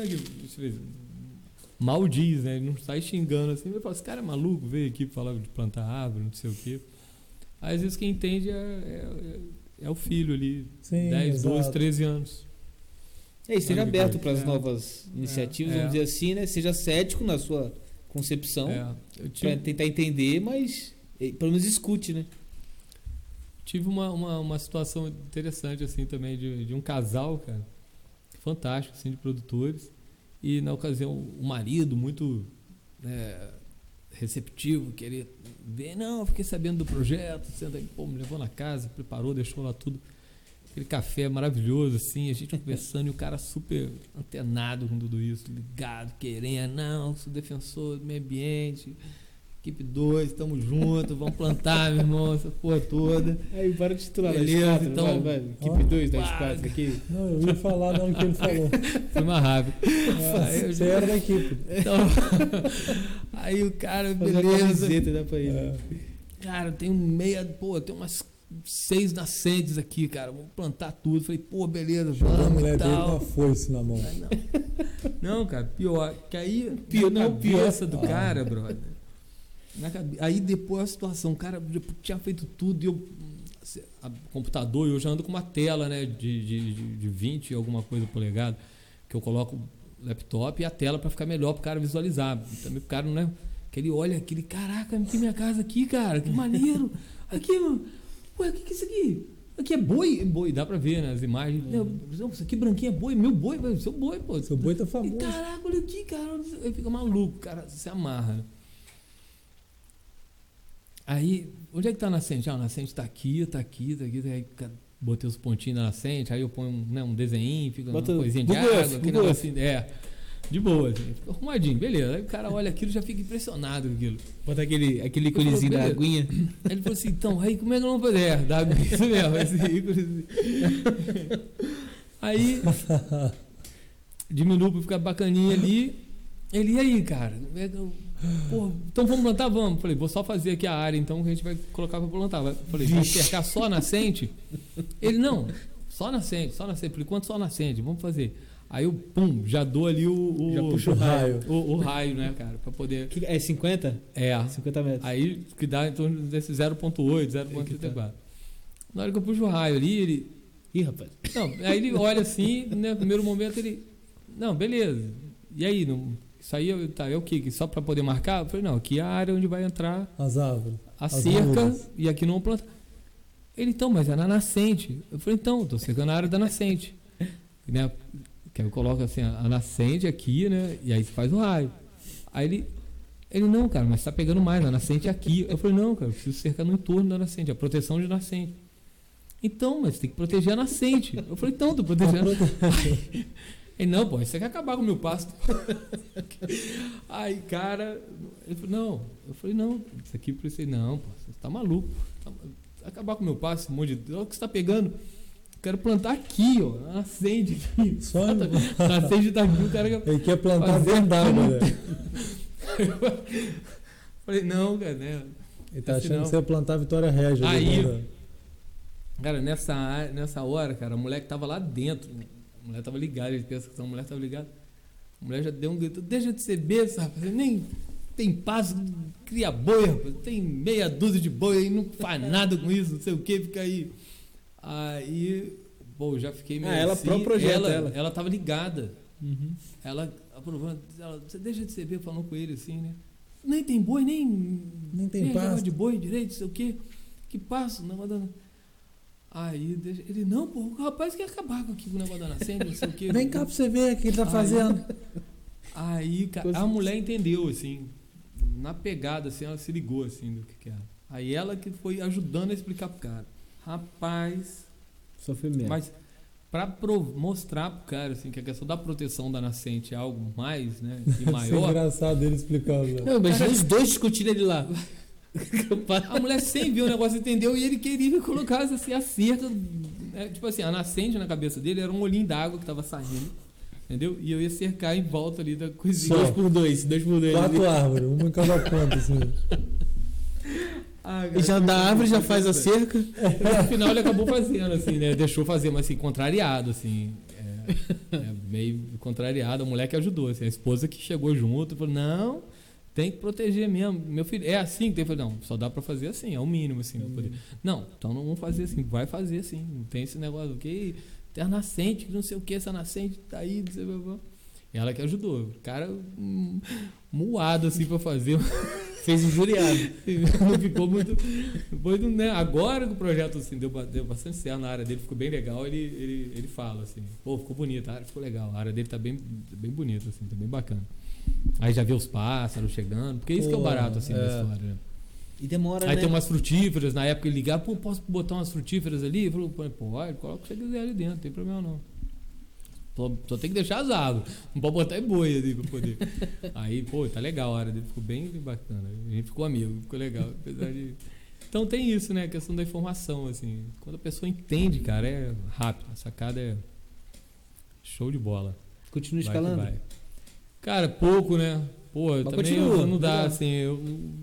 mal diz, né? Ele não sai xingando assim, mas fala, esse cara é maluco, veio aqui falar de plantar árvore, não sei o quê. Aí, às vezes quem entende é o filho ali, sim, 10, exato. 12, 13 anos. Esteja aberto para as novas iniciativas, vamos dizer assim, né? Seja cético na sua concepção, para tentar entender, mas pelo menos escute, né? Tive uma situação interessante assim também de um casal, cara, fantástico, assim, de produtores, e na ocasião o marido muito receptivo, queria ver, não, fiquei sabendo do projeto, me levou na casa, preparou, deixou lá tudo, aquele café maravilhoso, assim, a gente conversando e o cara super antenado com tudo isso, ligado, querendo, não, sou defensor do meio ambiente, equipe 2, estamos juntos, vamos plantar, meu irmão, essa porra toda. Aí para de titular, beleza, então, vai, equipe 2, 4 aqui. Não, eu ia falar não que ele falou. Foi mais rápido. Você era da equipe. Então, aí o cara, beleza. Dá pra ir. Cara, tem tem umas 6 nascentes aqui, cara, vamos plantar tudo. Falei, pô, beleza, vamos. A mulher dele com a foice na mão. Não, cara, pior. Que aí, na cabeça do cara, brother. Aí depois a situação, o cara tinha feito tudo e o computador, eu já ando com uma tela, né, de 20 e alguma coisa polegada, que eu coloco o laptop e a tela para ficar melhor para o cara visualizar. Também o cara, né, que ele olha aquele, caraca, tem minha casa aqui, cara, que maneiro. Aqui, mano, ué, o que é isso aqui? Aqui é boi? Boi, dá pra ver, né, as imagens. Não, isso aqui branquinho é boi, meu boi, seu boi, pô. Seu boi tá famoso. E, caraca, olha aqui, cara, ele fica maluco, cara, se amarra, né? Aí, onde é que tá a nascente? A nascente tá aqui. Aí botei os pontinhos na nascente, aí eu ponho um desenho, fica uma coisinha de água, aquele negocinho. De boa, assim, fica arrumadinho, beleza. Aí o cara olha aquilo e já fica impressionado com aquilo. Bota aquele íconezinho da aguinha. Aí ele falou assim, então, aí como é que eu não vou fazer? Dá isso mesmo, esse íconezinho. Aí, diminui pra ficar bacaninha ali. Ele, e aí, cara? Pô, então vamos plantar? Vamos. Falei, vou só fazer aqui a área, então, que a gente vai colocar para plantar. Falei, vai cercar só a nascente? Ele, não, só nascente. Falei, quanto só nascente? Vamos fazer. Aí eu, já dou ali já puxa o raio. O raio, né, cara, para poder... É 50? 50 metros. Aí, que dá em torno desse 0,8, 0,34. Na hora que eu puxo o raio ali, ele... Ih, rapaz. Não, aí ele olha assim, né, no primeiro momento ele... Não, beleza. E aí, isso aí é o quê? Só para poder marcar? Eu falei, não, aqui é a área onde vai entrar as árvores, a cerca, e aqui não planta. Ele, então, mas é na nascente. Eu falei, então, estou cercando a área da nascente. Né? Que aí eu coloco assim, a nascente aqui, né? E aí você faz o raio. Aí ele não, cara, mas está pegando mais, a nascente aqui. Eu falei, não, cara, eu preciso cercar no entorno da nascente, a proteção de nascente. Então, mas tem que proteger a nascente. Eu falei, então, tô protegendo. Aí, não, pô, você quer acabar com o meu pasto. Aí, cara, ele falou, não. Eu falei, não, isso aqui pra você, não, pô, você tá maluco. Acabar com o meu pasto, um monte de... Olha o que você tá pegando. Eu quero plantar aqui, ó, a nascente aqui. Só a nascente tá aqui, o cara quer... Ele quer plantar dentro d'água, né? Falei, não, cara, né? Ele tá achando que você ia plantar Vitória Régia. Aí, cara, nessa hora, cara, a mulher que tava lá dentro, a mulher tava ligada, ele pensa que a mulher tava ligada. A mulher já deu um grito, deixa de ser besta, rapaz, nem tem passo, cria boi, rapaz, tem meia dúzia de boi aí, não faz nada com isso, não sei o que, fica aí. Aí, pô, já fiquei meio ela assim. próprio projeto, ela tava ligada. Uhum. Ela aprovando, você deixa de ser besta, falando com ele assim, né? Nem tem boi, nem tem passo de boi direito, não sei o que, que passo, não mandando. Aí ele, não, pô, o rapaz quer acabar com o negócio da nascente, não sei o quê. Vem cá pra você ver o que ele tá fazendo. Aí, a mulher entendeu, assim, na pegada, assim, ela se ligou, assim, do que era. Aí ela que foi ajudando a explicar pro cara. Rapaz... Sofrimento. Mas pra mostrar pro cara, assim, que a questão da proteção da nascente é algo mais, né, e maior... É engraçado ele explicando. Né? Não, mas os dois discutindo ele lá. A mulher sem ver o negócio, entendeu? E ele queria colocar assim, a cerca, né? Tipo assim, a nascente na cabeça dele era um olhinho d'água que tava saindo, entendeu? E eu ia cercar em volta ali da coisinha. 2x2. 4 árvores, uma em cada ponta, assim. E já da árvore já faz a cerca. No final ele acabou fazendo, assim, né? Deixou fazer, mas assim, contrariado, assim. Meio contrariado. A mulher que ajudou, assim, a esposa que chegou junto e falou, não... Tem que proteger mesmo. Meu filho, é assim que tem que fazer. Não, só dá pra fazer assim, é o mínimo, assim. Poder. Não, então não vamos fazer assim, vai fazer assim. Não tem esse negócio, que tem a nascente, não sei o que, essa nascente tá aí, não sei o que. Ela que ajudou. O cara moado assim pra fazer. Fez injuriado. Não ficou muito. Depois, né, agora que o projeto assim, deu bastante certo na área dele, ficou bem legal, ele fala assim, pô, ficou bonito, a área ficou legal, a área dele tá bem bonita, assim, tá bem bacana. Aí já vê os pássaros chegando, porque isso que é o barato assim da história, né? E demora, aí né? tem umas frutíferas, na época ele ligava, pô, posso botar umas frutíferas ali? Ele falou, pode, coloca o que você quiser ali dentro, não tem problema não. Só tem que deixar as árvores, não pode botar boi ali pra poder. Aí, pô, tá legal, a área dele ficou bem bacana, a gente ficou amigo, ficou legal, apesar de... Então tem isso, né, a questão da informação, assim, quando a pessoa entende, cara, é rápido, a sacada é show de bola. Continua escalando? Vai. Cara, pouco, né? Pô, mas também continua, não dá, assim, eu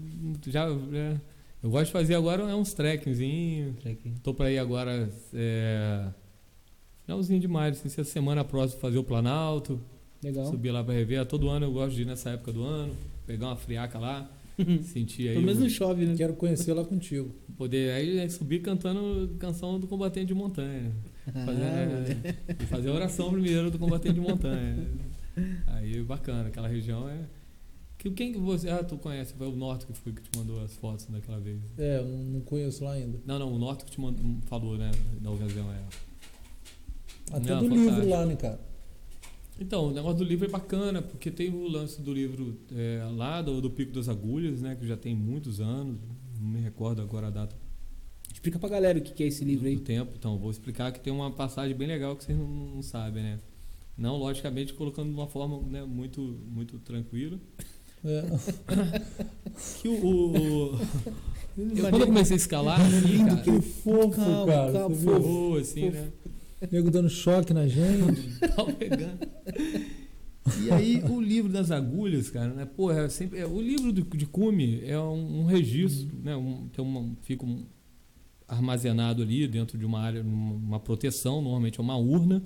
gosto de fazer agora uns trekkingzinhos. Tô pra ir agora, finalzinho de maio, assim, se a semana próxima fazer o Planalto. Legal. Subir lá pra rever. Todo ano eu gosto de ir nessa época do ano, pegar uma friaca lá, sentir aí. Pelo menos não chove, né? Quero conhecer lá contigo. Poder aí subir cantando canção do Combatente de Montanha. Fazer a oração primeiro do Combatente de Montanha. Aí bacana, aquela região é. Quem que você. Ah, tu conhece? Foi o Norte que foi que te mandou as fotos daquela vez. Eu não conheço lá ainda. Não, o Norte que te falou, né? Da ocasião Até do livro lá, né, cara? Então, o negócio do livro é bacana, porque tem o lance do livro lá do Pico das Agulhas, né? Que já tem muitos anos, não me recordo agora a data. Explica pra galera o que é esse livro aí. Do tempo, então, vou explicar que tem uma passagem bem legal que vocês não sabem, né? Não, logicamente, colocando de uma forma, né, muito, muito tranquila. Que quando eu comecei a escalar, assim, cara, que fofo, cara. Fofo, assim, né? Nego dando choque na gente. Tá pegando. E aí, o livro das agulhas, cara, né? Pô, o livro de cume é um registro, né? Fica armazenado ali dentro de uma área, uma proteção, normalmente é uma urna.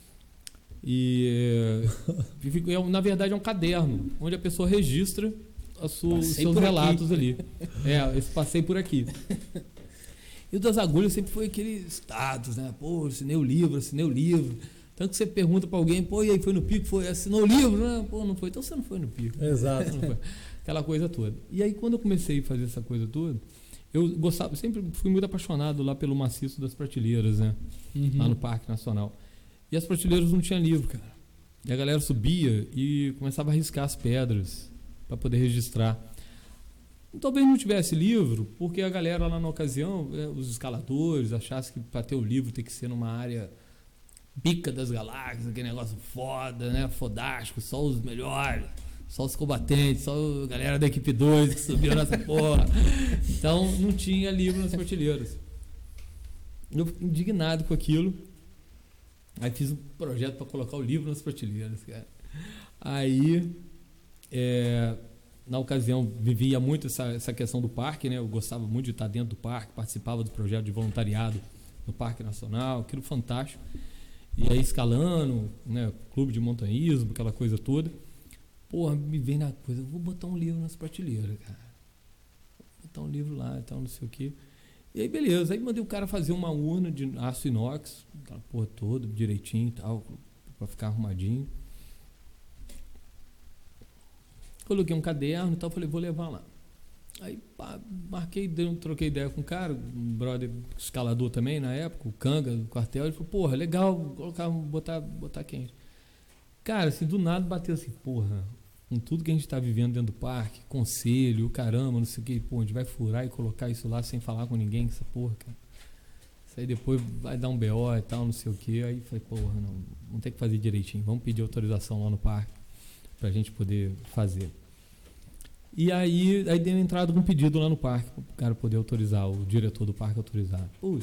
E na verdade é um caderno onde a pessoa registra os seus relatos ali. Esse passei por aqui. E o das agulhas sempre foi aquele status, né? Pô, assinei o livro. Tanto que você pergunta pra alguém, pô, e aí foi no pico? Assinou o livro? Não, pô, não foi. Então você não foi no pico. Exato. Não foi. Aquela coisa toda. E aí quando eu comecei a fazer essa coisa toda, eu gostava, sempre fui muito apaixonado lá pelo maciço das prateleiras, né? Lá no Parque Nacional. E as prateleiras não tinham livro, cara. E a galera subia e começava a riscar as pedras para poder registrar. Talvez não tivesse livro, porque a galera lá na ocasião, os escaladores, achassem que para ter o livro tem que ser numa área pica das galáxias, aquele negócio foda, né? Fodástico, só os melhores, só os combatentes, só a galera da equipe 2 que subiu nessa porra. Então não tinha livro nas prateleiras. Eu fiquei indignado com aquilo. Aí fiz um projeto para colocar o livro nas prateleiras, cara. Aí, na ocasião, vivia muito essa questão do parque, né? Eu gostava muito de estar dentro do parque, participava do projeto de voluntariado no Parque Nacional, aquilo fantástico. E aí escalando, né? Clube de montanhismo, aquela coisa toda. Porra, me vem na coisa, eu vou botar um livro nas prateleiras, cara. Vou botar um livro lá e tal, não sei o quê. E aí, beleza. Aí mandei o cara fazer uma urna de aço inox, aquela porra toda, direitinho e tal, pra ficar arrumadinho. Coloquei um caderno e tal, falei, vou levar lá. Aí, pá, marquei, troquei ideia com um cara, um brother escalador também, na época, o Canga, do quartel. Ele falou, porra, legal, colocar, botar quente. Cara, assim, do nada bateu assim, porra, com tudo que a gente tá vivendo dentro do parque, conselho, caramba, não sei o que, pô, a gente vai furar e colocar isso lá sem falar com ninguém, essa porra, cara. Isso aí depois vai dar um BO e tal, não sei o que. Aí falei, porra, não, vamos ter que fazer direitinho, vamos pedir autorização lá no parque pra gente poder fazer. E aí dei uma entrada com um pedido lá no parque, para o cara poder autorizar, o diretor do parque autorizar. Puta,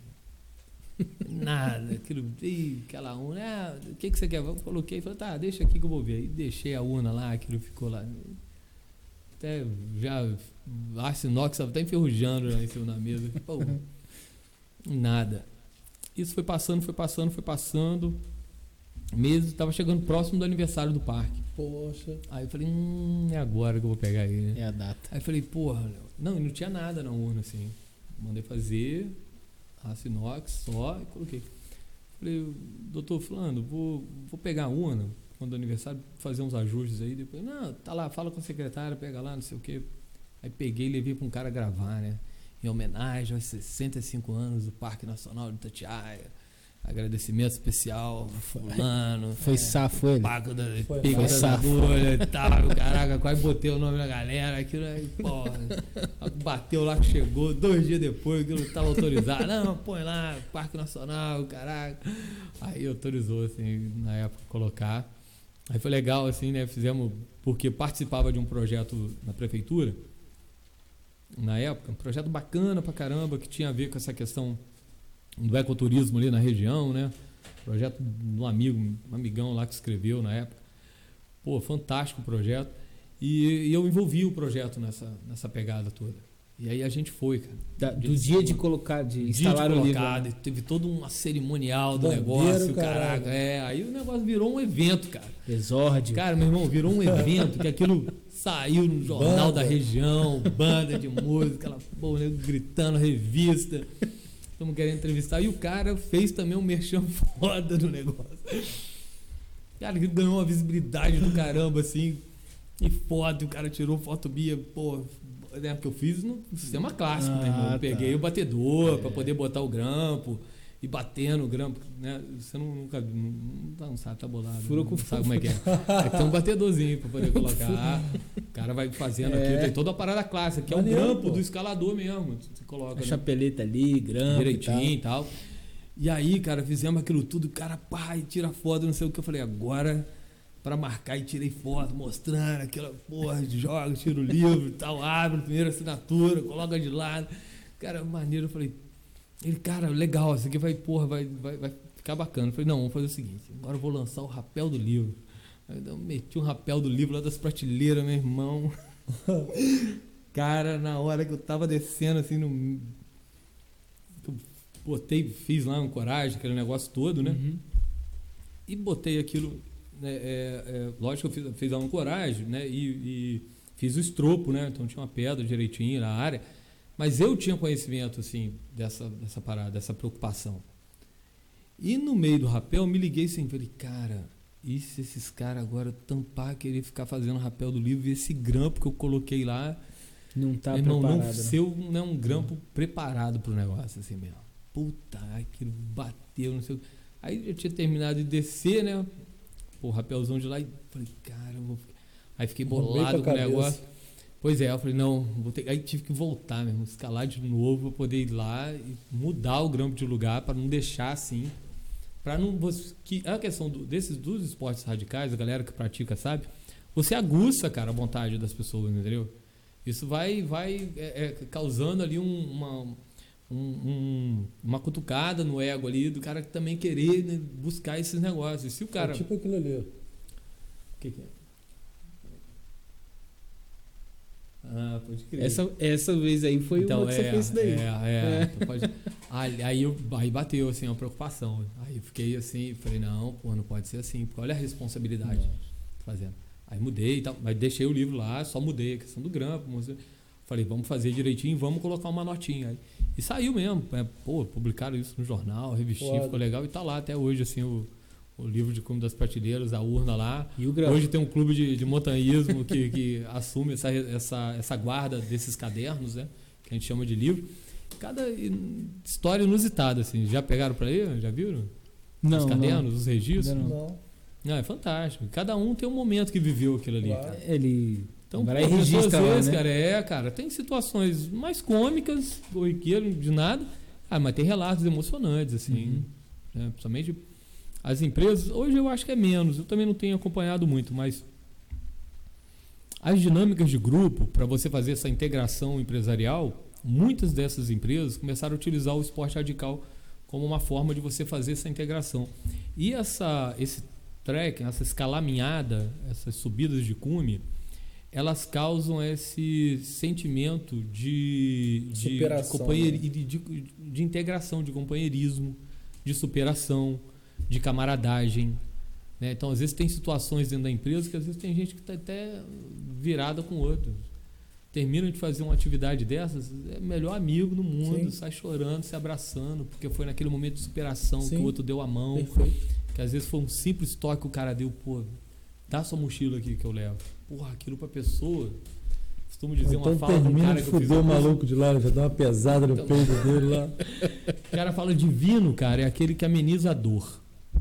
nada, aquela urna, o que você quer? Eu coloquei, falei, tá, deixa aqui que eu vou ver. Aí deixei a urna lá, aquilo ficou lá. Até já, aço inox estava até enferrujando lá em cima da mesa. Pô, nada. Isso foi passando. Meses, estava chegando próximo do aniversário do parque. Poxa. Aí eu falei, é agora que eu vou pegar ele, né? É a data. Aí eu falei, porra, não tinha nada na urna, assim. Mandei fazer, aço inox só e coloquei. Falei, doutor fulano, vou pegar a urna, quando é aniversário, fazer uns ajustes aí. Depois, não, tá lá, fala com a secretária, pega lá, não sei o quê. Aí peguei e levei para um cara gravar, né? Em homenagem aos 65 anos do Parque Nacional de Itatiaia. Agradecimento especial, fulano. Foi safo ele. Paco da Foi Pica da safo. Bolha e tal. Caraca, quase botei o nome da galera. Aquilo aí, porra. Bateu lá que chegou, 2 dias depois, aquilo estava autorizado. Não, põe lá, Parque Nacional, caraca. Aí autorizou, assim, na época, colocar. Aí foi legal, assim, né? Fizemos, porque participava de um projeto na prefeitura, na época, um projeto bacana pra caramba, que tinha a ver com essa questão do ecoturismo ali na região, né? Projeto de um amigão lá que escreveu na época. Pô, fantástico o projeto. E eu envolvi o projeto nessa pegada toda. E aí a gente foi, cara. Do dia de colocar, de instalar o livro. Né? Teve todo um cerimonial do Bandeiro, negócio, caralho. caraca. Aí o negócio virou um evento, cara. Exórdio. Cara, meu irmão, virou um evento que aquilo saiu no jornal da região, banda de música, aquela porra, né, gritando, revista. Estamos querendo entrevistar. E o cara fez também um merchan foda do negócio. Cara, que ganhou uma visibilidade do caramba, assim. E foda, o cara tirou foto minha, pô, né, que eu fiz no sistema clássico, né, irmão? Eu peguei o batedor para poder botar o grampo e batendo o grampo, né? Você nunca não sabe, tá bolado. Fura com não sabe como é que é. Aí tem um batedorzinho para poder colocar. O cara vai fazendo aqui, tem toda a parada clássica, que é o grampo do escalador mesmo. Você coloca, a né? chapeleta ali, grampo Direitinho e e tal. E aí, cara, fizemos aquilo tudo, o cara, pá, e tira foto, não sei o que. Eu falei, agora, pra marcar, e tirei foto, mostrando aquela porra de joga, tira o livro e tal, abre, primeira assinatura, coloca de lado. Cara, maneiro, eu falei, ele, cara, legal, isso aqui vai ficar bacana. Eu falei, não, vamos fazer o seguinte, agora eu vou lançar o rapel do livro. Aí eu meti um rapel do livro lá das prateleiras, meu irmão. Cara, na hora que eu tava descendo, assim, fiz lá um coragem, aquele negócio todo, né? Uhum. E botei aquilo, né, lógico que eu fiz lá um coragem, né? E fiz o estropo, né? Então tinha uma pedra direitinho na área. Mas eu tinha conhecimento, assim, dessa parada, dessa preocupação. E no meio do rapel, eu me liguei assim, falei, cara, e se esses caras agora tampar, querer ficar fazendo rapel do livro, e esse grampo que eu coloquei lá, não tá irmão, preparado, não ser um grampo preparado pro negócio, assim mesmo. Puta, aquilo bateu, não sei o que. Aí eu tinha terminado de descer, né? Pô, rapelzão de lá, e falei, cara, eu vou... Aí fiquei bolado com o negócio. Pois é, eu falei, não, aí tive que voltar mesmo, escalar de novo para poder ir lá e mudar o grampo de lugar para não deixar assim, para não que a questão dos esportes radicais, a galera que pratica sabe, você aguça, cara, a vontade das pessoas, entendeu? Isso vai causando ali uma cutucada no ego ali do cara que também querer, né, buscar esses negócios. Se o cara tipo aquilo ali. O que é? Ah, pode crer. Essa vez aí foi então, uma que você fez isso daí. Então pode... aí bateu assim uma preocupação. Aí eu fiquei assim, falei, não pode ser assim, porque olha a responsabilidade fazendo. Aí mudei e tal, mas deixei o livro lá, só mudei a questão do grampo. Falei, vamos fazer direitinho, vamos colocar uma notinha aí. E saiu mesmo, publicaram isso no jornal, revistinha, ficou legal e tá lá até hoje assim o livro de Cume das Prateleiras, a urna lá. E o hoje tem um clube de montanhismo que assume essa guarda desses cadernos, né? Que a gente chama de livro. Cada história inusitada, assim. Já pegaram para ler? Já viram? Não. Os cadernos, os registros? Não. É fantástico. Cada um tem um momento que viveu aquilo ali. Claro. Cara. Então, Agora registra às lá, vezes, né? cara, tem situações mais cômicas, corriqueiro, de nada. Mas tem relatos emocionantes, assim. Né? Principalmente as empresas, hoje eu acho que é menos, eu também não tenho acompanhado muito, mas as dinâmicas de grupo, para você fazer essa integração empresarial, muitas dessas empresas começaram a utilizar o esporte radical como uma forma de você fazer essa integração. E esse trekking, essa escalaminhada, essas subidas de cume, elas causam esse sentimento de integração, de companheirismo, de superação, de camaradagem, né? Então, às vezes tem situações dentro da empresa que às vezes tem gente que está até virada com outros. Termina de fazer uma atividade dessas, é o melhor amigo do mundo, sai chorando, se abraçando, porque foi naquele momento de superação que o outro deu a mão. Perfeito. Que às vezes foi um simples toque que o cara deu, dá sua mochila aqui que eu levo. Aquilo pra pessoa... Costumo dizer então, uma fala de um cara que eu fiz. O maluco de lá, já dá uma pesada no peito dele lá. O cara fala divino, cara, é aquele que ameniza a dor.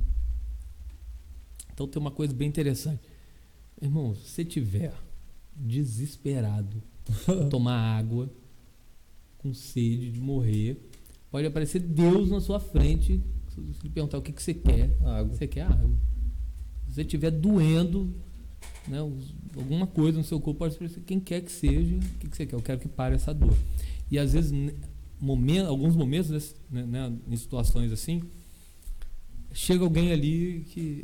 Então tem uma coisa bem interessante. Irmão, se você tiver desesperado, tomar água, com sede de morrer, pode aparecer Deus na sua frente, se ele perguntar o que você quer. Água. Você quer água. Se você estiver doendo, né, alguma coisa no seu corpo, pode ser quem quer que seja, o que você quer? Eu quero que pare essa dor. E às vezes, alguns momentos, né, em situações assim, chega alguém ali que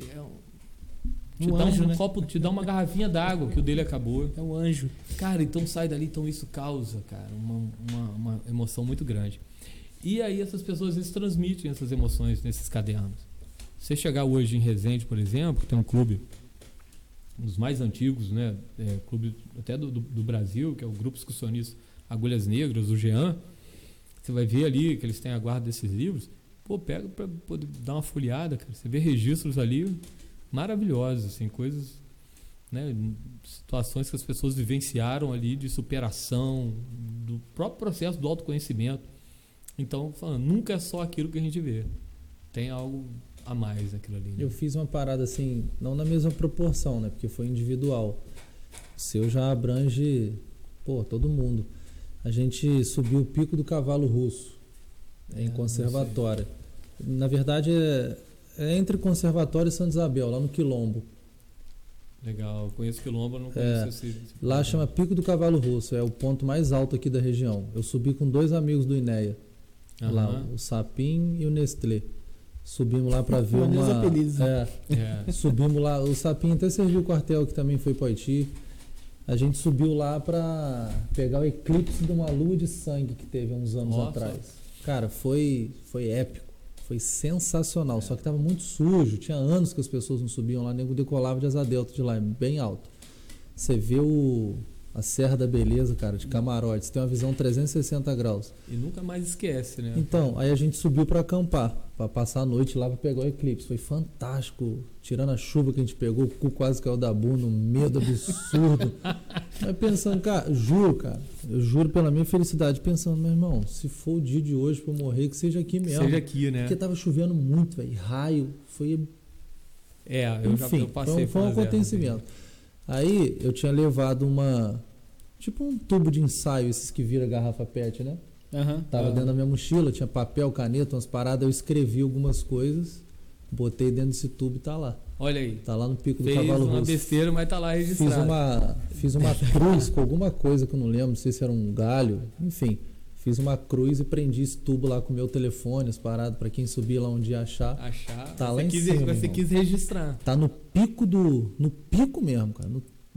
te dá um copo, te dá uma garrafinha d'água que o dele acabou. É um anjo. Cara, então sai dali, então isso causa, cara, uma emoção muito grande. E aí essas pessoas às vezes transmitem essas emoções nesses cadernos. Se você chegar hoje em Resende, por exemplo, que tem um clube, um dos mais antigos, né, clube até do Brasil, que é o Grupo Excursionista Agulhas Negras, o Jean, você vai ver ali que eles têm a guarda desses livros, pega para poder dar uma folheada, cara, você vê registros ali maravilhosos, assim, coisas, né, situações que as pessoas vivenciaram ali de superação, do próprio processo do autoconhecimento. Então, falando, nunca é só aquilo que a gente vê, tem algo a mais aquilo ali, né? Eu fiz uma parada assim, não na mesma proporção, né? Porque foi individual. O seu já abrange, todo mundo. A gente subiu o Pico do Cavalo Russo, em Conservatória. Na verdade, é entre Conservatória e Santa Isabel, lá no Quilombo. Legal, conheço Quilombo, não conheço esse lá chama Pico do Cavalo Russo, é o ponto mais alto aqui da região. Eu subi com 2 amigos do INEA, lá, o Sapim e o Nestlé. Subimos lá para ver subimos lá, o Sapinho até serviu o quartel, que também foi para Haiti. A gente subiu lá para pegar o eclipse de uma lua de sangue que teve há uns anos atrás. Cara, foi épico, foi sensacional, só que tava muito sujo, tinha anos que as pessoas não subiam lá, nego decolava de Asa Delta de lá, bem alto. Você vê a Serra da Beleza, cara, de camarote, você tem uma visão 360 graus. E nunca mais esquece, né? Então, aí a gente subiu para acampar, para passar a noite lá para pegar o eclipse. Foi fantástico, tirando a chuva que a gente pegou, o cu quase caiu da bunda, um medo absurdo. Mas pensando, eu juro pela minha felicidade, pensando, meu irmão, se for o dia de hoje para eu morrer, que seja aqui mesmo. Seja aqui, né? Porque tava chovendo muito, velho, raio, foi... eu passei foi um acontecimento. Aí eu tinha levado tipo um tubo de ensaio, esses que vira garrafa PET, né? Tava Uhum. dentro da minha mochila, tinha papel, caneta, umas paradas, eu escrevi algumas coisas, botei dentro desse tubo e tá lá. Olha aí. Tá lá no Pico do Fez Cavalo uma Russo. besteira, mas tá lá registrado. Fiz uma cruz com alguma coisa que eu não lembro, não sei se era um galho, enfim. Fiz uma cruz e prendi esse tubo lá com o meu telefone, as paradas, pra quem subir lá um dia achar. Tá lá em cima. Você quis registrar. Tá no pico no pico mesmo, cara.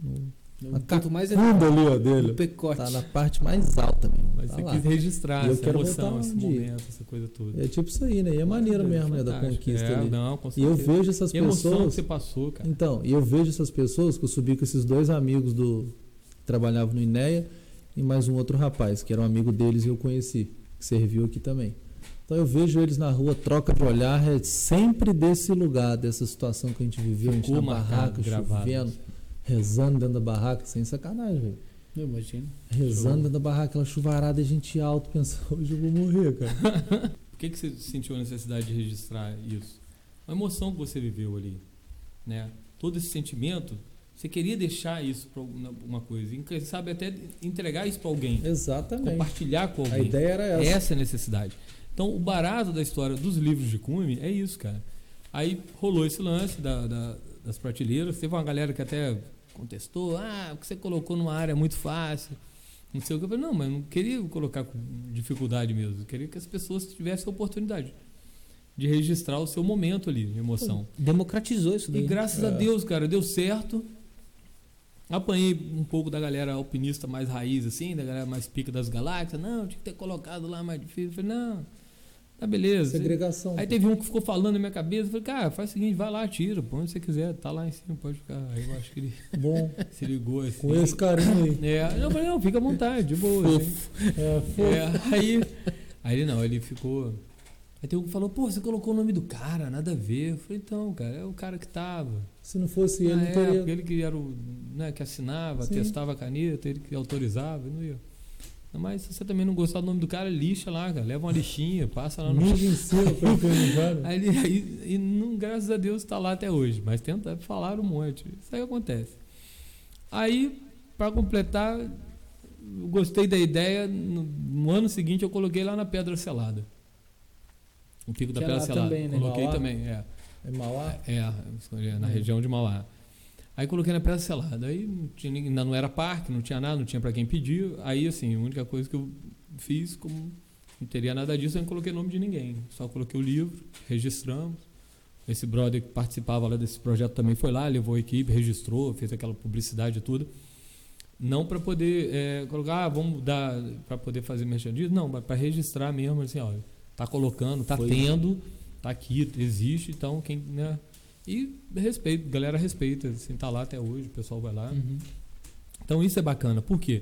O ponto mais Fundo ali, ó, o dele. pecote. Tá na parte mais alta mesmo. Mas tá você lá. quis registrar E eu essa quero emoção, voltar esse um dia. momento, essa coisa toda. É tipo isso aí, né? E é maneiro mesmo, né? Da Fantástico. conquista ali. Não, com E eu certeza. vejo essas E a emoção que pessoas. você passou, cara. Então, e eu vejo essas pessoas que eu subi com esses dois amigos que trabalhavam no INEA e mais um outro rapaz, que era um amigo deles e eu conheci, que serviu aqui também. Então eu vejo eles na rua, troca de olhar, é sempre desse lugar, dessa situação que a gente viveu, a gente Ficou na marcado, barraca, gravado. chovendo, rezando dentro da barraca, sem sacanagem, velho. Eu imagino. Rezando dentro da barraca, aquela chuvarada, a gente alto, pensando, hoje eu vou morrer, cara. Por que você sentiu a necessidade de registrar isso? A emoção que você viveu ali, né? Todo esse sentimento, você queria deixar isso para alguma coisa, e quem sabe até entregar isso para alguém, Exatamente. compartilhar com alguém. A ideia era essa. Essa é a necessidade. Então, o barato da história dos livros de Cume é isso, cara. Aí rolou esse lance das prateleiras. Teve uma galera que até contestou: o que você colocou numa área muito fácil. Não sei o que. Eu falei: não, mas eu não queria colocar com dificuldade mesmo. Eu queria que as pessoas tivessem a oportunidade de registrar o seu momento ali, de emoção. Democratizou isso daí. E graças a Deus, cara, deu certo. Apanhei um pouco da galera alpinista mais raiz, assim, da galera mais pica das galáxias. Não, tinha que ter colocado lá mais difícil. Eu falei: não, tá beleza. Segregação. Aí teve um que ficou falando na minha cabeça. Eu falei: cara, faz o seguinte, vai lá, tira, põe onde você quiser, tá lá em cima, pode ficar. Aí eu acho que ele Bom, se ligou assim. com esse carinho aí. Eu falei: não, fica à vontade, de boa. Assim. Aí ele ficou. Aí tem um que falou: pô, você colocou o nome do cara, nada a ver. Eu falei: então, cara, é o cara que tava. Se não fosse ele, não Porque teria. ele que era o, né, que assinava, Sim. testava a caneta, ele que autorizava, eu não ia. Não, mas se você também não gostar do nome do cara, lixa lá, cara. Leva uma lixinha, passa lá no. Mídia em cima pra organizar. Né? Aí, não, graças a Deus, está lá até hoje. Mas tenta falar um monte. Isso aí acontece. Aí, para completar, eu gostei da ideia. No ano seguinte, eu coloquei lá na Pedra Selada. O Pico da Que é Pedra lá Selada. também, né? Coloquei Mauá? também, É Mauá? na região de Mauá. Aí coloquei na Pedra Selada. Aí ainda não era parque, não tinha nada, não tinha para quem pedir. Aí, assim, a única coisa que eu fiz, como não teria nada disso, eu não coloquei nome de ninguém. Só coloquei o livro, registramos. Esse brother que participava lá desse projeto também foi lá, levou a equipe, registrou, fez aquela publicidade e tudo. Não para poder colocar, vamos dar para poder fazer merchandising, não, para registrar mesmo, assim, ó, tá colocando, tá tendo, tá aqui, existe, então quem, né? E respeito, a galera respeita, assim, tá lá até hoje, o pessoal vai lá. Uhum. Então isso é bacana, por quê?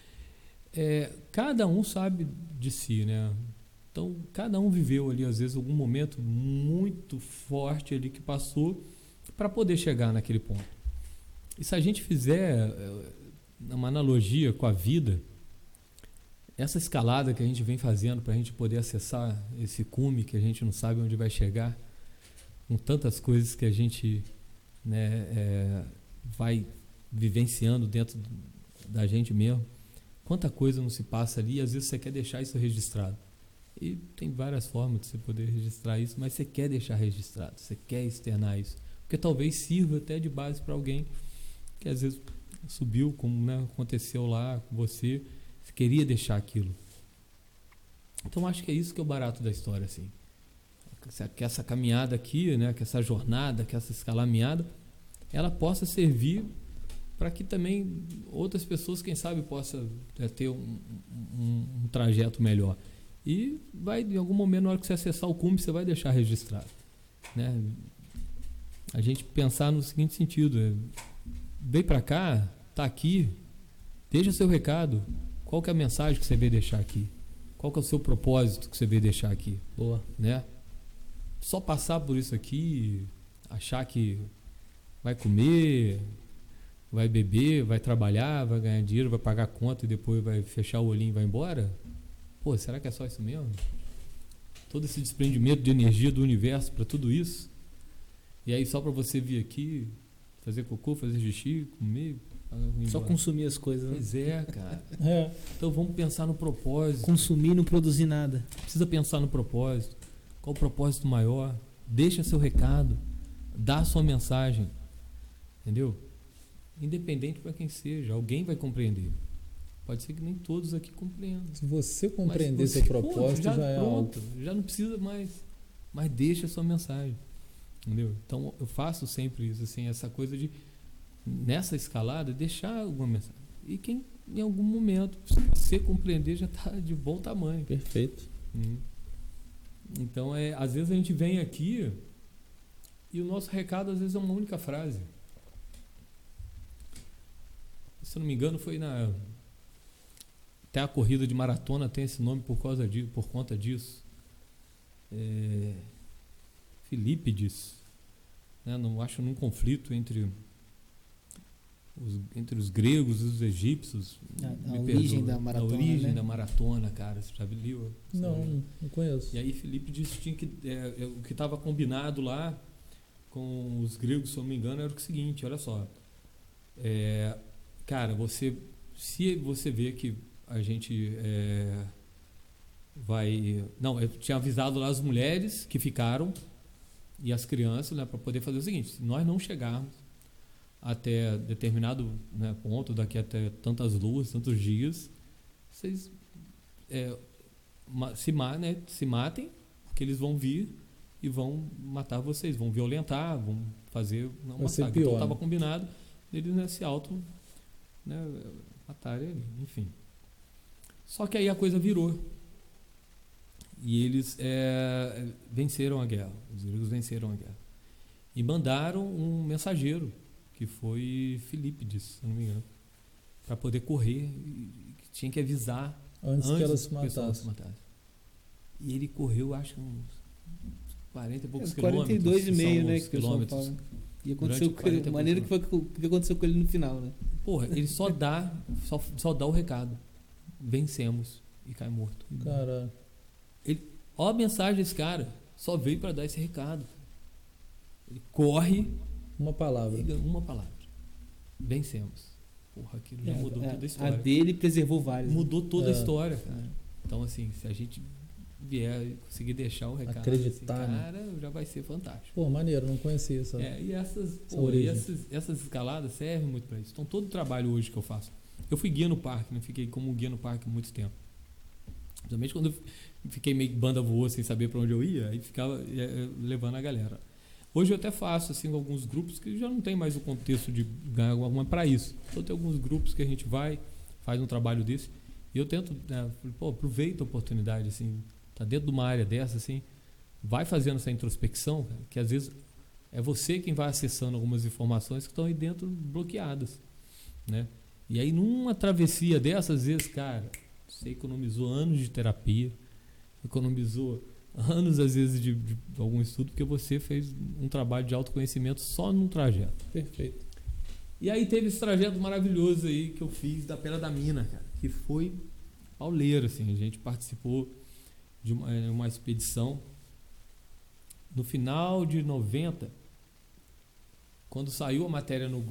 Cada um sabe de si, né? Então cada um viveu ali, às vezes, algum momento muito forte ali que passou para poder chegar naquele ponto. E se a gente fizer uma analogia com a vida, essa escalada que a gente vem fazendo para a gente poder acessar esse cume que a gente não sabe onde vai chegar, com tantas coisas que a gente, né, vai vivenciando dentro da gente mesmo, quanta coisa não se passa ali, e às vezes você quer deixar isso registrado. E tem várias formas de você poder registrar isso, mas você quer deixar registrado, você quer externar isso, porque talvez sirva até de base para alguém que às vezes subiu, como, né, aconteceu lá com você, você queria deixar aquilo. Então acho que é isso que é o barato da história, assim. Que essa caminhada aqui, né, que essa jornada, que essa escalaminhada, ela possa servir para que também outras pessoas, quem sabe, possam ter um trajeto melhor. E vai, em algum momento, na hora que você acessar o cume, você vai deixar registrado, né? A gente pensar no seguinte sentido: vem para cá, tá aqui, deixa seu recado. Qual que é a mensagem que você veio deixar aqui? Qual que é o seu propósito que você veio deixar aqui? Boa. Né? Só passar por isso aqui, achar que vai comer, vai beber, vai trabalhar, vai ganhar dinheiro, vai pagar conta e depois vai fechar o olhinho e vai embora? Pô, será que é só isso mesmo? Todo esse desprendimento de energia do universo para tudo isso? E aí só para você vir aqui, fazer cocô, fazer xixi, comer, Só consumir as coisas, né? Pois é, cara. É. Então vamos pensar no propósito. Consumir e não produzir nada. Precisa pensar no propósito. Qual o propósito maior? Deixa seu recado. Dá a sua mensagem. Entendeu? Independente para quem seja, alguém vai compreender. Pode ser que nem todos aqui compreendam. Se você compreender Mas seu propósito, já é pronto, algo. já não precisa mais. Mas deixa a sua mensagem. Entendeu? Então eu faço sempre isso, assim, essa coisa de, nessa escalada, deixar alguma mensagem. E quem em algum momento, se você compreender, já está de bom tamanho. Perfeito. Então, às vezes a gente vem aqui e o nosso recado às vezes é uma única frase. Se eu não me engano, foi até a corrida de maratona tem esse nome por conta disso. Filípides, né? Não acho num conflito entre os gregos e os egípcios. A origem da maratona. A origem, né? da maratona, cara. Você já viu? Não conheço. E aí Filípides tinha que o que estava combinado lá com os gregos, se eu não me engano, era o seguinte: olha só, cara, se você vê que a gente vai... Não, eu tinha avisado lá as mulheres que ficaram e as crianças, né, para poder fazer o seguinte: se nós não chegarmos até determinado, né, ponto, daqui até tantas luas, tantos dias, vocês se matem, porque eles vão vir e vão matar vocês, vão violentar, vão fazer uma massacre. Então estava combinado eles, né, se matarem ali, enfim. Só que aí a coisa virou. E eles venceram a guerra. Os gregos venceram a guerra. E mandaram um mensageiro, que foi Filípides, se não me engano, para poder correr. Que tinha que avisar antes que elas se matassem. E ele correu, acho, uns 40 e poucos 42,5, né? Que quilômetros. E aconteceu maneira que foi o que aconteceu com ele no final, né? Porra, ele só dá o recado. Vencemos. E cai morto. Caralho. Olha a mensagem desse cara. Só veio para dar esse recado. Ele corre. Uma palavra. Vencemos. Porra, aquilo já mudou toda a A história. dele preservou vários. Mudou toda a história, cara. Então, assim, se a gente vier e conseguir deixar o recado, acreditar, assim, cara, já vai ser fantástico. Pô, maneiro, não conhecia isso. E essas escaladas servem muito para isso. Então, todo o trabalho hoje que eu faço. Eu fui guia no parque, né? Fiquei como guia no parque há muito tempo. Principalmente quando eu fiquei meio que banda voou sem saber para onde eu ia, aí ficava levando a galera. Hoje eu até faço assim alguns grupos que já não tem mais o contexto de ganhar alguma para isso. Então tem alguns grupos que a gente faz um trabalho desse, e eu tento, aproveita a oportunidade, assim, tá dentro de uma área dessa, assim, vai fazendo essa introspecção, cara, que às vezes é você quem vai acessando algumas informações que estão aí dentro bloqueadas, né? E aí numa travessia dessas, às vezes, cara, você economizou anos de terapia, economizou anos, às vezes, de algum estudo, porque você fez um trabalho de autoconhecimento só num trajeto. Perfeito. E aí teve esse trajeto maravilhoso aí que eu fiz da Pedra da Mina, cara, que foi pauleiro, assim. A gente participou de uma expedição no final de 90, quando saiu a matéria no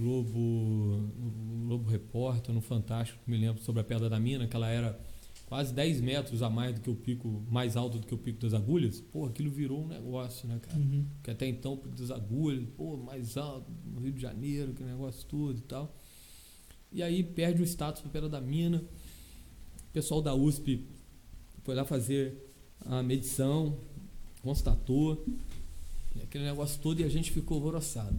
Globo Repórter, no Fantástico, me lembro, sobre a Pedra da Mina, que ela era quase 10 metros a mais do que o pico, mais alto do que o Pico das Agulhas. Pô, aquilo virou um negócio, né, cara? Uhum. Porque até então o Pico das Agulhas, pô, mais alto, no Rio de Janeiro, que negócio todo e tal. E aí perde o status para a Pedra da Mina. O pessoal da USP foi lá fazer a medição, constatou, aquele negócio todo, e a gente ficou alvoroçado.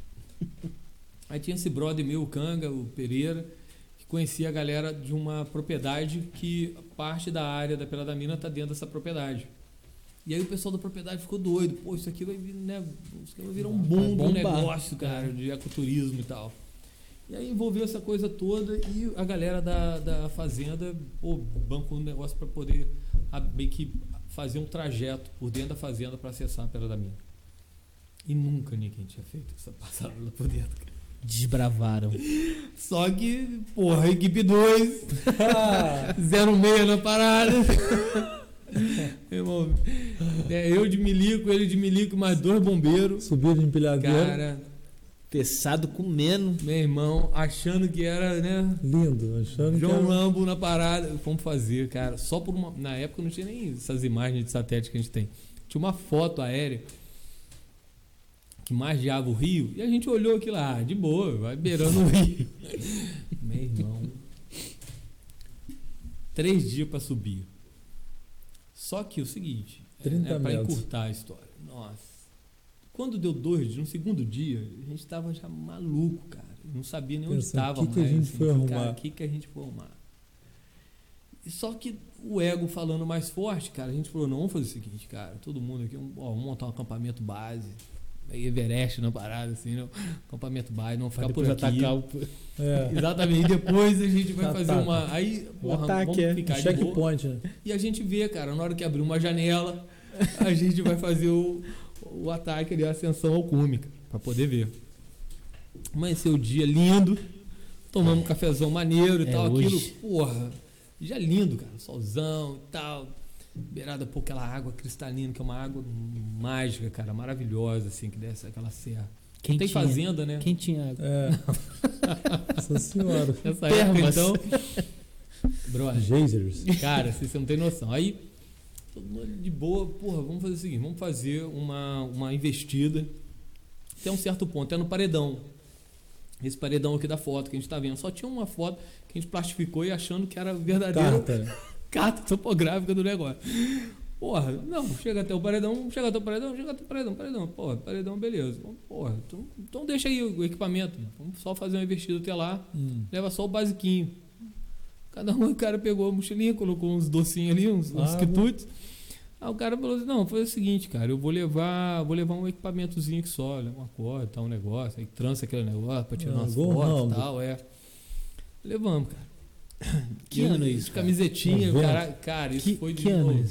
Aí tinha esse brother meu, o Canga, o Pereira, que conhecia a galera de uma propriedade que parte da área da Pedra da Mina está dentro dessa propriedade. E aí o pessoal da propriedade ficou doido. Pô, isso aqui vai virar um boom do negócio, cara, de ecoturismo e tal. E aí envolveu essa coisa toda, e a galera da fazenda, pô, bancou um negócio para poder meio que fazer um trajeto por dentro da fazenda para acessar a Pedra da Mina. E nunca ninguém tinha feito essa passada lá por dentro, cara. Desbravaram. Só que, porra, equipe 2, 0,6 na parada. Irmão, eu de milico, ele de milico, mais 2 bombeiros. Subiu de empilhadeira. Cara, Pesado comendo. Meu irmão, achando que era, né? Lindo, achando João que era... Rambo na parada. Fomos fazer, cara. Só por uma. Na época não tinha nem essas imagens de satélite que a gente tem. Tinha uma foto aérea que margeava o rio. E a gente olhou aquilo lá, de boa, vai beirando o rio. Meu irmão. 3 dias pra subir. Só que o seguinte, 30 pra metros. encurtar a história. Nossa. Quando deu 2 dias, no segundo dia, a gente tava já maluco, cara. Não sabia nem onde estava mais. Que a gente foi arrumar? Cara, o que a gente foi arrumar? E só que o ego falando mais forte, cara, a gente falou, não, vamos fazer o seguinte, cara, todo mundo aqui, vamos montar um acampamento base. Everest na parada, assim, não. Acampamento base, não ficar por aqui. Atacar Exatamente. E depois a gente vai Tá, fazer tá. uma. Aí, porra, ataque, vamos ficar de boa. Checkpoint, né? E a gente vê, cara, na hora que abrir uma janela, a gente vai fazer o ataque ali, a ascensão ao cume, cara, pra poder ver. Amanheceu o dia lindo, tomamos um cafezão maneiro e tal, hoje. aquilo, porra, dia lindo, cara, solzão e tal, beirada por aquela água cristalina, que é uma água mágica, cara, maravilhosa, assim, que desce aquela serra. Quem Tem tinha? fazenda, né? Quem tinha água? Nossa senhora. Nessa Termas. época, então, brother, Geysers. cara, você não tem noção. Aí, todo mundo de boa, porra, vamos fazer o seguinte, vamos fazer uma investida até um certo ponto, é no paredão. Esse paredão aqui da foto que a gente tá vendo, só tinha uma foto que a gente plastificou e achando que era verdadeira carta topográfica do negócio. Porra, não, chega até o paredão, paredão. Porra, paredão, beleza. Porra, então deixa aí o equipamento, vamos só fazer uma investida até lá, leva só o basiquinho. Cada um, o cara pegou a mochilinha, colocou uns docinhos ali, uns quitutes. Aí o cara falou assim, não, foi o seguinte, cara, eu vou levar um equipamentozinho que só, uma corda, tal, um negócio, aí trança aquele negócio pra tirar umas fotos e tal, Levamos, cara. Que ano é isso, cara? Camisetinha, 90. cara, isso foi de ano é isso?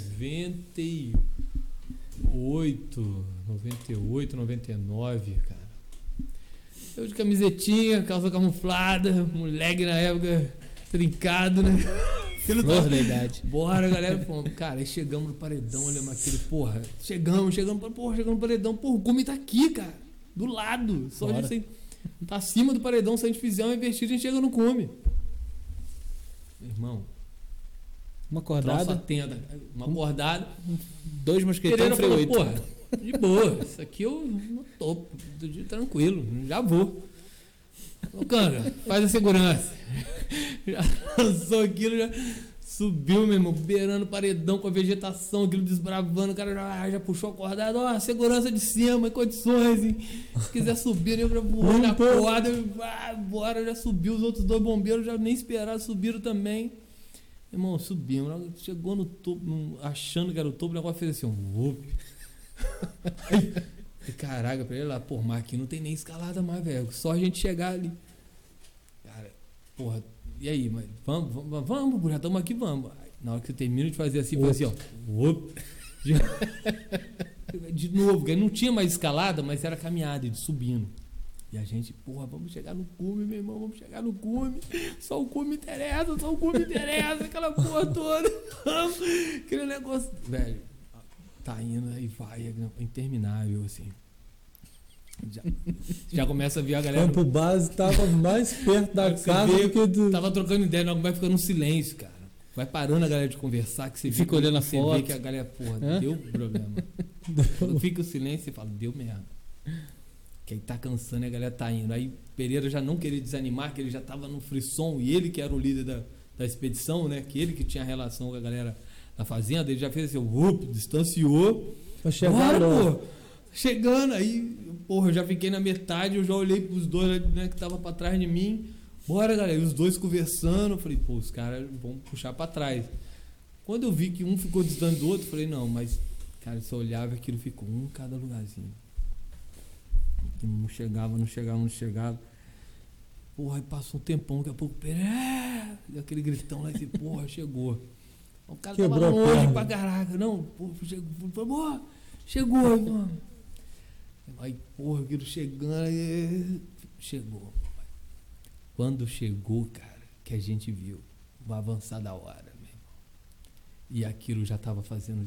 98, 99, cara. Eu de camisetinha, calça camuflada, moleque na época, trincado, né? Flor da idade. Bora, galera. Pô, cara, aí chegamos no paredão, olhamos aquele, porra. Chegamos no paredão. Porra, o cume tá aqui, cara. Do lado. Só a gente tá acima do paredão. Se a gente fizer uma investida, a gente chega no cume. Meu irmão. Uma acordada. Tenda, uma acordada. 2 mosqueteiros, freio 8. Porra, de boa. Isso aqui eu no topo. Tranquilo, já vou. Ô, Canga, faz a segurança. Já lançou aquilo, já subiu, meu irmão, beirando o paredão com a vegetação, aquilo desbravando, o cara já puxou a cordada, ó, segurança de cima, em condições, hein? Se quiser subir, eu já voou na corda, bora, já subiu, os outros 2 bombeiros já nem esperaram, subiram também. Irmão, subimos, chegou no topo, achando que era o topo, o negócio fez assim, caraca, pra ele lá, pô, mas aqui não tem nem escalada mais, velho, só a gente chegar ali. Cara, porra, e aí, mas vamos, já estamos aqui, vamos. Na hora que você termina de fazer assim, faz assim, ó. De novo, porque não tinha mais escalada, mas era caminhada, de subindo. E a gente, porra, vamos chegar no cume, meu irmão, vamos chegar no cume. Só o cume interessa, aquela porra toda. Aquele negócio, velho, tá indo, aí vai, é interminável, assim. Já começa a ver a galera. Campo Base tava mais perto da casa do que do. Tava trocando ideia, não vai ficando um silêncio, cara. Vai parando a galera de conversar, que você fica olhando a você foto. vê que a galera, porra, deu problema. Quando fica o silêncio, você fala, deu merda. Que aí tá cansando e a galera tá indo. Aí Pereira já não queria desanimar, que ele já tava no frisson, e ele que era o líder da expedição, né? Que ele que tinha relação com a galera da fazenda, ele já fez assim, distanciou. Pra chegar pô, chegando, aí, porra, eu já fiquei na metade, eu já olhei pros 2, né, que tava pra trás de mim. Bora, galera, e os 2 conversando, eu falei, pô, os caras vão puxar pra trás. Quando eu vi que um ficou distante do outro, eu falei, não, mas, cara, se eu olhava, aquilo ficou um em cada lugarzinho. E não chegava. Porra, aí passou um tempão, daqui a pouco, e aquele gritão lá, assim, porra, chegou. O cara Quebrou tava longe a perna. pra caraca, não, porra, chegou, mano. Aí, porra, aquilo chegando, chegou. Quando chegou, cara, que a gente viu, vai avançar da hora, meu irmão. E aquilo já tava fazendo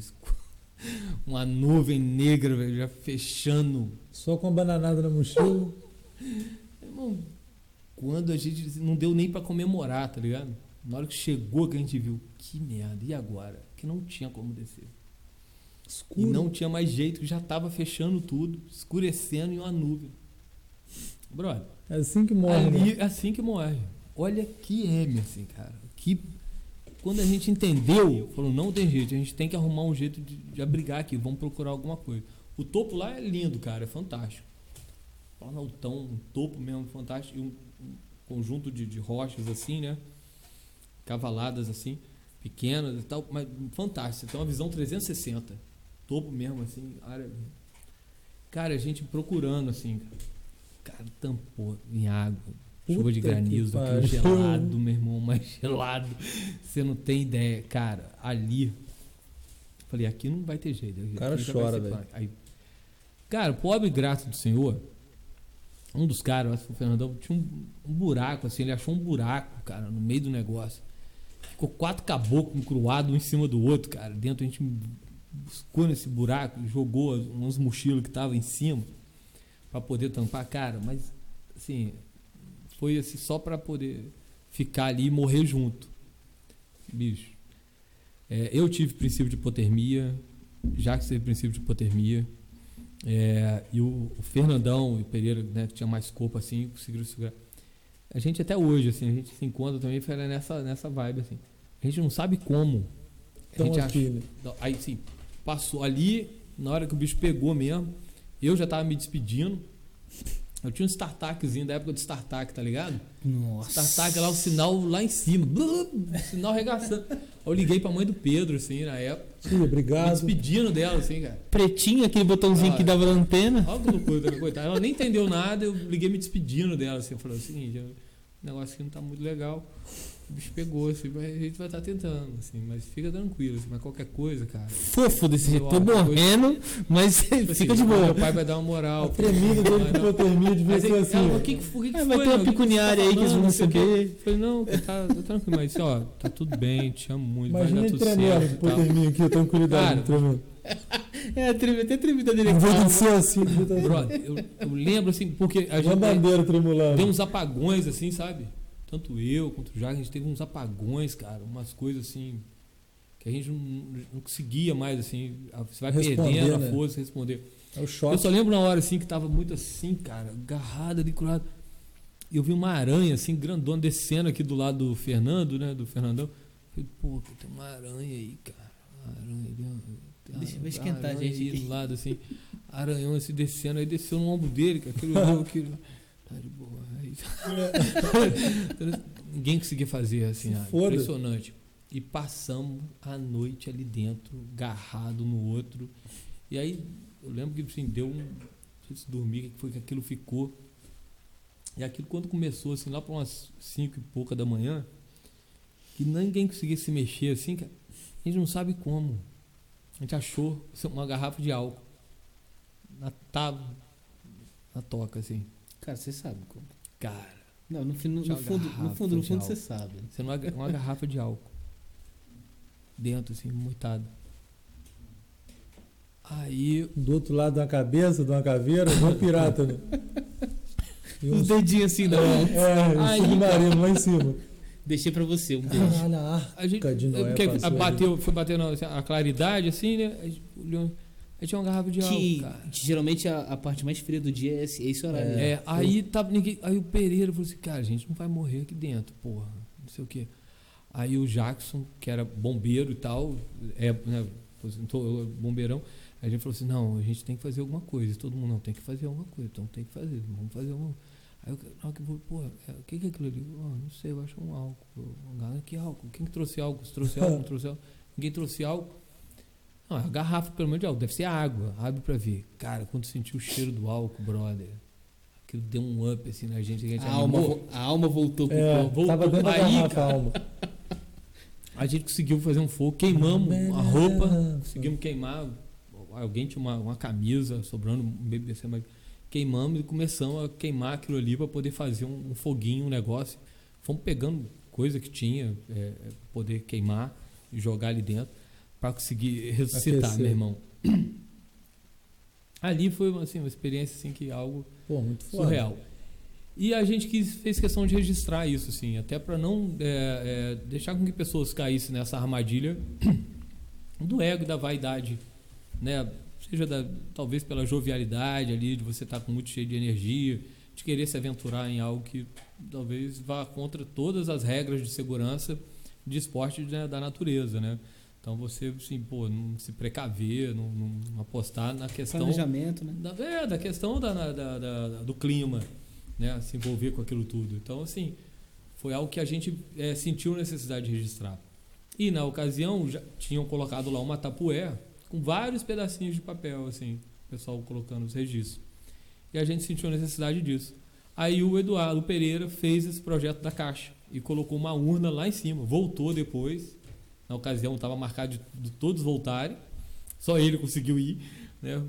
uma nuvem negra, velho, já fechando. Só com a bananada na mochila. Irmão, quando a gente não deu nem pra comemorar, tá ligado? Na hora que chegou que a gente viu, que merda, e agora? Que não tinha como descer. Escuro. E não tinha mais jeito, já tava fechando tudo, escurecendo e uma nuvem. Brother, É assim que morre, ali, né? assim que morre. Olha que M, assim, cara. Que quando a gente entendeu, falou, não tem jeito, a gente tem que arrumar um jeito de abrigar aqui, vamos procurar alguma coisa. O topo lá é lindo, cara, é fantástico. Planaltão, um topo mesmo fantástico, e um conjunto de rochas assim, né? Cavaladas assim, pequenas e tal, mas fantástico. Você tem uma visão 360, topo mesmo assim, área. Cara, a gente procurando assim, cara, tampou em água. Chuva de Puta granizo, que aquilo pariu. gelado, meu irmão, mais gelado. Você não tem ideia. Cara, ali. Falei, aqui não vai ter jeito. O cara aqui já chora, vai ser velho. claro. Aí, cara, pobre graça do Senhor, um dos caras, acho que o Fernandão, tinha um buraco, assim, ele achou um buraco, cara, no meio do negócio. Ficou 4 caboclos encruados um em cima do outro, cara. Dentro a gente buscou nesse buraco, jogou uns mochilos que estavam em cima pra poder tampar, cara, mas assim. Foi assim, só para poder ficar ali e morrer junto. Bicho. Eu tive princípio de hipotermia, Jacques teve princípio de hipotermia. E o Fernandão e o Pereira, né, que tinha mais corpo assim, conseguiram segurar. A gente até hoje, assim, a gente se encontra também foi nessa vibe, assim. A gente não sabe como. A gente aqui, acha, aí, assim, passou ali, na hora que o bicho pegou mesmo, eu já tava me despedindo. Eu tinha um StarTACzinho da época do StarTAC, tá ligado? Nossa. StarTAC lá, o sinal lá em cima. O sinal arregaçando. Eu liguei pra mãe do Pedro, assim, na época. Sim, Me obrigado. despedindo dela, assim, cara. Pretinho, aquele botãozinho que dava na antena. Olha que loucura, coitada. Ela nem entendeu nada, eu liguei me despedindo dela, assim. Eu falei o seguinte, o negócio aqui não tá muito legal. O bicho pegou, assim, mas a gente vai estar tentando, assim, mas fica tranquilo, assim, mas qualquer coisa, cara. Fofo desse jeito. Tô Olha, morrendo, mas Tipo fica assim, de boa. Meu pai vai dar uma moral. A tremida dele Mas com não. hipotermia devia Mas ser aí, assim. ela, ó. o que foi? Vai ter uma O que você pecuniária aí que eles falando? vão Não sei o quê. saber. Eu falei, não, tá tranquilo, mas assim, ó, tá tudo bem, te amo muito, Imagina vai ele dar tudo tremendo certo com e tal. hipotermia aqui, tranquilidade. Cara, Tremendo. Até tremida dele. Em vez de calma. ser assim, devia estar assim. Brother, eu lembro assim, porque a Uma gente bandeira tremulando. deu uns apagões assim, sabe? Tanto eu quanto o Jacques, a gente teve uns apagões, cara, umas coisas assim, que a gente não conseguia mais, assim, você vai Responder, perdendo né? a força de responder. É o Eu choque. só lembro na hora, assim, que tava muito assim, cara, agarrado ali, curado. E eu vi uma aranha, assim, grandona, descendo aqui do lado do Fernando, né, do Fernandão. Falei, pô, tem uma aranha aí, cara. Uma aranha ali, ó. Deixa eu esquentar a aranha gente aí aqui. do lado, assim, aranhão, assim, descendo. Aí desceu no ombro dele, cara, aquele olhou aquilo. Tá de boa. Aí... Ninguém conseguia fazer, assim, Se foda. impressionante. E passamos a noite ali dentro, agarrado no outro. E aí, eu lembro que assim, deu um. Não sei se dormir, o que foi que aquilo ficou. E aquilo, quando começou, assim, lá para umas 5 e pouca da manhã, que ninguém conseguia se mexer, assim, cara, a gente não sabe como. A gente achou uma garrafa de álcool na tábua, na toca, assim. Cara, você sabe como. Cara, Não, no Tinha uma fundo garrafa de você álcool. sabe. você não uma garrafa de álcool dentro, assim, muitada. Aí, Do outro lado de uma cabeça, de uma caveira, igual pirata, né? E Uns dedinhos assim, não. Aí, submarino lá em cima. Deixei pra você um beijo. Caralho, a a gente arca de Noé porque passou foi batendo assim, a claridade, assim, né? A gente olhou, aí tinha uma garrafa de álcool, Que cara. geralmente a parte mais fria do dia é esse horário. né? Aí tava ninguém. Aí o Pereira falou assim, cara, a gente não vai morrer aqui dentro, porra. Não sei o quê. Aí o Jackson, que era bombeiro e tal, né, aposentou, bombeirão, a gente falou assim, não, a gente tem que fazer alguma coisa. Todo mundo, não, tem que fazer alguma coisa, então tem que fazer, vamos fazer alguma coisa. Aí eu que pô, o que é aquilo ali? Não sei, eu acho um álcool. Que álcool? Quem que trouxe álcool? Você trouxe álcool? Não trouxe álcool? Ninguém trouxe álcool? Não, a garrafa, pelo menos, de álcool. Deve ser água. Abre pra ver. Cara, quando senti o cheiro do álcool, brother, aquilo deu um up assim na gente. A alma voltou pro É, corpo. tava dentro da Aí, garrafa, cara, a alma. a gente conseguiu fazer um fogo, queimamos a roupa, conseguimos queimar. Alguém tinha uma camisa sobrando, um BBC, mas queimamos e começamos a queimar aquilo ali para poder fazer um foguinho, um negócio. Fomos pegando coisa que tinha, poder queimar e jogar ali dentro para conseguir ressuscitar, Aquecer. meu irmão. Ali foi assim, uma experiência assim, que algo Pô, muito foda. surreal. E a gente fez questão de registrar isso, assim, até para não deixar com que pessoas caíssem nessa armadilha do ego e da vaidade, né? Seja talvez pela jovialidade ali, de você estar muito cheio de energia, de querer se aventurar em algo que talvez vá contra todas as regras de segurança de esporte, né, da natureza, né? Então você, assim, não se precaver, não apostar na questão... Planejamento, né? Da questão do clima, né? Se envolver com aquilo tudo. Então, assim, foi algo que a gente sentiu necessidade de registrar. E, na ocasião, já tinham colocado lá uma tapué com vários pedacinhos de papel, assim, o pessoal colocando os registros. E a gente sentiu a necessidade disso. Aí o Eduardo Pereira fez esse projeto da caixa e colocou uma urna lá em cima. Voltou depois. Na ocasião estava marcado de todos voltarem. Só ele conseguiu ir, né,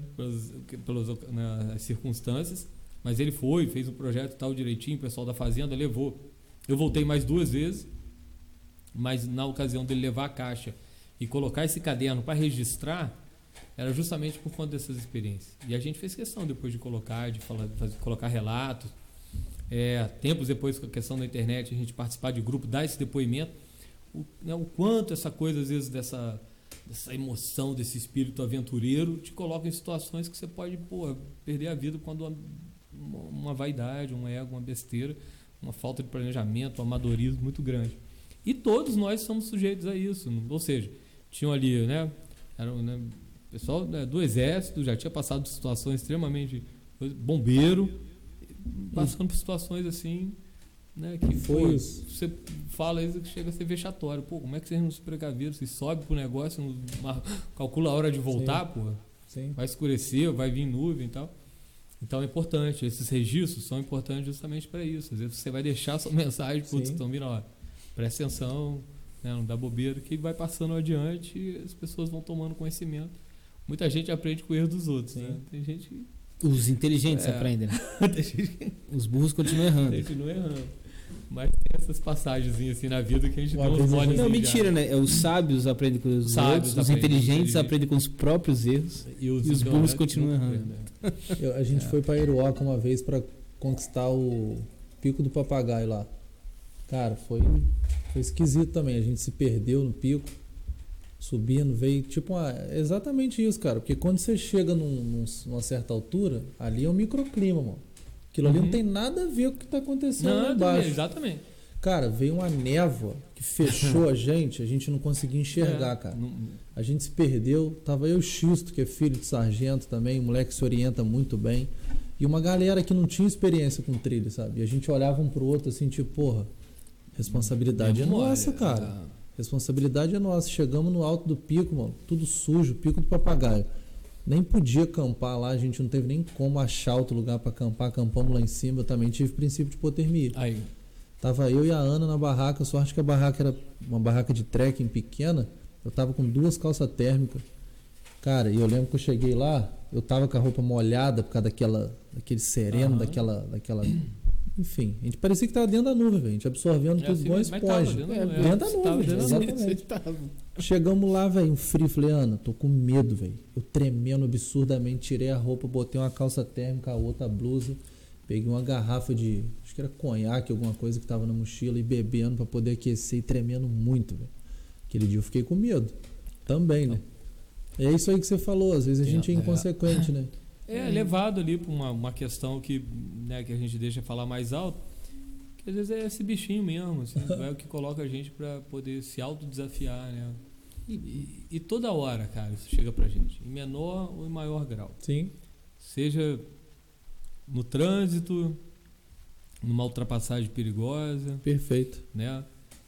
pelas circunstâncias. Mas ele fez o projeto tal direitinho, o pessoal da fazenda levou. Eu voltei mais 2 vezes, mas na ocasião dele levar a caixa e colocar esse caderno para registrar, era justamente por conta dessas experiências. E a gente fez questão depois de colocar, colocar relatos. Tempos depois, com a questão da internet, a gente participar de grupo, dar esse depoimento. O quanto essa coisa, às vezes, dessa emoção, desse espírito aventureiro, te coloca em situações que você pode perder a vida quando uma vaidade, um ego, uma besteira, uma falta de planejamento, um amadorismo muito grande. E todos nós somos sujeitos a isso. Ou seja, tinham ali, né, pessoal, né, do exército, já tinha passado por situações extremamente... bombeiro, passando por situações assim, né, que você fala isso que chega a ser vexatório. Como é que vocês não se precaviram? Vocês sobem pro negócio, calcula a hora de voltar, Sim. Vai escurecer, vai vir nuvem e tal. Então é importante, esses registros são importantes justamente para isso. Às vezes você vai deixar sua mensagem, estão vindo, presta atenção, né, não dá bobeira, que vai passando adiante e as pessoas vão tomando conhecimento. Muita gente aprende com o erro dos outros, né? Tem gente que... Os inteligentes aprendem, né? Os burros continuam errando. Mas tem essas passagens assim na vida que a gente não pode... Não, mentira, né? Os sábios aprendem com os outros, os inteligentes aprendem com os próprios erros e os burros continuam errando. A gente foi para Iruoca uma vez para conquistar o Pico do Papagaio lá. Cara, foi esquisito também. A gente se perdeu no pico, subindo, veio exatamente isso, cara. Porque quando você chega numa certa altura, ali é um microclima, mano. Aquilo ali não tem nada a ver com o que está acontecendo lá embaixo. Exatamente. Cara, veio uma névoa que fechou a gente não conseguia enxergar, cara. A gente se perdeu. Tava eu e o Xisto, que é filho de sargento também, um moleque que se orienta muito bem. E uma galera que não tinha experiência com trilha, sabe? E a gente olhava um pro outro assim, tipo, responsabilidade é nossa, cara. Responsabilidade é nossa. Chegamos no alto do pico, mano, tudo sujo, Pico do Papagaio. Nem podia acampar lá, a gente não teve nem como achar outro lugar para acampar. Acampamos lá em cima, eu também tive princípio de hipotermia. Aí. Tava eu e a Ana na barraca, sorte que a barraca era uma barraca de trekking pequena. Eu tava com 2 calças térmicas. Cara, e eu lembro que eu cheguei lá, eu tava com a roupa molhada por causa daquele sereno, daquela... Enfim, a gente parecia que tava dentro da nuvem, velho. A gente absorvendo tudo assim, igual esponja. Dentro da nuvem, exatamente. Chegamos lá, velho, um frio. Falei, Ana, tô com medo, velho. Eu tremendo absurdamente, tirei a roupa, botei uma calça térmica, a outra blusa. Peguei uma garrafa de, acho que era conhaque, alguma coisa que tava na mochila e bebendo pra poder aquecer e tremendo muito, velho. Aquele dia eu fiquei com medo. Também, né? É isso aí que você falou, às vezes a gente é inconsequente, né? Levado ali para uma questão que, né, que a gente deixa falar mais alto, que às vezes é esse bichinho mesmo, assim, é o que coloca a gente para poder se autodesafiar, né? E toda hora, cara, isso chega pra gente, em menor ou em maior grau. Sim. Seja no trânsito, numa ultrapassagem perigosa. Perfeito. Né?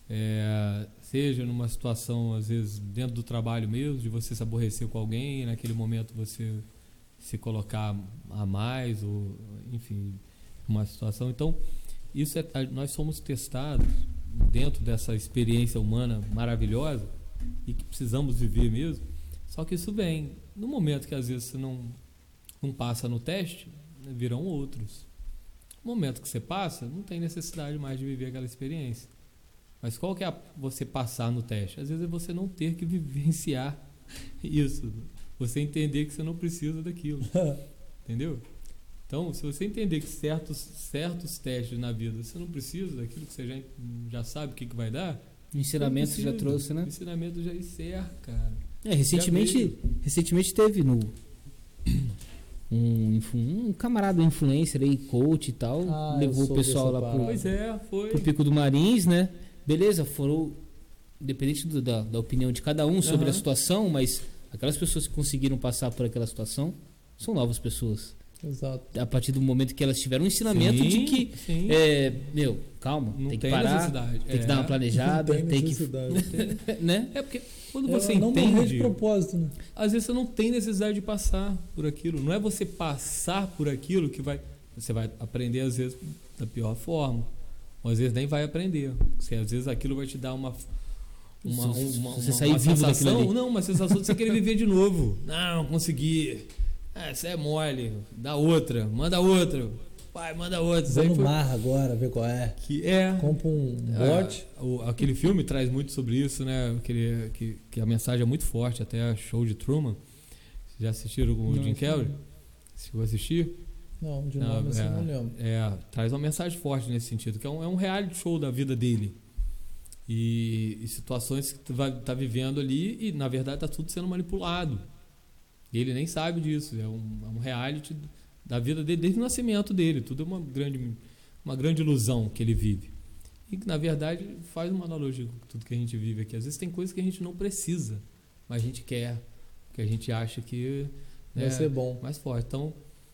Seja numa situação, às vezes, dentro do trabalho mesmo, de você se aborrecer com alguém, e naquele momento você se colocar a mais, ou enfim, uma situação. Então, isso nós somos testados dentro dessa experiência humana maravilhosa e que precisamos viver mesmo. Só que isso vem no momento que às vezes você não passa no teste, né, virão outros. No momento que você passa, não tem necessidade mais de viver aquela experiência. Mas qual que é você passar no teste? Às vezes é você não ter que vivenciar isso. Você entender que você não precisa daquilo. Entendeu? Então, se você entender que certos testes na vida você não precisa daquilo que você já sabe o que vai dar. O ensinamento você já trouxe, né? O ensinamento já encerra, cara. Recentemente teve um camarada influencer aí, coach e tal, levou o pessoal lá pro Pico do Marins, né? Beleza, foram independente da opinião de cada um sobre a situação, mas aquelas pessoas que conseguiram passar por aquela situação são novas pessoas. Exato. A partir do momento que elas tiveram um ensinamento de que calma, não tem que parar, tem que dar uma planejada, tem que né? É porque quando você não entende de propósito, né? Às vezes você não tem necessidade de passar por aquilo. Não é você passar por aquilo que você vai aprender às vezes da pior forma, ou às vezes nem vai aprender. Porque às vezes aquilo vai te dar uma sensação, uma sensação de você querer viver de novo. Não, consegui. Isso é mole. Dá outra, manda outra. Pai, manda outra. Vou no mar agora, ver qual é. Compra um bote. Aquele filme traz muito sobre isso, né? Que a mensagem é muito forte, até Show de Truman. Já assistiram com o Jim Carrey? Chegou a assistir? Não, de nome assim não lembro. Traz uma mensagem forte nesse sentido, que é um reality show da vida dele. E situações que tu vai estar vivendo ali e, na verdade, está tudo sendo manipulado. E ele nem sabe disso. É um reality da vida dele, desde o nascimento dele. Tudo é uma grande ilusão que ele vive. E que, na verdade, faz uma analogia com tudo que a gente vive aqui. Às vezes tem coisas que a gente não precisa, mas a gente quer, que a gente acha que vai ser bom. Mais forte. Então,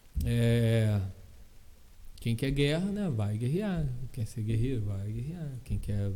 quem quer guerra, né, vai guerrear. Quer ser guerreiro, vai guerrear. Quem quer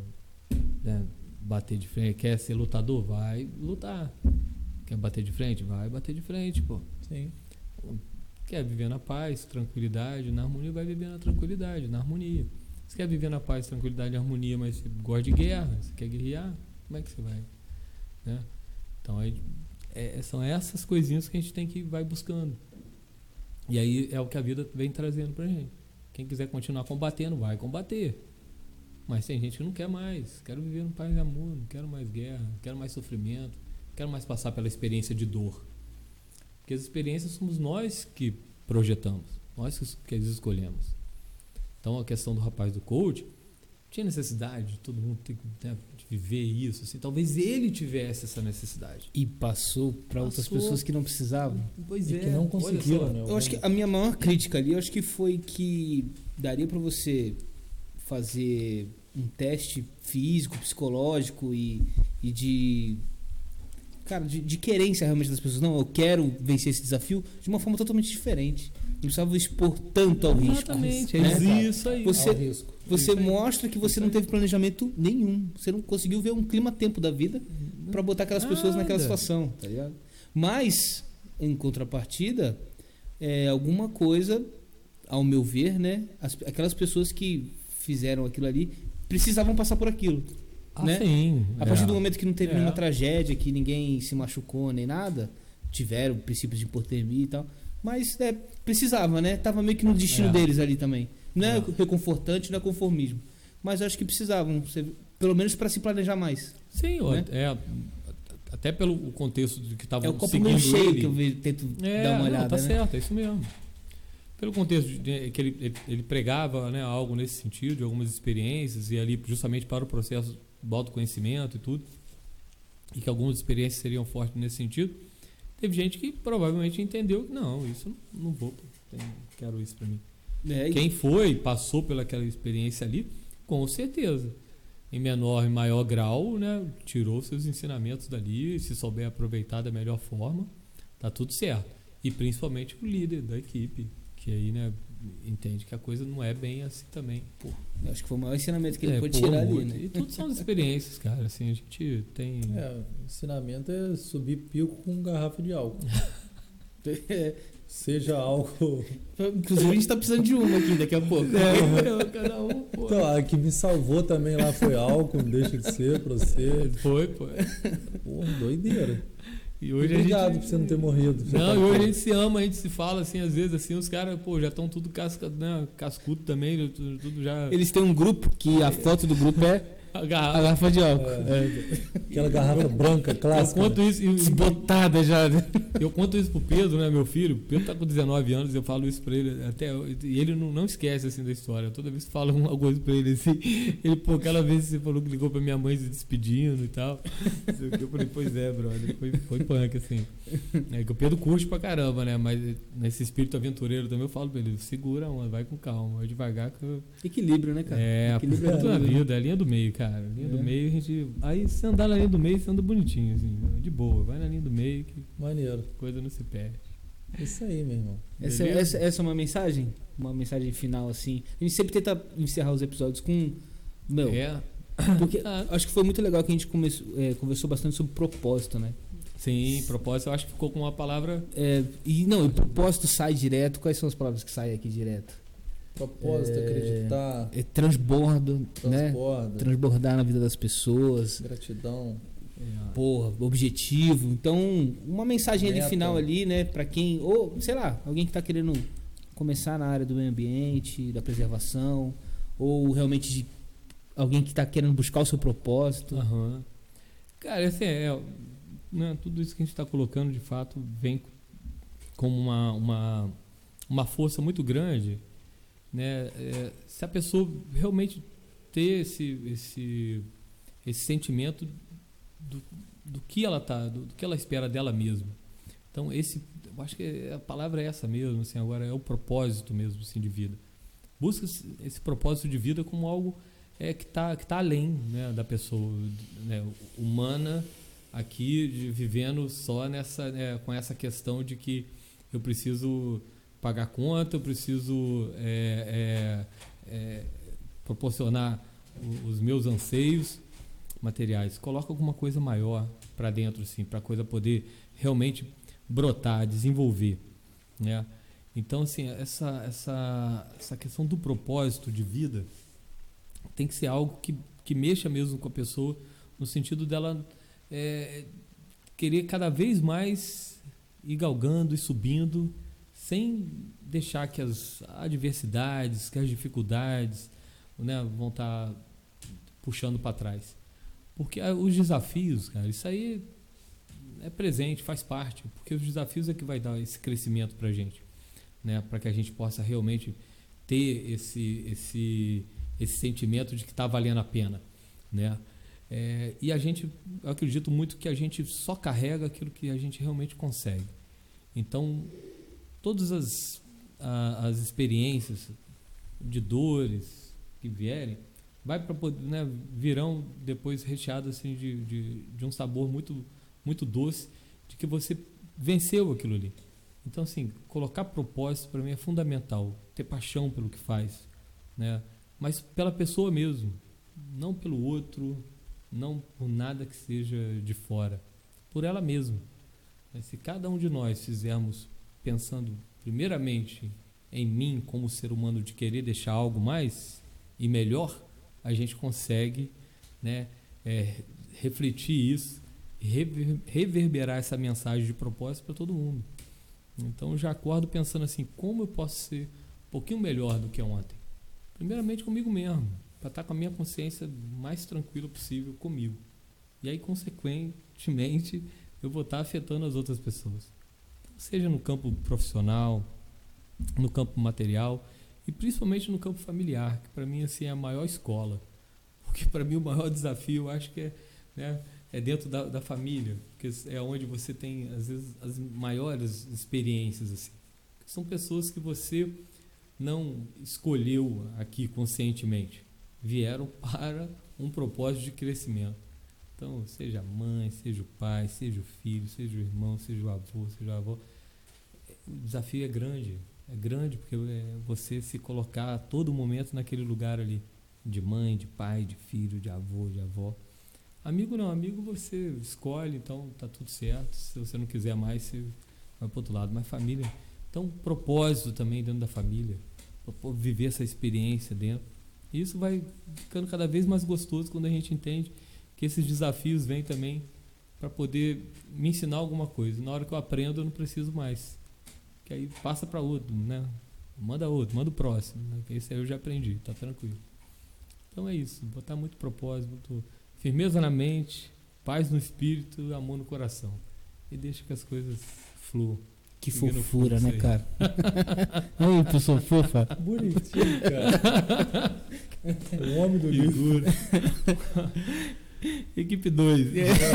bater de frente, quer ser lutador, vai lutar. Quer bater de frente, vai bater de frente, pô. Sim. Quer viver na paz, tranquilidade, na harmonia, vai viver na tranquilidade, na harmonia. Você quer viver na paz, tranquilidade e harmonia, mas você gosta de guerra, você quer guerrear, como é que você vai? Né? Então, são essas coisinhas que a gente tem que vai buscando. E aí é o que a vida vem trazendo pra gente. Quem quiser continuar combatendo, vai combater. Mas tem gente que não quer mais. Quero viver no paz e amor, não quero mais guerra, não quero mais sofrimento, não quero mais passar pela experiência de dor. Porque as experiências somos nós que projetamos, nós que as escolhemos. Então a questão do rapaz do coach, tinha necessidade de todo mundo ter, de viver isso. Assim, talvez ele tivesse essa necessidade. E passou para outras pessoas que não precisavam. Pois é. Que não conseguiram. Né? Eu acho que a minha maior crítica ali, eu acho que foi que daria para você fazer um teste físico, psicológico e de querência realmente das pessoas. Não, eu quero vencer esse desafio de uma forma totalmente diferente. Não precisava expor tanto ao risco. Exatamente, né? Isso aí. Você mostra que você não teve planejamento nenhum. Você não conseguiu ver um clima-tempo da vida para botar aquelas pessoas naquela situação, tá ligado? Mas, em contrapartida, alguma coisa, ao meu ver, né? Aquelas pessoas que fizeram aquilo ali precisavam passar por aquilo. Né? Sim. A partir do momento que não teve nenhuma tragédia, que ninguém se machucou nem nada, tiveram princípios de hipotermia e tal, mas precisava, né? Tava meio que no destino deles ali também. Não é reconfortante, não é conformismo, mas eu acho que precisavam, pelo menos para se planejar mais. Sim, né? Até pelo contexto de que estavam seguindo meio cheio ele. Que eu tento dar uma olhada. Tá certo, é isso mesmo. Pelo contexto de que ele pregava, né, algo nesse sentido, de algumas experiências, e ali justamente para o processo do autoconhecimento e tudo, e que algumas experiências seriam fortes nesse sentido, teve gente que provavelmente entendeu que não, isso não vou, não quero isso para mim. Quem passou pelaquela experiência ali, com certeza, em menor e maior grau, né, tirou seus ensinamentos dali, se souber aproveitar da melhor forma, tá tudo certo. E principalmente o líder da equipe, que aí, né, entende que a coisa não é bem assim também. Pô, eu acho que foi o maior ensinamento que ele pôde tirar ali, né? E tudo são experiências, cara, assim, a gente tem... o ensinamento é subir pico com garrafa de álcool. Seja álcool... Inclusive a gente tá precisando de uma aqui daqui a pouco. Cada um, pô. Então, a que me salvou também lá foi álcool, não deixa de ser pra você. Foi. Porra, doideira. E hoje obrigado por você não ter morrido. Não, e hoje a gente se ama, a gente se fala assim, às vezes assim, os caras, já estão tudo cascudo também, tudo já... Eles têm um grupo que a foto do grupo A A garrafa. garrafa de álcool. Aquela garrafa branca, Eu clássica. conto isso Desbotada já. eu conto isso pro Pedro, né, meu filho. O Pedro tá com 19 anos, eu falo isso pra ele e ele não esquece assim da história. Toda vez que falo alguma coisa pra ele assim, ele, pô, aquela vez você falou que ligou pra minha mãe se despedindo e tal. Eu falei, pois é, brother, foi punk assim. É que o Pedro curte pra caramba, né, mas nesse espírito aventureiro também eu falo pra ele, segura, mano, vai com calma, vai devagar que Equilíbrio, né, cara? Equilíbrio tudo na né? vida, é a linha do meio, cara. A linha do meio, a gente. Aí se andar na linha do meio, você anda bonitinho, assim, de boa. Vai na linha do meio que Maneiro. coisa não se perde. Isso aí, meu irmão. Essa é uma mensagem? Uma mensagem final, assim. A gente sempre tenta encerrar os episódios com. Meu, porque acho que foi muito legal que a gente conversou bastante sobre propósito, né? Sim, propósito, eu acho que ficou com uma palavra. O propósito sai direto. Quais são as palavras que saem aqui direto? Propósito, acreditar, Transbordo, né? transborda, Transbordar na vida das pessoas. gratidão. Porra, objetivo. Então, uma mensagem ali Meta. final ali, né, pra quem, ou sei lá, alguém que tá querendo começar na área do meio ambiente, da preservação, ou realmente alguém que tá querendo buscar o seu propósito. Aham. Cara, assim, né, tudo isso que a gente está colocando, de fato, vem como uma força muito grande, né? Se a pessoa realmente ter esse sentimento do que ela tá, do que ela espera dela mesma. Então eu acho que a palavra é essa mesmo, assim, agora é o propósito mesmo, assim, de vida. Busca esse propósito de vida como algo que tá além, né, da pessoa, né, humana aqui, vivendo só com essa questão de que eu preciso pagar conta, eu preciso proporcionar os meus anseios materiais. Coloca alguma coisa maior para dentro, assim, para a coisa poder realmente brotar, desenvolver, né? Então, assim, essa questão do propósito de vida tem que ser algo que mexa mesmo com a pessoa, no sentido dela querer cada vez mais ir galgando e subindo, sem deixar que as adversidades, que as dificuldades, né, vão estar puxando para trás. Porque os desafios, cara, isso aí é presente, faz parte, porque os desafios é que vai dar esse crescimento para a gente, né, para que a gente possa realmente ter esse sentimento de que está valendo a pena, né? E eu acredito muito que a gente só carrega aquilo que a gente realmente consegue. Então, todas as experiências de dores que vierem, virão depois recheadas assim, de um sabor muito, muito doce, de que você venceu aquilo ali. Então, assim, colocar propósito para mim é fundamental, ter paixão pelo que faz, né? Mas pela pessoa mesmo, não pelo outro, não por nada que seja de fora, por ela mesma. Se cada um de nós fizermos pensando primeiramente em mim como ser humano, de querer deixar algo mais e melhor, a gente consegue, né, refletir isso, reverberar essa mensagem de propósito para todo mundo. Então eu já acordo pensando assim, como eu posso ser um pouquinho melhor do que ontem? Primeiramente comigo mesmo, para estar com a minha consciência mais tranquila possível comigo. E aí, consequentemente, eu vou estar afetando as outras pessoas. Então, seja no campo profissional, no campo material e principalmente no campo familiar, que para mim assim, é a maior escola. Porque para mim o maior desafio, eu acho que é dentro da família, porque é onde você tem, às vezes, as maiores experiências. Assim. São pessoas que você não escolheu aqui conscientemente, vieram para um propósito de crescimento. Então, seja a mãe, seja o pai, seja o filho, seja o irmão, seja o avô, seja a avó, o desafio é grande porque você se colocar a todo momento naquele lugar ali, de mãe, de pai, de filho, de avô, de avó. Amigo não, amigo você escolhe, então tá tudo certo, se você não quiser mais, você vai para o outro lado, mas família, então propósito também dentro da família, viver essa experiência dentro, e isso vai ficando cada vez mais gostoso quando a gente entende que esses desafios vêm também para poder me ensinar alguma coisa, na hora que eu aprendo eu não preciso mais, que aí passa para outro, né? Manda o próximo, né? Esse aí eu já aprendi, tá tranquilo. Então é isso, botar muito propósito, firmeza na mente, paz no espírito, amor no coração. E deixa que as coisas fluam. Que fofura, né, cara? Ai, pessoa fofa. Bonitinho, cara. O homem do livro. Equipe 2.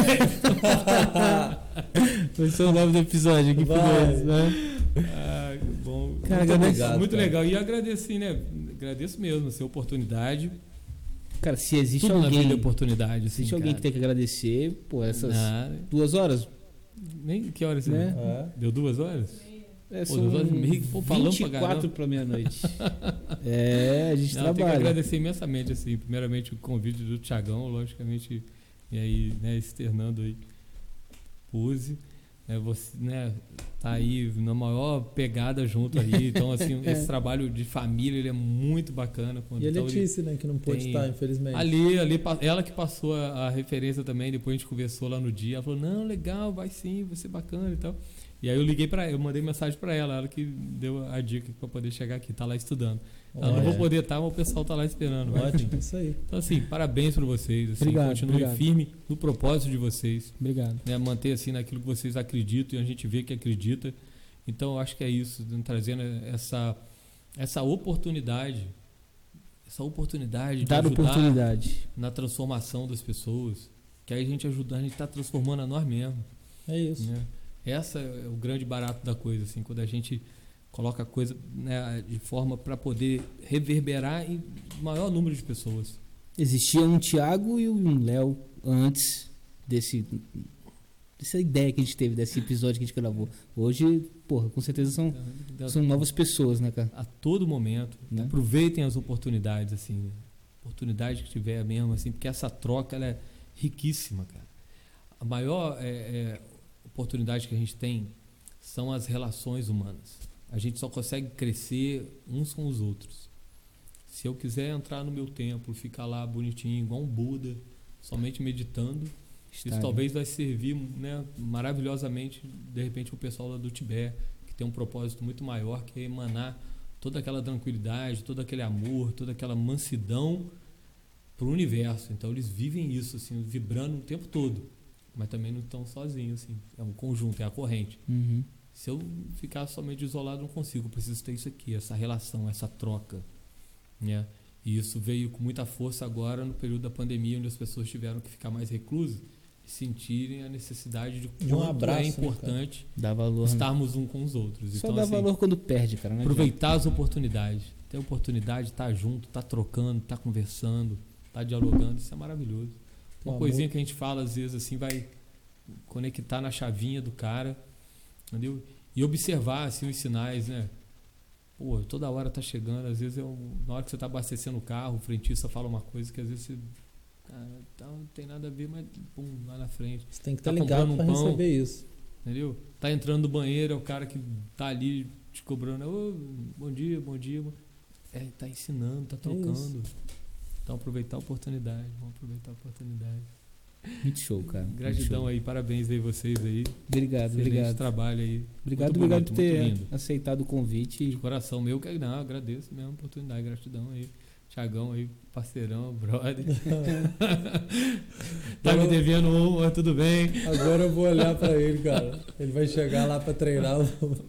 Vai ser o nome do episódio, Equipe 2, né? Ah, que bom. Cara, muito legal. E agradecer, né? Agradeço mesmo essa oportunidade. Cara, se existe Tudo alguém. Na vida é oportunidade. Se existe assim, alguém que tem que agradecer, pô, essas 2 horas. Nem que horas você né? deu 2 horas? São 2 horas e meia, pô, falando 24 para meia-noite. A gente trabalha. Tem que agradecer imensamente, assim, primeiramente o convite do Thiagão, logicamente, e aí, né, externando aí, Puse, né, você, né, tá aí na maior pegada junto aí, então, assim, esse trabalho de família, ele é muito bacana. Quando, e a Letícia, né, que não pôde estar, infelizmente. Ali, ela que passou a referência também, depois a gente conversou lá no dia, ela falou, não, legal, vai sim, vai ser bacana e tal. E aí eu mandei mensagem para ela que deu a dica para poder chegar aqui, tá lá estudando. Eu não vou poder estar, mas o pessoal tá lá esperando. Ótimo, isso aí. Então assim, parabéns para vocês, assim, continuem firme no propósito de vocês. Obrigado. Né, manter assim naquilo que vocês acreditam e a gente vê que acredita. Então eu acho que é isso, trazendo essa oportunidade, de dar ajudar oportunidade na transformação das pessoas, que aí a gente está transformando a nós mesmos. É isso. Né? Essa é o grande barato da coisa, assim, quando a gente coloca a coisa, né, de forma para poder reverberar em maior número de pessoas. Existia um Thiago e um Léo antes dessa ideia que a gente teve, desse episódio que a gente gravou. Hoje, porra, com certeza são novas pessoas, né, cara? A todo momento, né? Aproveitem as oportunidades, assim, oportunidade que tiver mesmo, assim, porque essa troca ela é riquíssima, cara. A maior oportunidade que a gente tem são as relações humanas. A gente só consegue crescer uns com os outros. Se eu quiser entrar no meu templo, ficar lá bonitinho, igual um Buda, somente meditando, isso talvez vai servir, né, maravilhosamente, de repente, o pessoal lá do Tibete, que tem um propósito muito maior, que é emanar toda aquela tranquilidade, todo aquele amor, toda aquela mansidão para o universo. Então eles vivem isso, assim, vibrando o tempo todo. Mas também não estão sozinhos, assim. É um conjunto, é a corrente. Uhum. Se eu ficar somente isolado, não consigo. Eu preciso ter isso aqui, essa relação, essa troca. Né? E isso veio com muita força agora no período da pandemia, onde as pessoas tiveram que ficar mais reclusas e sentirem a necessidade de um abraço, é importante, né, dá valor, estarmos uns com os outros. Só então, dá assim, valor quando perde, cara. Aproveitar as oportunidades. Ter oportunidade de estar junto, estar trocando, estar conversando, estar dialogando. Isso é maravilhoso. Uma coisinha que a gente fala, às vezes, assim, vai conectar na chavinha do cara, entendeu? E observar, assim, os sinais, né? Pô, toda hora tá chegando, às vezes na hora que você tá abastecendo o carro, o frentista fala uma coisa que às vezes você, cara, não tem nada a ver, mas pum, lá na frente. Você tem que estar ligado para receber isso. Entendeu? Tá entrando no banheiro, é o cara que tá ali te cobrando, bom dia. Tá ensinando, tá trocando. Então aproveitar a oportunidade, vamos aproveitar a oportunidade. Muito show, cara. Gratidão aí, parabéns aí vocês aí. Obrigado. Trabalho aí. Obrigado por ter aceitado o convite. De coração meu, agradeço mesmo a oportunidade, gratidão aí. Thiagão aí, parceirão, brother. Tá me devendo mas tudo bem. Agora eu vou olhar pra ele, cara. Ele vai chegar lá pra treinar.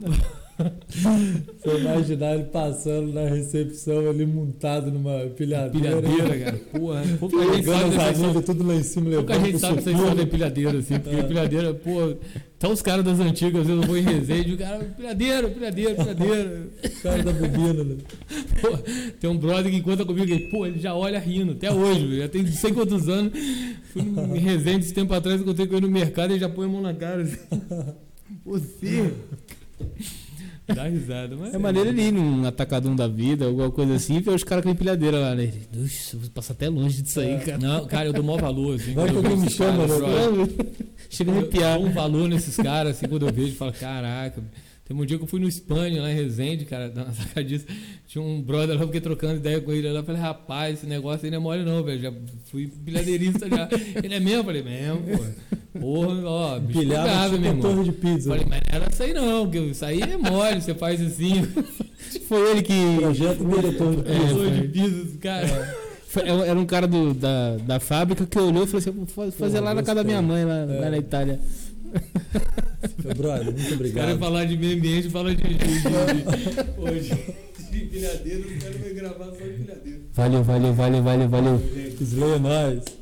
Você imaginar ele passando na recepção ali montado numa empilhadeira. Cara. Porra, pouca gente sabe dessa história. Tudo lá em cima levando. Pouca gente sabe essa história da empilhadeira, assim. Porque empilhadeira, pô, tá os caras das antigas, às vezes eu vou em Resende, o cara, empilhadeira. O cara da bobina, né? Pô, tem um brother que conta comigo, ele já olha rindo, até hoje, já tem não sei quantos anos. Fui em Resende esse tempo atrás, encontrei com ele no mercado e já põe a mão na cara. Assim. Você. Dá risada, mas. É maneiro ele ir num atacadão da vida, alguma coisa assim, e ver os caras com a empilhadeira lá, né? Ixi, eu vou passar até longe disso aí, cara. Não, cara, eu dou maior valor, assim. Vai que alguém me chama, né? Chega a arrepiar. Eu dou um valor nesses caras, assim, quando eu vejo, falo, caraca. Tem um dia que eu fui no Espanha, lá em Resende, cara, na sacadista. Tinha um brother lá, eu fiquei trocando ideia com ele lá. Eu falei, rapaz, esse negócio aí não é mole não, velho. Já fui empilhadeirista já. Ele é mesmo? Eu falei, mesmo, pô. Porra, ó, bicho empilhava, meu irmão. Torre de pizza. Falei, mas não era isso aí não, porque isso aí é mole, você faz assim. Foi ele que... Projeto diretor de pizza. Torre de pizza, cara. Era um cara da fábrica que olhou e falou assim: vou fazer lá na casa da minha mãe, lá na Itália. Meu brother, muito obrigado. Os caras falar de meio ambiente, fala de hoje. De empilhadeiro, os caras vão gravar só de empilhadeiro. Valeu. Slay é nóis.